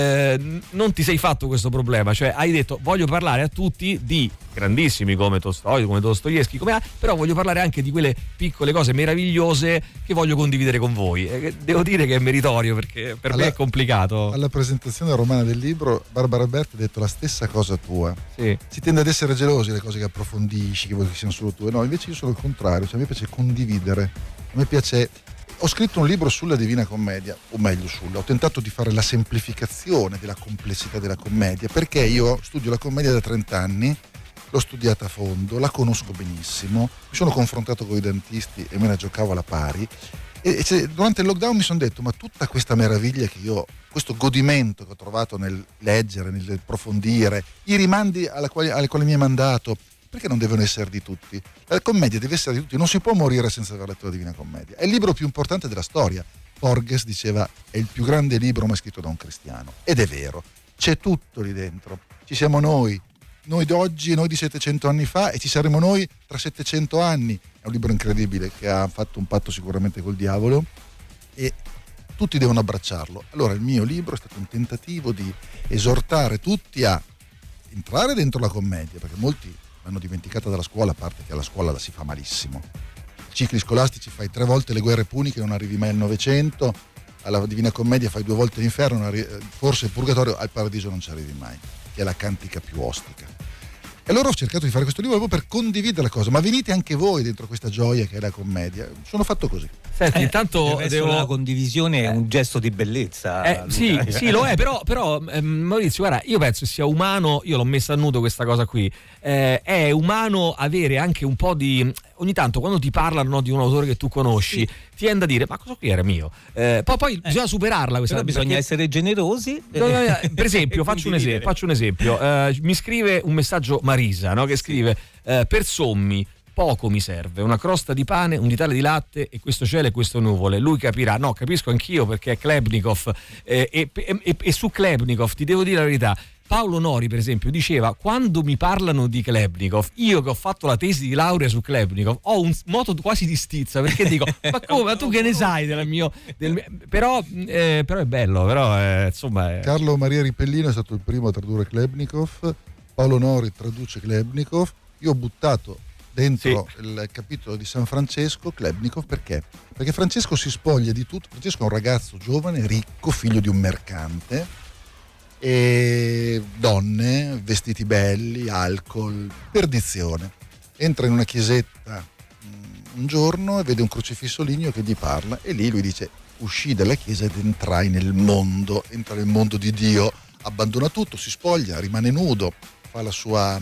non ti sei fatto questo problema, cioè hai detto voglio parlare a tutti di grandissimi come Tolstoi, come Dostoevskij, però voglio parlare anche di quelle piccole cose meravigliose che voglio condividere con voi. Devo dire che è meritorio perché per me è complicato. Alla presentazione romana del libro Barbara Alberti ha detto la stessa cosa tua. Sì. Si tende ad essere gelosi le cose che approfondisci, che vuoi che siano solo tue. No, invece io sono il contrario, cioè a me piace condividere, a me piace Ho scritto un libro sulla Divina Commedia, o meglio ho tentato di fare la semplificazione della complessità della commedia, perché io studio la commedia da 30 anni, l'ho studiata a fondo, la conosco benissimo, mi sono confrontato con i dantisti e me la giocavo alla pari, e durante il lockdown mi sono detto, ma tutta questa meraviglia che io, questo godimento che ho trovato nel leggere, nel approfondire, i rimandi alle quali mi hai mandato, perché non devono essere di tutti? La commedia deve essere di tutti, non si può morire senza aver letto la Divina Commedia. È il libro più importante della storia. Borges diceva, è il più grande libro mai scritto da un cristiano. Ed è vero, c'è tutto lì dentro. Ci siamo noi di oggi, noi di 700 anni fa, e ci saremo noi tra 700 anni. È un libro incredibile che ha fatto un patto sicuramente col diavolo e tutti devono abbracciarlo. Allora il mio libro è stato un tentativo di esortare tutti a entrare dentro la commedia, perché molti l'hanno dimenticata dalla scuola, a parte che alla scuola la si fa malissimo. Cicli scolastici fai 3 volte le guerre puniche, non arrivi mai al Novecento, alla Divina Commedia fai 2 volte l'inferno, forse il purgatorio, al paradiso non ci arrivi mai, che è la cantica più ostica. E allora ho cercato di fare questo libro proprio per condividere la cosa, ma venite anche voi dentro questa gioia che è la commedia. Sono fatto così. Senti, intanto la condivisione è un gesto di bellezza. Sì, lo è, però Maurizio, guarda, io penso sia umano, io l'ho messa a nudo questa cosa qui, è umano avere anche un po' di, ogni tanto quando ti parlano di un autore che tu conosci, ti viene da dire, ma cosa qui era mio? Poi bisogna superarla questa cosa. Bisogna essere generosi. Per esempio, faccio un esempio. Mi scrive un messaggio Marisa, no? Che scrive, per sommi poco mi serve, una crosta di pane, un ditale di latte e questo cielo e questo nuvole. Lui capirà. No, capisco anch'io, perché è Klebnikov, e su Klebnikov ti devo dire la verità. Paolo Nori, per esempio, diceva, quando mi parlano di Klebnikov, io che ho fatto la tesi di laurea su Klebnikov, ho un moto quasi di stizza, perché dico, ma come, ma tu che ne sai però è bello, però insomma. Carlo Maria Ripellino è stato il primo a tradurre Klebnikov, Paolo Nori traduce Klebnikov, io ho buttato dentro il capitolo di San Francesco Klebnikov, perché Francesco si spoglia di tutto. Francesco è un ragazzo giovane, ricco, figlio di un mercante, e donne, vestiti belli, alcol, perdizione. Entra in una chiesetta un giorno e vede un crocifisso ligneo che gli parla, e lì lui dice, uscì dalla chiesa ed entrai nel mondo, entra nel mondo di Dio, abbandona tutto, si spoglia, rimane nudo, fa il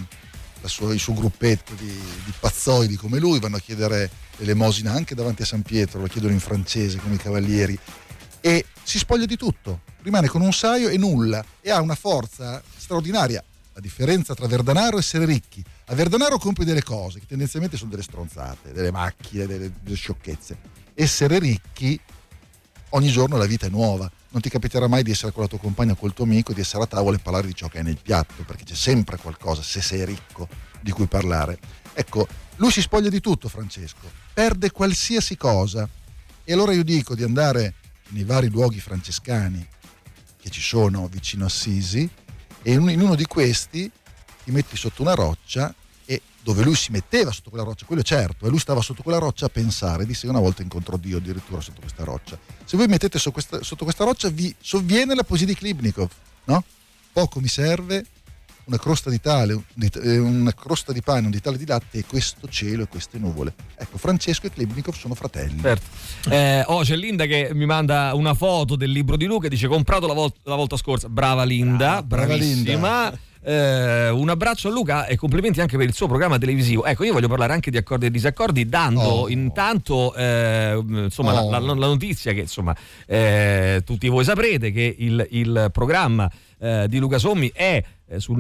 suo gruppetto di pazzoidi come lui, vanno a chiedere l'elemosina anche davanti a San Pietro, lo chiedono in francese come i cavalieri, e si spoglia di tutto, rimane con un saio e nulla, e ha una forza straordinaria. La differenza tra Verdanaro e essere ricchi: a Verdanaro compri delle cose che tendenzialmente sono delle stronzate, delle macchie, delle sciocchezze. Essere ricchi, ogni giorno la vita è nuova, non ti capiterà mai di essere con la tua compagna o col tuo amico, di essere a tavola e parlare di ciò che è nel piatto, perché c'è sempre qualcosa, se sei ricco, di cui parlare. Ecco, lui si spoglia di tutto, Francesco, perde qualsiasi cosa, e allora io dico di andare nei vari luoghi francescani che ci sono vicino Assisi, e in uno di questi ti metti sotto una roccia, e dove lui si metteva sotto quella roccia, quello è certo, e lui stava sotto quella roccia a pensare. Disse che una volta incontrò Dio addirittura sotto questa roccia. Se voi mettete sotto questa roccia vi sovviene la poesia di Klebnikov, no? Poco mi serve, una crosta di pane, un ditale di latte e questo cielo e queste nuvole. Ecco, Francesco e Klebnikov sono fratelli. Certo. C'è Linda che mi manda una foto del libro di Luca, dice comprato la volta scorsa. Brava Linda, bravissima. Linda. Un abbraccio a Luca e complimenti anche per il suo programma televisivo. Ecco, io voglio parlare anche di accordi e disaccordi, dando intanto insomma la notizia che insomma tutti voi saprete che il programma di Luca Sommi è sul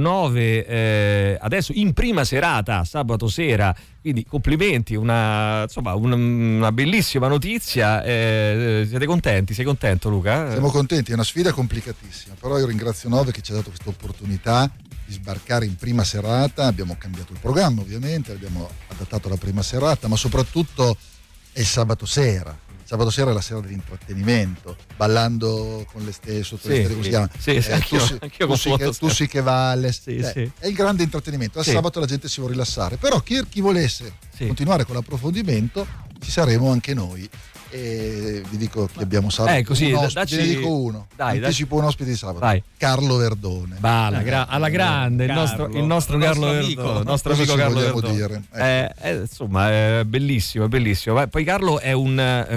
9 adesso in prima serata, sabato sera, quindi complimenti, una bellissima notizia. Siete contenti? Sei contento, Luca? Siamo contenti, è una sfida complicatissima, però io ringrazio 9 che ci ha dato questa opportunità di sbarcare in prima serata. Abbiamo cambiato il programma, ovviamente, l'abbiamo adattato alla prima serata, ma soprattutto è il sabato sera. Sabato sera è la sera dell'intrattenimento, ballando con le stelle sotto le stelle, come si chiama? Tu sì che vale. È il grande intrattenimento. Al sabato la gente si vuole rilassare, però chi volesse continuare con l'approfondimento, ci saremo anche noi E vi dico che abbiamo sabato. Così, ne dico uno. Anticipo un ospite di sabato. Dai. Carlo Verdone. Alla grande, il nostro Carlo Verdone, il nostro amico Carlo Verdone. Dire. Insomma, è bellissimo, è bellissimo. Poi Carlo è un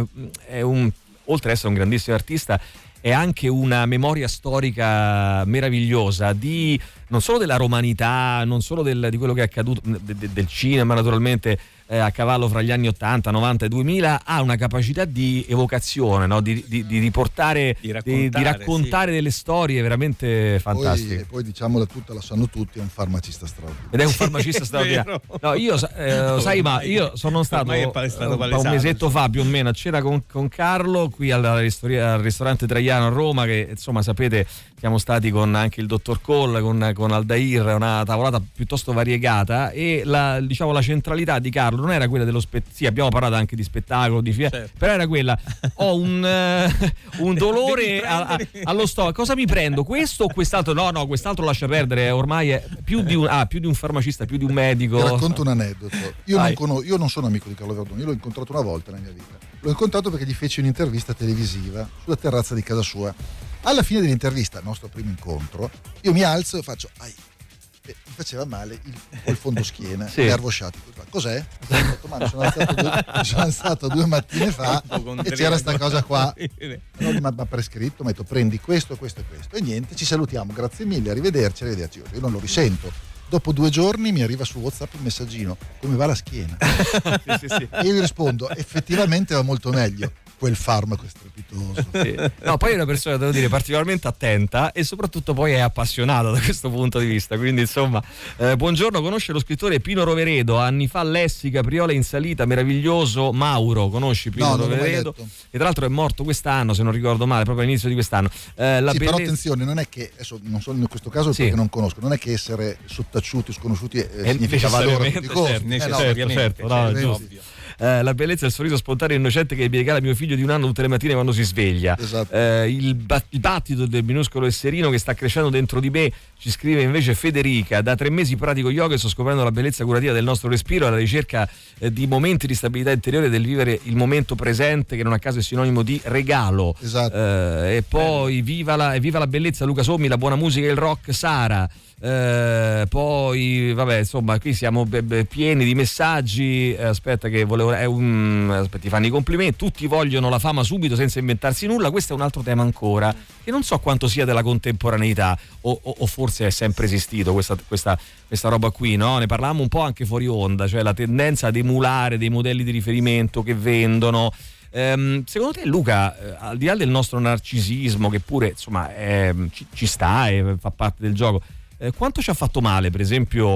oltre ad essere un grandissimo artista, è anche una memoria storica meravigliosa di non solo della romanità, non solo di quello che è accaduto del cinema, naturalmente, a cavallo fra gli anni 80, 90 e 2000, ha una capacità di evocazione, no? di riportare, di raccontare delle storie veramente fantastiche. Poi diciamola tutta, la sanno tutti, è un farmacista straordinario. Ed è un farmacista straordinario. No, io sono stato un mesetto fa più o meno a cena con Carlo qui al ristorante Traiano a Roma, che insomma sapete siamo stati con anche il dottor Cole, con Aldair, una tavolata piuttosto variegata, e la centralità di Carlo non era quella dello sì, abbiamo parlato anche di spettacolo, certo, però era quella: ho un dolore allo stomaco, cosa mi prendo, questo o quest'altro? No, quest'altro lascia perdere, ormai è più di un farmacista, più di un medico. Ti racconto un aneddoto. Io non sono amico di Carlo Verdone, io l'ho incontrato una volta nella mia vita. L'ho incontrato perché gli feci un'intervista televisiva sulla terrazza di casa sua. Alla fine dell'intervista, il nostro primo incontro, io mi alzo e faccio mi faceva male il fondoschiena, sì, nervo sciatico. Cos'è? Mi sono alzato 2 mattine fa e c'era sta cosa qua. Mi ha prescritto, mi ha detto prendi questo, questo e questo. E niente, ci salutiamo, grazie mille, arrivederci. Io non lo risento. Dopo 2 giorni mi arriva su WhatsApp il messaggino: come va la schiena? Sì. E io gli rispondo: effettivamente va molto meglio. Quel farmaco è strepitoso. Sì. No, poi è una persona, devo dire, particolarmente attenta e soprattutto poi è appassionata da questo punto di vista. Quindi insomma, buongiorno, conosce lo scrittore Pino Roveredo? Anni fa Lessi, Capriola in salita, meraviglioso. Mauro, conosci Pino Roveredo? E tra l'altro è morto quest'anno, se non ricordo male, proprio all'inizio di quest'anno. Però attenzione, non è che, adesso non so in questo caso perché non conosco, non è che essere sottaciuti, sconosciuti significa valore a tutti i costi. Certo, è ovvio. La bellezza del sorriso spontaneo e innocente che mi regala mio figlio di 1 anno tutte le mattine quando si sveglia. Esatto. Il battito del minuscolo esserino che sta crescendo dentro di me, ci scrive invece Federica. Da 3 mesi pratico yoga e sto scoprendo la bellezza curativa del nostro respiro, alla ricerca di momenti di stabilità interiore, del vivere il momento presente, che non a caso è sinonimo di regalo. Esatto. E poi viva la bellezza Luca Sommi, la buona musica e il rock Sara. Poi vabbè, insomma, qui siamo pieni di messaggi. Aspetta che ti fanno i complimenti. Tutti vogliono la fama subito senza inventarsi nulla. Questo è un altro tema ancora che non so quanto sia della contemporaneità o forse è sempre esistito questa roba qui, no? Ne parlavamo un po' anche fuori onda, cioè la tendenza ad emulare dei modelli di riferimento che vendono. Secondo te, Luca, al di là del nostro narcisismo, che pure insomma ci sta e fa parte del gioco, quanto ci ha fatto male, per esempio,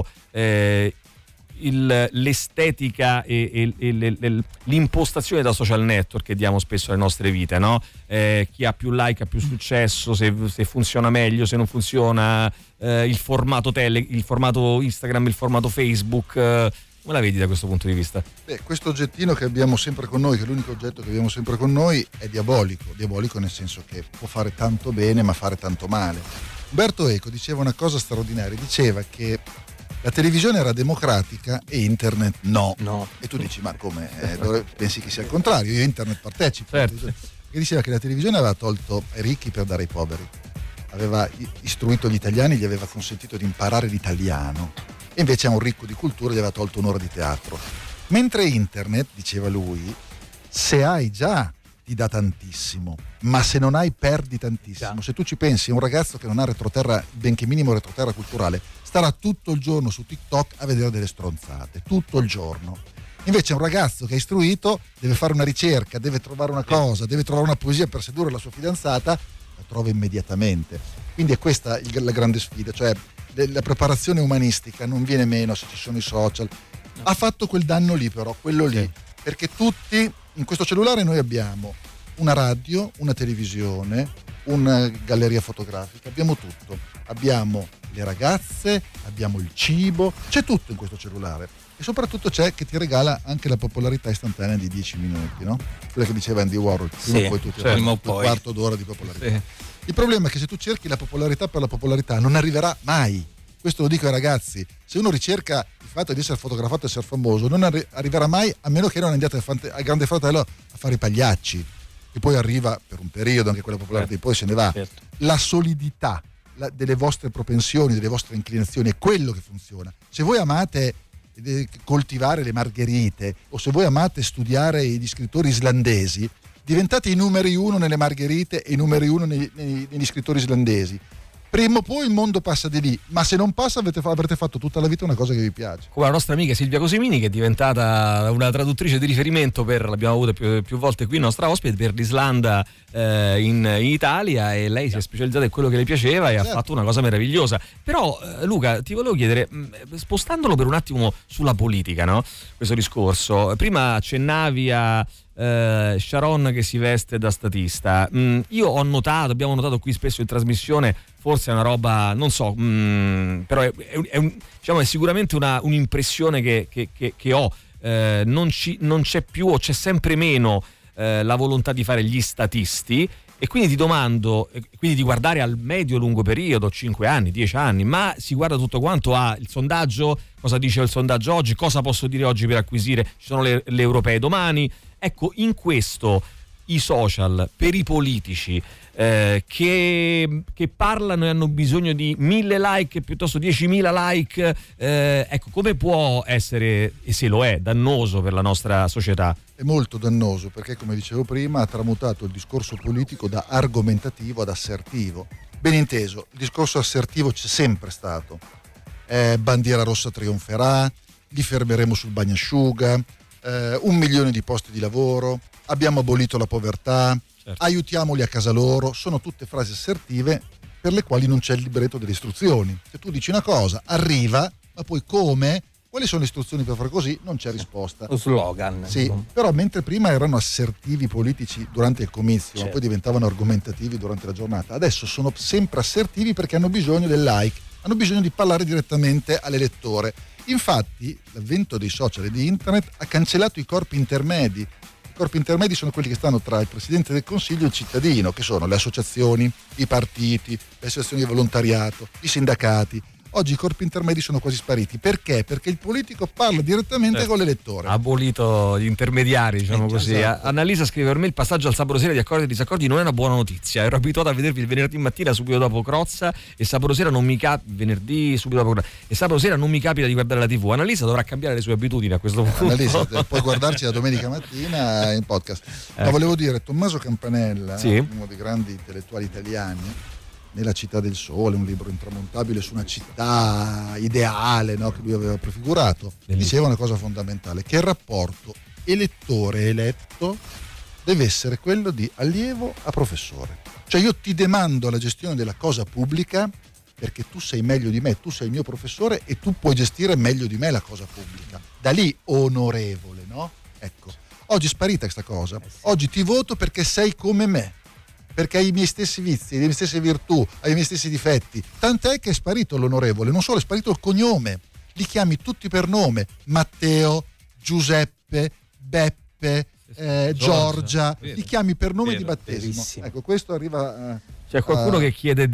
l'estetica e l'impostazione da social network che diamo spesso alle nostre vite, no? Chi ha più like ha più successo, se funziona meglio, se non funziona, il formato il formato Instagram, il formato Facebook. Come la vedi da questo punto di vista? Questo oggettino che abbiamo sempre con noi, che è l'unico oggetto che abbiamo sempre con noi, è diabolico nel senso che può fare tanto bene ma fare tanto male. Umberto Eco diceva una cosa straordinaria, diceva che la televisione era democratica e internet no. E tu dici, ma come? Pensi che sia il contrario? Io internet partecipo. Certo. E diceva che la televisione aveva tolto ai ricchi per dare ai poveri, aveva istruito gli italiani, gli aveva consentito di imparare l'italiano, e invece a un ricco di cultura gli aveva tolto un'ora di teatro. Mentre internet, diceva lui, se hai già ti dà tantissimo, ma se non hai perdi tantissimo. Se tu ci pensi, un ragazzo che non ha retroterra, benché minimo retroterra culturale, starà tutto il giorno su TikTok a vedere delle stronzate, tutto il giorno. Invece un ragazzo che è istruito deve fare una ricerca, deve trovare una cosa, deve trovare una poesia per sedurre la sua fidanzata, la trova immediatamente. Quindi è questa la grande sfida, cioè la preparazione umanistica non viene meno se ci sono i social. Ha fatto quel danno lì, però, quello lì, perché tutti in questo cellulare noi abbiamo una radio, una televisione, una galleria fotografica, abbiamo tutto, abbiamo le ragazze, abbiamo il cibo, c'è tutto in questo cellulare, e soprattutto c'è che ti regala anche la popolarità istantanea di 10 minuti, no? Quella che diceva Andy Warhol, prima o poi tu ti un quarto d'ora di popolarità. Il problema è che se tu cerchi la popolarità per la popolarità non arriverà mai, questo lo dico ai ragazzi, se uno ricerca il fatto di essere fotografato e essere famoso non arriverà mai, a meno che non andiate al Grande Fratello a fare i pagliacci, che poi arriva per un periodo, anche quella popolare, poi se ne va. Certo. La solidità delle vostre propensioni, delle vostre inclinazioni è quello che funziona. Se voi amate coltivare le margherite o se voi amate studiare gli scrittori islandesi, diventate i numeri uno nelle margherite e i numeri uno negli scrittori islandesi. Prima o poi il mondo passa di lì, ma se non passa avrete fatto tutta la vita una cosa che vi piace. Come la nostra amica Silvia Cosimini, che è diventata una traduttrice di riferimento l'abbiamo avuta più volte qui nostra ospite, per l'Islanda in Italia, e lei si è specializzata in quello che le piaceva e ha fatto una cosa meravigliosa. Però Luca, ti volevo chiedere, spostandolo per un attimo sulla politica, no? Questo discorso, prima accennavi a Sharon che si veste da statista. Io abbiamo notato qui spesso in trasmissione, forse è una roba, non so, però è sicuramente un'impressione che ho. Non c'è più, o c'è sempre meno la volontà di fare gli statisti, e quindi ti domando, quindi di guardare al medio-lungo periodo, 5 anni, 10 anni, ma si guarda tutto quanto il sondaggio, cosa dice il sondaggio oggi, cosa posso dire oggi per acquisire, ci sono le europee domani. Ecco, in questo i social per i politici che parlano e hanno bisogno di 1000 like piuttosto 10.000 like, ecco, come può essere, e se lo è, dannoso per la nostra società? È molto dannoso, perché come dicevo prima ha tramutato il discorso politico da argomentativo ad assertivo. Ben inteso, il discorso assertivo c'è sempre stato. Bandiera rossa trionferà, li fermeremo sul bagnasciuga, 1 milione di posti di lavoro, abbiamo abolito la povertà, certo, aiutiamoli a casa loro. Sono tutte frasi assertive per le quali non c'è il libretto delle istruzioni. Se tu dici una cosa, arriva, ma poi come? Quali sono le istruzioni per fare così? Non c'è risposta. Lo slogan. Sì, però mentre prima erano assertivi politici durante il comizio, certo, ma poi diventavano argomentativi durante la giornata, adesso sono sempre assertivi perché hanno bisogno del like, hanno bisogno di parlare direttamente all'elettore. Infatti l'avvento dei social e di internet ha cancellato i corpi intermedi. I corpi intermedi sono quelli che stanno tra il Presidente del Consiglio e il cittadino, che sono le associazioni, i partiti, le associazioni di volontariato, i sindacati. Oggi i corpi intermedi sono quasi spariti. Perché? Perché il politico parla direttamente con l'elettore. Ha abolito gli intermediari, diciamo così. Esatto. Annalisa scrive: per me il passaggio al sabato sera di accordi e disaccordi non è una buona notizia. Ero abituato a vedervi il venerdì mattina subito dopo Crozza, e sabato sera non mi capita di guardare la TV. Annalisa dovrà cambiare le sue abitudini a questo punto. Annalisa, puoi guardarci la domenica mattina in podcast. Ma volevo dire, Tommaso Campanella, uno dei grandi intellettuali italiani, nella Città del Sole, un libro intramontabile su una città ideale, no, che lui aveva prefigurato, diceva una cosa fondamentale, che il rapporto elettore-eletto deve essere quello di allievo a professore. Cioè io ti demando la gestione della cosa pubblica perché tu sei meglio di me, tu sei il mio professore e tu puoi gestire meglio di me la cosa pubblica. Da lì onorevole, no? Ecco, oggi è sparita questa cosa. Oggi ti voto perché sei come me, perché hai i miei stessi vizi, le mie stesse virtù, hai i miei stessi difetti. Tant'è che è sparito l'onorevole, non solo, è sparito il cognome. Li chiami tutti per nome: Matteo, Giuseppe, Beppe, Giorgia. Li chiami per nome di battesimo. Verissimo. Ecco, questo arriva c'è qualcuno che chiede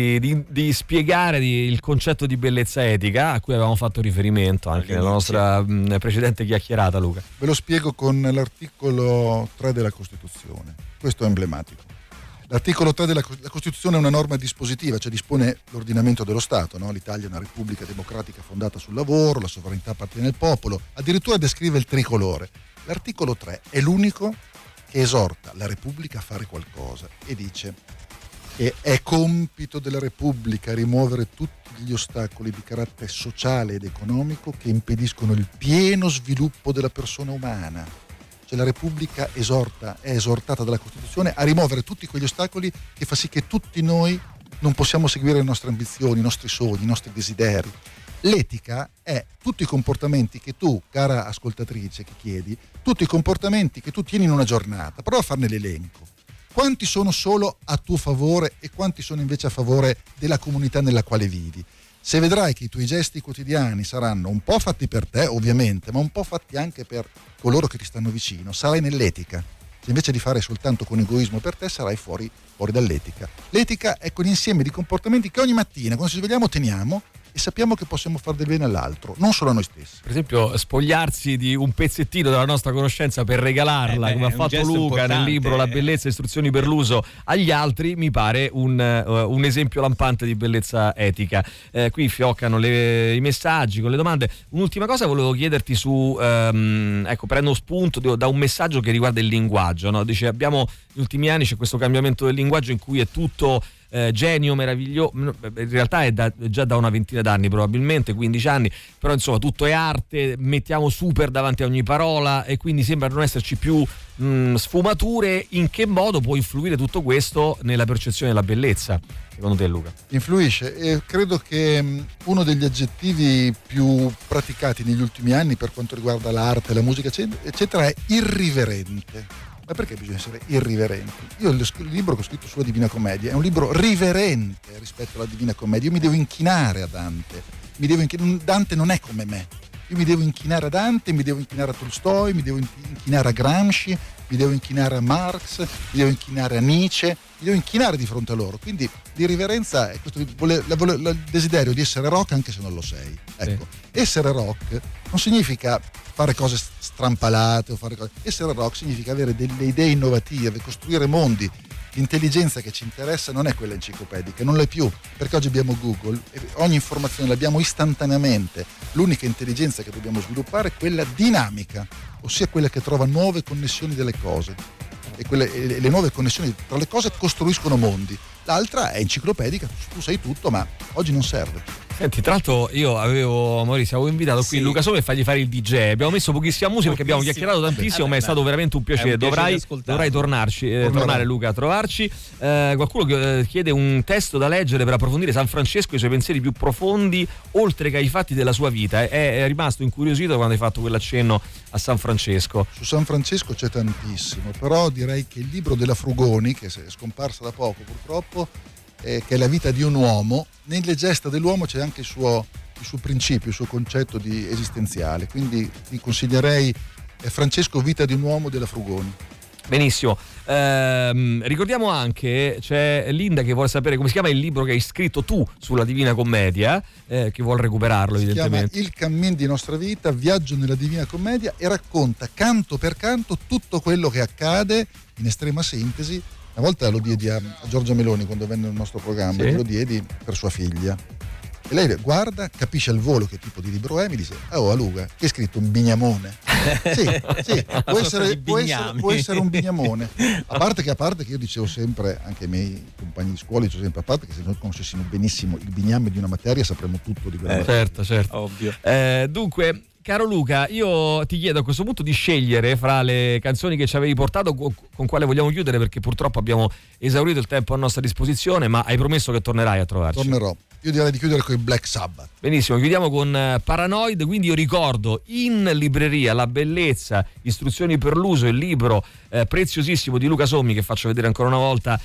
di spiegare il concetto di bellezza etica, a cui avevamo fatto riferimento anche nella nostra precedente chiacchierata, Luca. Ve lo spiego con l'articolo 3 della Costituzione. Questo è emblematico. L'articolo 3 della Costituzione è una norma dispositiva, cioè dispone l'ordinamento dello Stato, no? L'Italia è una repubblica democratica fondata sul lavoro, la sovranità appartiene al popolo, addirittura descrive il tricolore. L'articolo 3 è l'unico che esorta la Repubblica a fare qualcosa e dice che è compito della Repubblica rimuovere tutti gli ostacoli di carattere sociale ed economico che impediscono il pieno sviluppo della persona umana. Cioè la Repubblica è esortata dalla Costituzione a rimuovere tutti quegli ostacoli che fa sì che tutti noi non possiamo seguire le nostre ambizioni, i nostri sogni, i nostri desideri. L'etica è tutti i comportamenti che tu, cara ascoltatrice, che chiedi, tutti i comportamenti che tu tieni in una giornata. Prova a farne l'elenco. Quanti sono solo a tuo favore e quanti sono invece a favore della comunità nella quale vivi? Se vedrai che i tuoi gesti quotidiani saranno un po' fatti per te, ovviamente, ma un po' fatti anche per coloro che ti stanno vicino, sarai nell'etica. Se invece di fare soltanto con egoismo per te, sarai fuori dall'etica. L'etica è quell'insieme di comportamenti che ogni mattina, quando ci svegliamo, teniamo e sappiamo che possiamo fare del bene all'altro, non solo a noi stessi. Per esempio, spogliarsi di un pezzettino della nostra conoscenza per regalarla, come ha fatto Luca nel libro La bellezza, istruzioni per l'uso agli altri, mi pare un esempio lampante di bellezza etica. Qui fioccano i messaggi con le domande. Un'ultima cosa volevo chiederti prendo spunto da un messaggio che riguarda il linguaggio, no? Dice, negli ultimi anni c'è questo cambiamento del linguaggio in cui è tutto genio, meraviglioso, in realtà è già da una ventina d'anni, probabilmente 15 anni, però insomma tutto è arte, mettiamo super davanti a ogni parola e quindi sembra non esserci più sfumature. In che modo può influire tutto questo nella percezione della bellezza, secondo te, Luca? Influisce, e credo che uno degli aggettivi più praticati negli ultimi anni per quanto riguarda l'arte, la musica eccetera è irriverente. Ma perché bisogna essere irriverenti? Io il libro che ho scritto sulla Divina Commedia è un libro riverente rispetto alla Divina Commedia. Io mi devo inchinare a Dante. Dante non è come me. Io mi devo inchinare a Dante, mi devo inchinare a Tolstoi, mi devo inchinare a Gramsci, mi devo inchinare a Marx, mi devo inchinare a Nietzsche, mi devo inchinare di fronte a loro. Quindi l'irriverenza è questo, il desiderio di essere rock anche se non lo sei. Ecco, sì. Essere rock non significa fare cose strampalate o fare cose. Essere rock significa avere delle idee innovative, costruire mondi. L'intelligenza che ci interessa non è quella enciclopedica, non l'è più, perché oggi abbiamo Google e ogni informazione l'abbiamo istantaneamente. L'unica intelligenza che dobbiamo sviluppare è quella dinamica, ossia quella che trova nuove connessioni delle cose. E le nuove connessioni tra le cose costruiscono mondi. L'altra è enciclopedica, tu sai tutto, ma oggi non serve. Senti, tra l'altro io Maurizio, avevo invitato qui Luca Sommi a fargli fare il DJ. Abbiamo messo pochissima musica perché abbiamo chiacchierato tantissimo, ma è stato veramente un piacere. Dovrai tornare Luca a trovarci. Qualcuno chiede un testo da leggere per approfondire San Francesco e i suoi pensieri più profondi, oltre che ai fatti della sua vita. È rimasto incuriosito quando hai fatto quell'accenno a San Francesco. Su San Francesco c'è tantissimo, però direi che il libro della Frugoni, che è scomparsa da poco purtroppo, che è la vita di un uomo, nelle gesta dell'uomo c'è anche il suo principio, il suo concetto di esistenziale, quindi ti consiglierei Francesco, vita di un uomo della Frugoni. Benissimo, ricordiamo anche, c'è Linda che vuole sapere come si chiama il libro che hai scritto tu sulla Divina Commedia, che vuole recuperarlo evidentemente. Si chiama Il cammin di nostra vita, viaggio nella Divina Commedia, e racconta canto per canto tutto quello che accade in estrema sintesi. Una volta lo diedi a Giorgia Meloni quando venne nel nostro programma, lo diedi per sua figlia. E lei guarda, capisce al volo che tipo di libro è, mi dice: "Oh, Luca, che hai scritto un bignamone?" sì, può essere un bignamone. A parte che io dicevo sempre, anche ai miei compagni di scuola, dicevo sempre, a parte che se noi conoscessimo benissimo il bigname di una materia sapremo tutto di quella materia. Certo. Ovvio. Dunque, caro Luca, io ti chiedo a questo punto di scegliere fra le canzoni che ci avevi portato con quale vogliamo chiudere, perché purtroppo abbiamo esaurito il tempo a nostra disposizione, ma hai promesso che tornerai a trovarci. Tornerò. Io direi di chiudere con i Black Sabbath. Benissimo, chiudiamo con Paranoid. Quindi io ricordo in libreria La bellezza, istruzioni per l'uso, il libro preziosissimo di Luca Sommi, che faccio vedere ancora una volta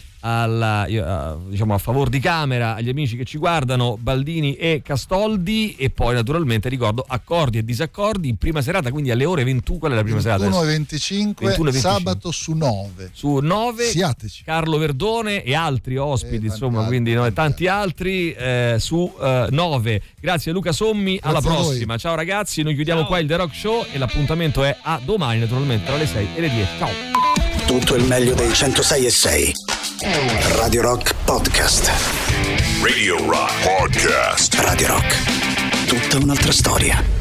a favor di camera agli amici che ci guardano, Baldini e Castoldi. E poi naturalmente ricordo Accordi e disaccordi in prima serata, quindi alle ore 21. Qual è la prima serata? 21:25, sabato su 9. Siateci. Carlo Verdone e altri ospiti, insomma, quindi tanti altri su 9. Grazie a Luca Sommi, alla prossima. Ciao ragazzi, noi chiudiamo qua il The Rock Show e l'appuntamento è a domani, naturalmente tra le 6 e le 10. Ciao. Tutto il meglio dei 106.6 Radio Rock Podcast. Radio Rock Podcast. Radio Rock, tutta un'altra storia.